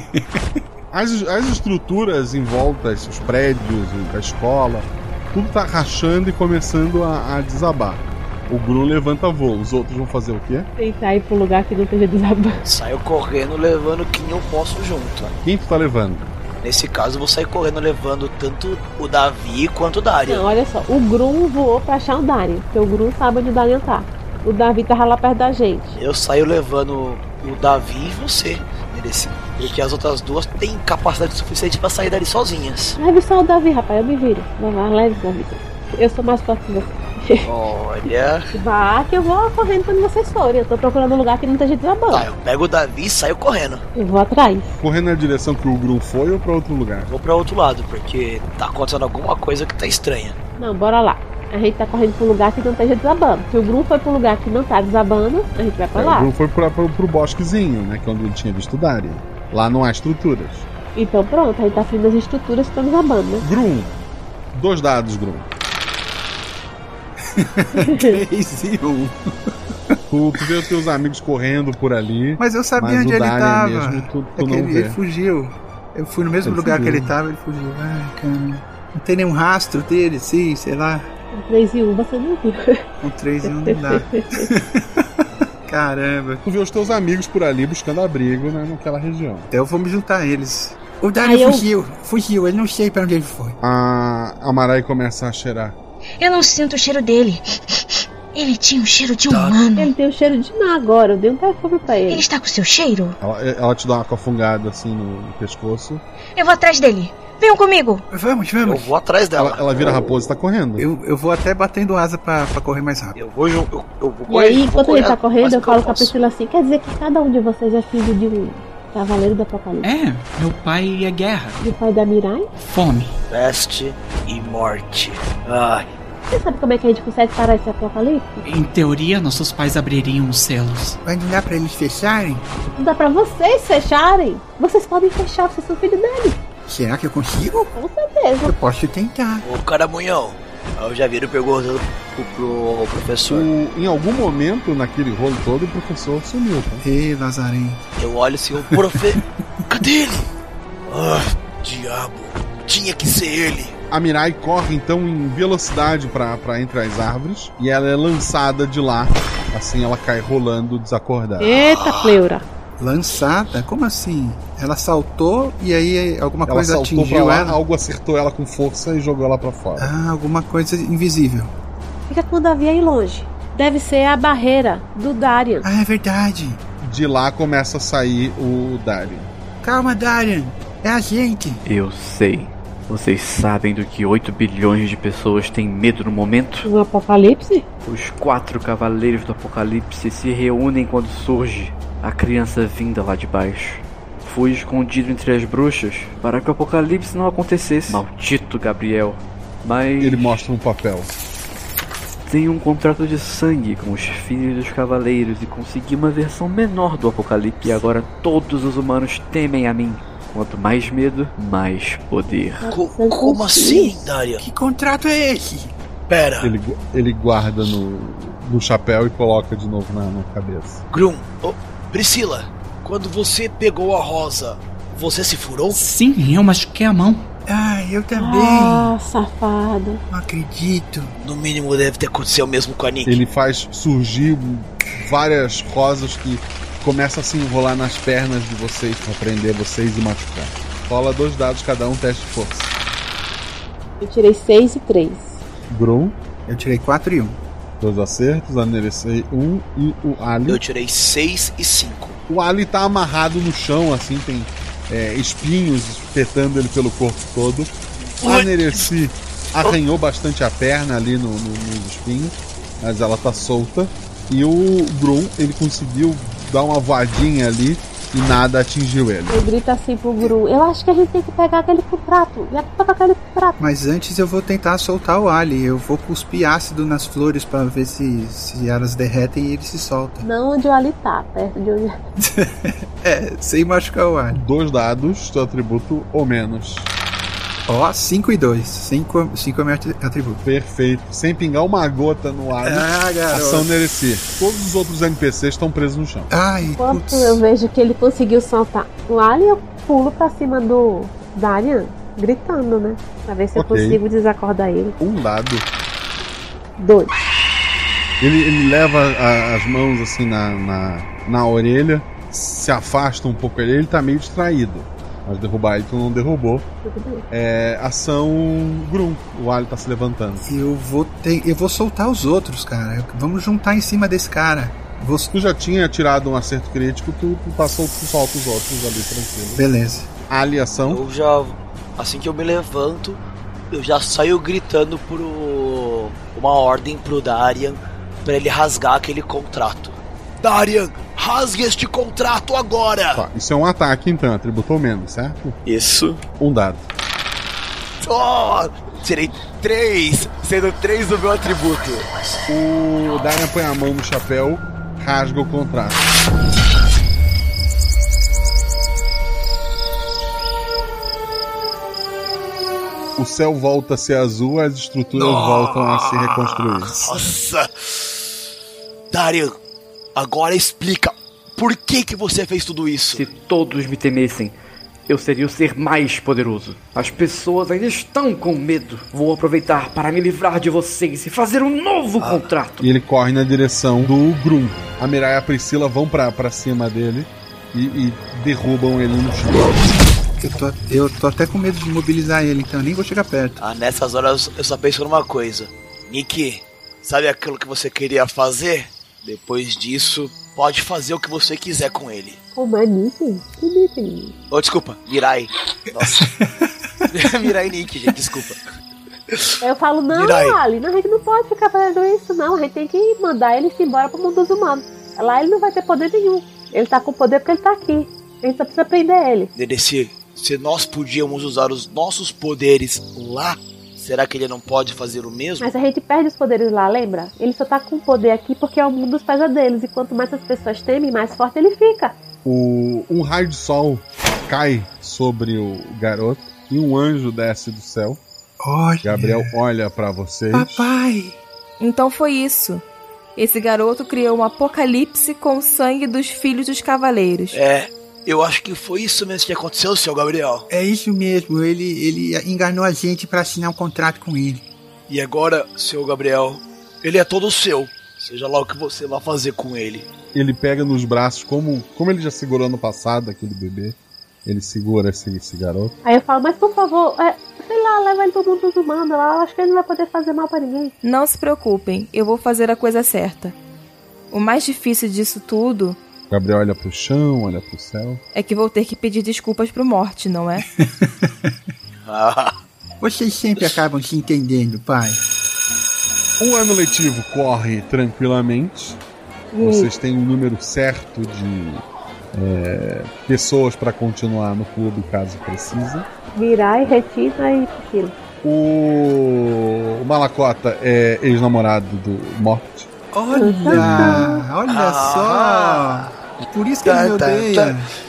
as, as estruturas em volta, os prédios, a escola, tudo tá rachando e começando a, a desabar. O Grum levanta voo. Os outros vão fazer o quê? Tentar ir pro lugar que não esteja desabando. Saio correndo levando quem eu posso junto. Quem tu tá levando? Nesse caso, eu vou sair correndo levando tanto o Davi quanto o Darian. Não, olha só. O Grum voou pra achar o Darian. Porque o Grum sabe onde o Darian tá. O Davi tava lá perto da gente. Eu saio levando o Davi e você, Nereci. Porque as outras duas têm capacidade suficiente pra sair dali sozinhas. Leve só o Davi, rapaz. Eu me viro. Vai lá, leve o Davi. Eu sou mais forte que você. Olha. Vá que eu vou correndo quando vocês forem. Eu tô procurando um lugar que não esteja desabando. Tá, eu pego o Davi e saio correndo. Eu vou atrás. Correndo na direção que o Grum foi ou pra outro lugar? Vou pra outro lado, porque tá acontecendo alguma coisa que tá estranha. Não, bora lá. A gente tá correndo pro lugar que não esteja desabando. Se o Grum foi pro lugar que não tá desabando, a gente vai pra é, lá. O Grum foi pra, pra, pro bosquezinho, né? Que é onde ele tinha visto o Darian. Lá não há estruturas. Então pronto, a gente tá seguindo as estruturas que estão desabando, né? Grum. Dois dados, Grum. três e um. Tu, tu vê os teus amigos correndo por ali. Mas eu sabia mas onde ele Darian tava. Mesmo, tu, tu é não ele, vê. ele fugiu. Eu fui no mesmo ele lugar fugiu. que ele tava, ele fugiu. Ai, cara. Não tem nenhum rastro dele, sim, sei lá. Um três e um você não viu. Um três e um não dá. Caramba. Tu vê os teus amigos por ali buscando abrigo, né, naquela região. Eu vou me juntar a eles. O Darian eu... fugiu, fugiu, ele não sei pra onde ele foi. A, a Marai começa a cheirar. Eu não sinto o cheiro dele. Ele tinha um cheiro de humano. Ele tem o cheiro de má agora, eu dei um perfume pra ele. Ele está com seu cheiro? Ela, ela te dá uma cofungada assim no, no pescoço. Eu vou atrás dele. Venham comigo. Vamos, vamos. Eu vou atrás dela. Ela, ela vira raposa e tá correndo. Eu, eu vou até batendo asa pra, pra correr mais rápido. Eu vou junto. Eu, eu vou E correr, aí, vou enquanto correr, ele tá correndo, eu que falo eu com a posso. Priscila assim: quer dizer que cada um de vocês é filho de um cavaleiro do apocalipse? É, meu pai é guerra. E o pai da Mirai? Fome. Peste e morte. Ai. Você sabe como é que a gente consegue parar esse apocalipse? Em teoria, nossos pais abririam os selos. Mas não dá pra eles fecharem? Não dá pra vocês fecharem. Vocês podem fechar, vocês são filho dele. Será que eu consigo? Com certeza. Eu posso tentar. Ô, caramunhão. Eu já vi perguntando pro, pro professor. O, em algum momento, naquele rolo todo, o professor sumiu. Tá? Ei, Lazarém. Eu olho assim, o profe... Cadê ele? Ah, diabo. Tinha que ser ele. A Mirai corre então em velocidade pra, pra entre as árvores e ela é lançada de lá. Assim ela cai rolando desacordada. Eita, Cleura. Lançada? Como assim? Ela saltou e aí alguma Ela coisa saltou atingiu pra lá, ela? algo acertou ela com força e jogou ela pra fora. Ah, alguma coisa invisível. Fica com o Davi aí longe. Deve ser a barreira do Darian. Ah, é verdade. De lá começa a sair o Darian. Calma, Darian. É a gente. Eu sei. Vocês sabem do que oito bilhões de pessoas têm medo no momento? Um apocalipse? Os quatro cavaleiros do apocalipse se reúnem quando surge a criança vinda lá de baixo. Fui escondido entre as bruxas para que o apocalipse não acontecesse. Maldito Gabriel. Mas... Ele mostra um papel. Tenho um contrato de sangue com os filhos dos cavaleiros e consegui uma versão menor do apocalipse. E agora todos os humanos temem a mim. Quanto mais medo, mais poder. Co como assim, Darian? Que contrato é esse? Pera. Ele, ele guarda no, no chapéu e coloca de novo na, na cabeça. Grum, oh, Priscila, quando você pegou a rosa, você se furou? Sim, eu machuquei a mão. Ah, eu também. Ah, safado. Não acredito. No mínimo deve ter acontecido o mesmo com a Nick. Ele faz surgir várias rosas que começam a se enrolar nas pernas de vocês pra prender vocês e machucar. Rola dois dados, cada um, teste de força. Eu tirei seis e três. Grum. Eu tirei quatro e um. Dois acertos, a Nerecei um e o Ali. Eu tirei seis e cinco. O Ali tá amarrado no chão, assim, tem é, espinhos espetando ele pelo corpo todo. A Nereci arranhou bastante a perna ali no, no, nos espinhos, mas ela tá solta. E o Grum, ele conseguiu dar uma voadinha ali e nada atingiu ele. Eu grito assim pro Grum: eu acho que a gente tem que pegar aquele contrato. E pegar aquele contrato. Mas antes eu vou tentar soltar o Ali. Eu vou cuspir ácido nas flores pra ver se, se elas derretem e ele se solta. Não onde o Ali tá, perto de onde. É, sem machucar o Ali. Dois dados, seu atributo ou menos. Ó, cinco e dois. cinco é meu atributo. Perfeito. Sem pingar uma gota no ar. Ah, garoto. Ação Nereci. Todos os outros N P Cs estão presos no chão. Ai, Quando putz. eu vejo que ele conseguiu soltar o Ali, eu pulo pra cima do Darian, gritando, né? Pra ver se Ok. eu consigo desacordar ele. Um dado. Dois. Ele, ele leva a- as mãos assim na, na, na orelha, se afasta um pouco dele, ele tá meio distraído. Mas derrubar ele tu não derrubou. É, ação Grum. O Ali tá se levantando. Eu vou ter, eu vou soltar os outros, cara. Vamos juntar em cima desse cara. Vou... Tu já tinha tirado um acerto crítico, tu, tu passou, tu solta os outros ali tranquilo. Beleza. Ali, ação. Eu já, assim que eu me levanto, eu já saio gritando pro uma ordem pro Darian pra ele rasgar aquele contrato. Darian, rasgue este contrato agora! Tá, isso é um ataque então, atributou menos, certo? Isso. Um dado. Oh, tirei três, sendo três do meu atributo. O Darian põe a mão no chapéu, rasga o contrato. O céu volta a ser azul, as estruturas Nossa. voltam a se reconstruir. Nossa! Darian, agora explica, por que que você fez tudo isso? Se todos me temessem, eu seria o ser mais poderoso. As pessoas ainda estão com medo. Vou aproveitar para me livrar de vocês e fazer um novo ah. contrato. E ele corre na direção do Grum. A Mirai e a Priscila vão pra, pra cima dele e, e derrubam ele no chão. Eu tô, eu tô até com medo de mobilizar ele, então eu nem vou chegar perto. Ah, nessas horas eu só penso numa coisa. Nick, sabe aquilo que você queria fazer? Depois disso, pode fazer o que você quiser com ele. Como é Nick? Que Nick? Oh, desculpa, Mirai. Nossa. Mirai e Nick, gente, desculpa. Eu falo, não, Mirai. Ali, não, a gente não pode ficar fazendo isso, não. A gente tem que mandar ele embora pro mundo dos humanos. Lá ele não vai ter poder nenhum. Ele tá com poder porque ele tá aqui. A gente só precisa prender ele. Dedeci, se nós podíamos usar os nossos poderes lá, será que ele não pode fazer o mesmo? Mas a gente perde os poderes lá, lembra? Ele só tá com poder aqui porque é o mundo dos pesadelos. E quanto mais as pessoas temem, mais forte ele fica. O, um raio de sol cai sobre o garoto e um anjo desce do céu. Olha. Gabriel olha pra vocês. Papai! Então foi isso. Esse garoto criou um apocalipse com o sangue dos filhos dos cavaleiros. É, eu acho que foi isso mesmo que aconteceu, seu Gabriel. É isso mesmo, ele, ele enganou a gente pra assinar um contrato com ele. E agora, seu Gabriel, ele é todo seu. Seja lá o que você vai fazer com ele. Ele pega nos braços, como, como ele já segurou no passado, aquele bebê. Ele segura esse, esse garoto. Aí eu falo, mas por favor, é, sei lá, leva ele pro mundo dos humanos lá. Eu acho que ele não vai poder fazer mal pra ninguém. Não se preocupem, eu vou fazer a coisa certa. O mais difícil disso tudo... Gabriel olha pro chão, olha pro céu. É que vou ter que pedir desculpas pro Morte, não é? Vocês sempre acabam se entendendo, pai. O ano letivo corre tranquilamente. Vocês têm um número certo de é, pessoas para continuar no clube caso precise. Mirai, Retina e Priscila. O, o Malacota é ex-namorado do Morte. Olha, olha ah, só. Por isso que ele me odeia.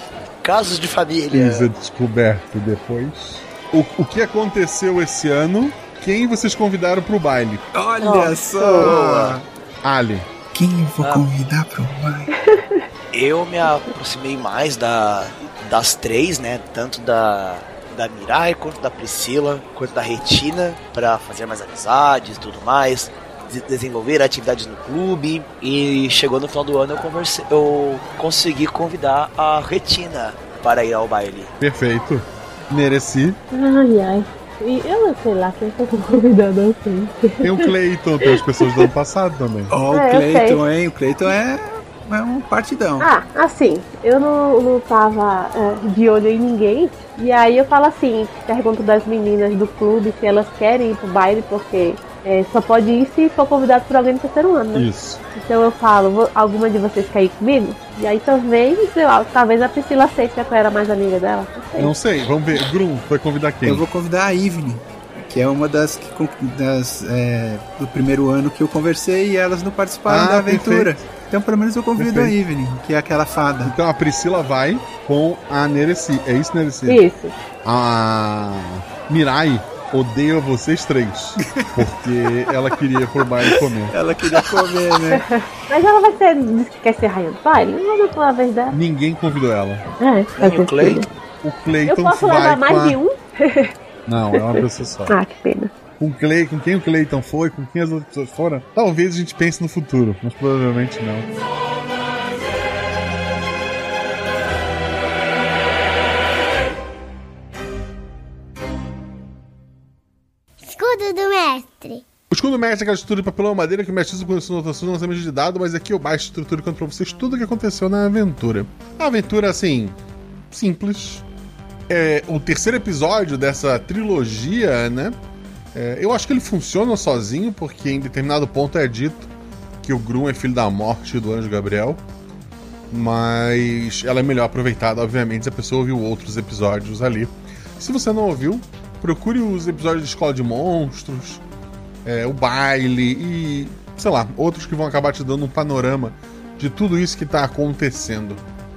casos de família. Isso é descoberto depois. O, o que aconteceu esse ano? Quem vocês convidaram pro baile? Olha só! Ali. Quem eu vou Ah. convidar pro baile? Eu me aproximei mais da, das três, né? Tanto da, da Mirai, quanto da Priscila, quanto da Retina, pra fazer mais amizades e tudo mais, de- desenvolver atividades no clube. E chegou no final do ano eu, conversei, eu consegui convidar a Retina para ir ao baile. Perfeito. Mereci. Ai, ai. E eu não sei lá quem eu tô convidando assim. Tem o Cleiton, tem as pessoas do ano passado também. Ó, É, o eu Cleiton, sei. hein? O Cleiton é, é um partidão. Ah, assim, eu não, não tava é, de olho em ninguém. E aí eu falo assim, pergunto das meninas do clube se elas querem ir pro baile, porque é, só pode ir se for convidado por alguém do terceiro ano, né? Isso. Então eu falo, vou- alguma de vocês quer ir comigo? E aí talvez, sei lá, talvez a Priscila aceite, já que eu era mais amiga dela. Não sei. Não sei, vamos ver. Grum, vai convidar quem? Eu vou convidar a Evelyn, que é uma das, que, con- das é, do primeiro ano que eu conversei e elas não participaram Ah, da aventura. perfeito. Então pelo menos eu convido Perfeito. a Evelyn, que é aquela fada. Então a Priscila vai com a Nereci. É isso, Nereci? Isso. A Mirai odeia vocês três. Porque ela queria ir pro baile comer. Ela queria comer, né? Mas ela vai ser, diz que quer ser rainha do baile? Não vou falar a vez dela. Ninguém convidou ela. É, faz o Cleiton? sentido. O Eu Cleiton posso vai levar com mais a... de um? Não, é uma pessoa só. Ah, que pena. Com, Clay, com quem o Cleiton foi, com quem as outras pessoas foram, talvez a gente pense no futuro, mas provavelmente não. Escudo do mestre. O escudo mestre é aquela estrutura de papelão madeira que o mestre usa com anotações no lançamento de dado, mas aqui eu baixo a estrutura e conto pra vocês tudo o que aconteceu na aventura. A aventura, assim, simples. É o terceiro episódio dessa trilogia, né? É, eu acho que ele funciona sozinho, porque em determinado ponto é dito que o Grum é filho da morte do Anjo Gabriel. Mas ela é melhor aproveitada, obviamente, se a pessoa ouviu outros episódios ali. Se você não ouviu, procure os episódios de Escola de Monstros, é, o baile e, sei lá, outros que vão acabar te dando um panorama de tudo isso que tá acontecendo.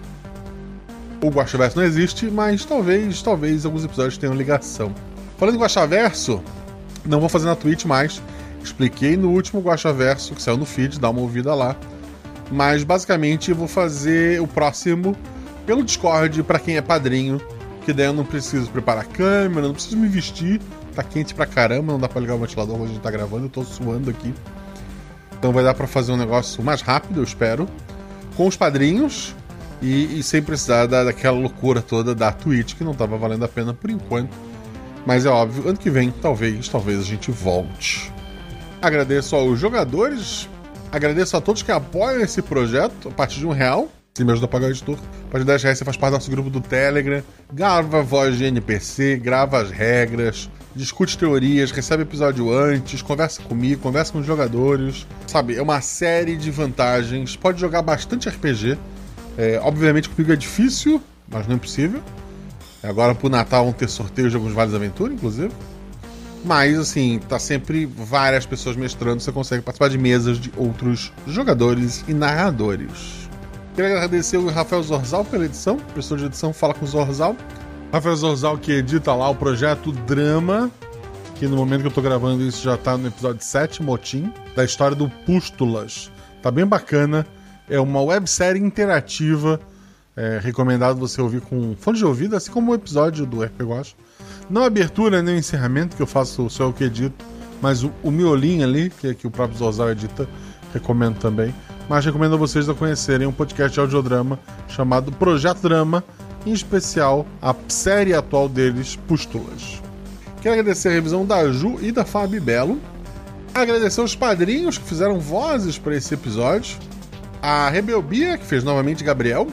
O Guaxaverso não existe, mas talvez, talvez alguns episódios tenham ligação. Falando em Guaxaverso, não vou fazer na Twitch mais. Expliquei no último Guaxaverso, que saiu no feed, dá uma ouvida lá. Mas basicamente eu vou fazer o próximo pelo Discord pra quem é padrinho, que daí eu não preciso preparar a câmera, não preciso me vestir, tá quente pra caramba, não dá pra ligar o ventilador quando a gente tá gravando, eu tô suando aqui. Então vai dar pra fazer um negócio mais rápido, eu espero, com os padrinhos e, e sem precisar da, daquela loucura toda da Twitch, que não tava valendo a pena por enquanto. Mas é óbvio, ano que vem, talvez, talvez a gente volte. Agradeço aos jogadores, agradeço a todos que apoiam esse projeto a partir de um real. Se me ajuda a pagar o editor. A partir de dez reais você faz parte do nosso grupo do Telegram, grava voz de N P C, grava as regras, discute teorias, recebe episódio antes, conversa comigo, conversa com os jogadores. Sabe, é uma série de vantagens. Pode jogar bastante R P G. É, obviamente comigo é difícil, mas não é impossível. Agora pro Natal vão ter sorteios de alguns vales de aventura, inclusive. Mas, assim, tá sempre várias pessoas mestrando, você consegue participar de mesas de outros jogadores e narradores. Queria agradecer o Rafael Zorzal pela edição, professor de edição Fala com o Zorzal. Rafael Zorzal que edita lá o projeto Drama, que no momento que eu tô gravando isso já tá no episódio sete, Motim, da história do Pústulas. Tá bem bacana, é uma websérie interativa, é recomendado você ouvir com fone de ouvido, assim como o episódio do R P Guacha. Não a abertura nem o encerramento, que eu faço só o que edito, mas o, o miolinho ali, que, que o próprio Zorzal edita, recomendo também. Mas recomendo a vocês a conhecerem um podcast de audiodrama chamado Projeto Drama, em especial a série atual deles, Pústulas. Quero agradecer a revisão da Ju e da Fabi Belo. Agradecer aos padrinhos que fizeram vozes para esse episódio. A Rebelbia, que fez novamente Gabriel.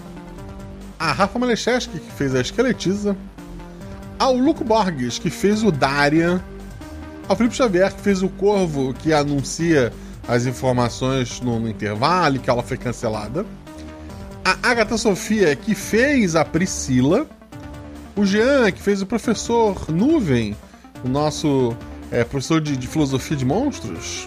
A Rafa Malecheski, que fez a Esqueletiza. Ao Luco Borges, que fez o Daria. Ao Felipe Xavier, que fez o Corvo, que anuncia as informações no, no intervalo, que ela foi cancelada. A Agatha Sofia, que fez a Priscila. O Jean, que fez o Professor Nuvem, o nosso é, professor de, de filosofia de monstros.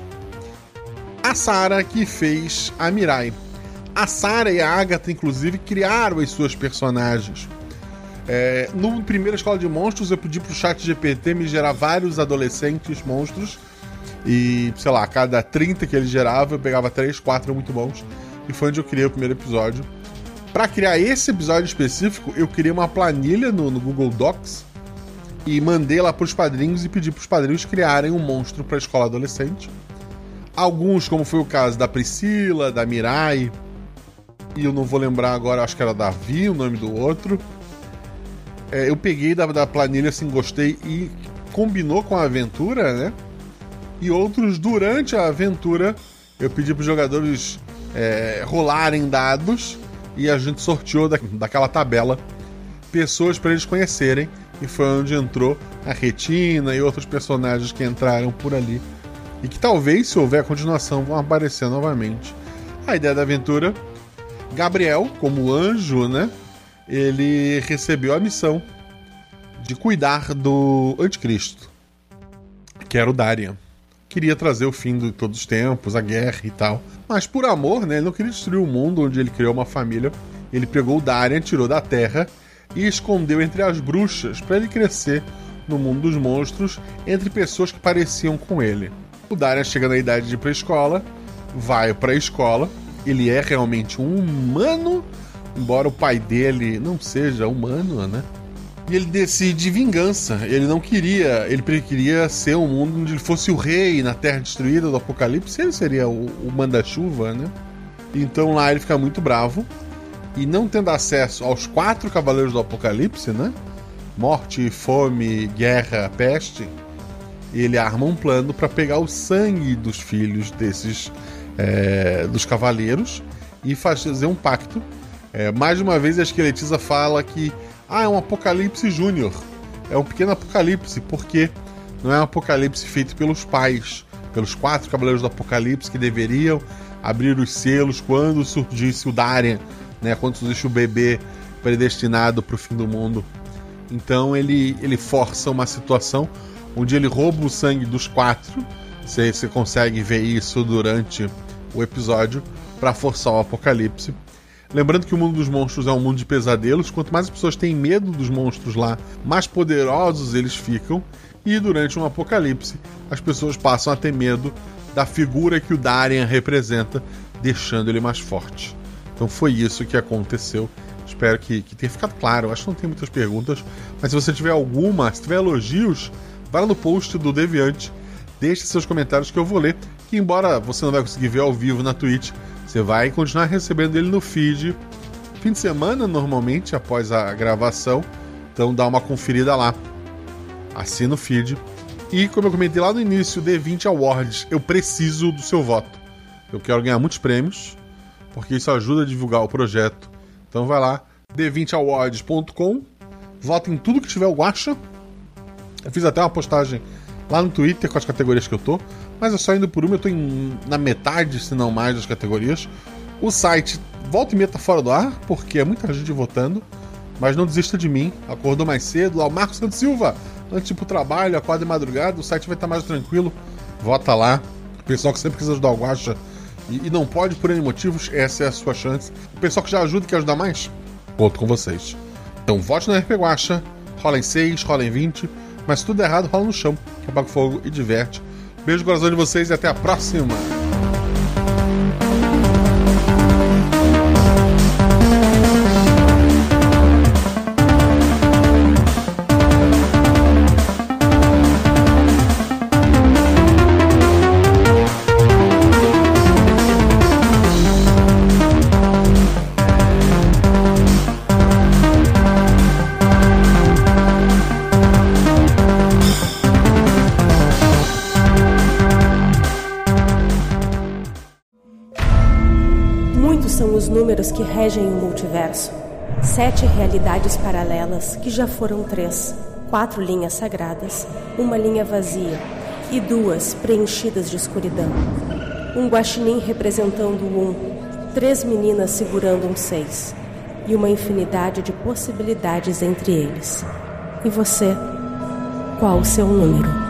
A Sara, que fez a Mirai. A Sara e a Agatha, inclusive, criaram as suas personagens. É, no primeiro Escola de Monstros, eu pedi pro chat G P T me gerar vários adolescentes monstros. E, sei lá, a cada trinta que ele gerava, eu pegava três, quatro muito bons. E foi onde eu criei o primeiro episódio. Pra criar esse episódio específico, eu criei uma planilha no, no Google Docs e mandei lá pros padrinhos e pedi pros padrinhos criarem um monstro pra escola adolescente. Alguns, como foi o caso da Priscila, da Mirai, e eu não vou lembrar agora, acho que era Davi, o nome do outro. É, eu peguei da, da planilha, assim, gostei e combinou com a aventura, né? E outros, durante a aventura, eu pedi pros jogadores é, rolarem dados e a gente sorteou da, daquela tabela pessoas para eles conhecerem, e foi onde entrou a Retina e outros personagens que entraram por ali e que talvez, se houver continuação, vão aparecer novamente. A ideia da aventura, Gabriel, como anjo, né, ele recebeu a missão de cuidar do anticristo, que era o Darian. Queria trazer o fim de todos os tempos, a guerra e tal. Mas por amor, né, ele não queria destruir o mundo onde ele criou uma família. Ele pegou o Darian, tirou da terra e escondeu entre as bruxas para ele crescer no mundo dos monstros entre pessoas que pareciam com ele. O Darian chega na idade de ir pra escola, vai pra escola, ele é realmente um humano, embora o pai dele não seja humano, né? E ele decide vingança. Ele não queria, ele queria ser um mundo onde ele fosse o rei na terra destruída do Apocalipse, ele seria o, o manda-chuva, né? Então lá ele fica muito bravo. E não tendo acesso aos quatro cavaleiros do Apocalipse, né? Morte, fome, guerra, peste. Ele arma um plano para pegar o sangue dos filhos desses é, dos cavaleiros e fazer um pacto. É, mais uma vez a esqueletiza fala que ah, é um Apocalipse Júnior. É um pequeno Apocalipse, porque não é um Apocalipse feito pelos pais, pelos quatro cavaleiros do Apocalipse que deveriam abrir os selos quando surgisse o Darian, né, quando surgisse o bebê predestinado para o fim do mundo. Então ele, ele força uma situação onde ele rouba o sangue dos quatro. Você, você consegue ver isso durante o episódio para forçar o apocalipse. Lembrando que o mundo dos monstros é um mundo de pesadelos. Quanto mais as pessoas têm medo dos monstros lá, mais poderosos eles ficam. E durante um apocalipse, as pessoas passam a ter medo da figura que o Darian representa, deixando ele mais forte. Então foi isso que aconteceu. Espero que, que tenha ficado claro. Acho que não tem muitas perguntas, mas se você tiver alguma, se tiver elogios, vai lá no post do Deviante, deixe seus comentários que eu vou ler, que embora você não vai conseguir ver ao vivo na Twitch, você vai continuar recebendo ele no feed, fim de semana normalmente, após a gravação. Então dá uma conferida lá, assina o feed. E como eu comentei lá no início, D vinte Awards, eu preciso do seu voto. Eu quero ganhar muitos prêmios, porque isso ajuda a divulgar o projeto. Então vai lá, d vinte awards ponto com, vota em tudo que tiver o Guaxa. Eu fiz até uma postagem lá no Twitter com as categorias que eu tô, mas é só indo por uma, eu tô em, na metade, se não mais, das categorias. O site volta e meia tá fora do ar, porque é muita gente votando, mas não desista de mim. Acordou mais cedo, lá o Marcos Santos Silva, antes de ir pro trabalho, acorda de madrugada, o site vai estar mais tranquilo, vota lá. O pessoal que sempre quis ajudar o Guaxa e, e não pode por N motivos, essa é a sua chance. O pessoal que já ajuda e quer ajudar mais, conto com vocês. Então vote no R P Guaxa, rola em seis, rola em vinte, mas se tudo é errado, rola no chão, que apaga o fogo e diverte. Beijo no coração de vocês e até a próxima! Números que regem o multiverso. Sete realidades paralelas que já foram três. Quatro linhas sagradas, uma linha vazia e duas preenchidas de escuridão. Um guaxinim representando o um, três meninas segurando um seis e uma infinidade de possibilidades entre eles. E você, qual o seu número?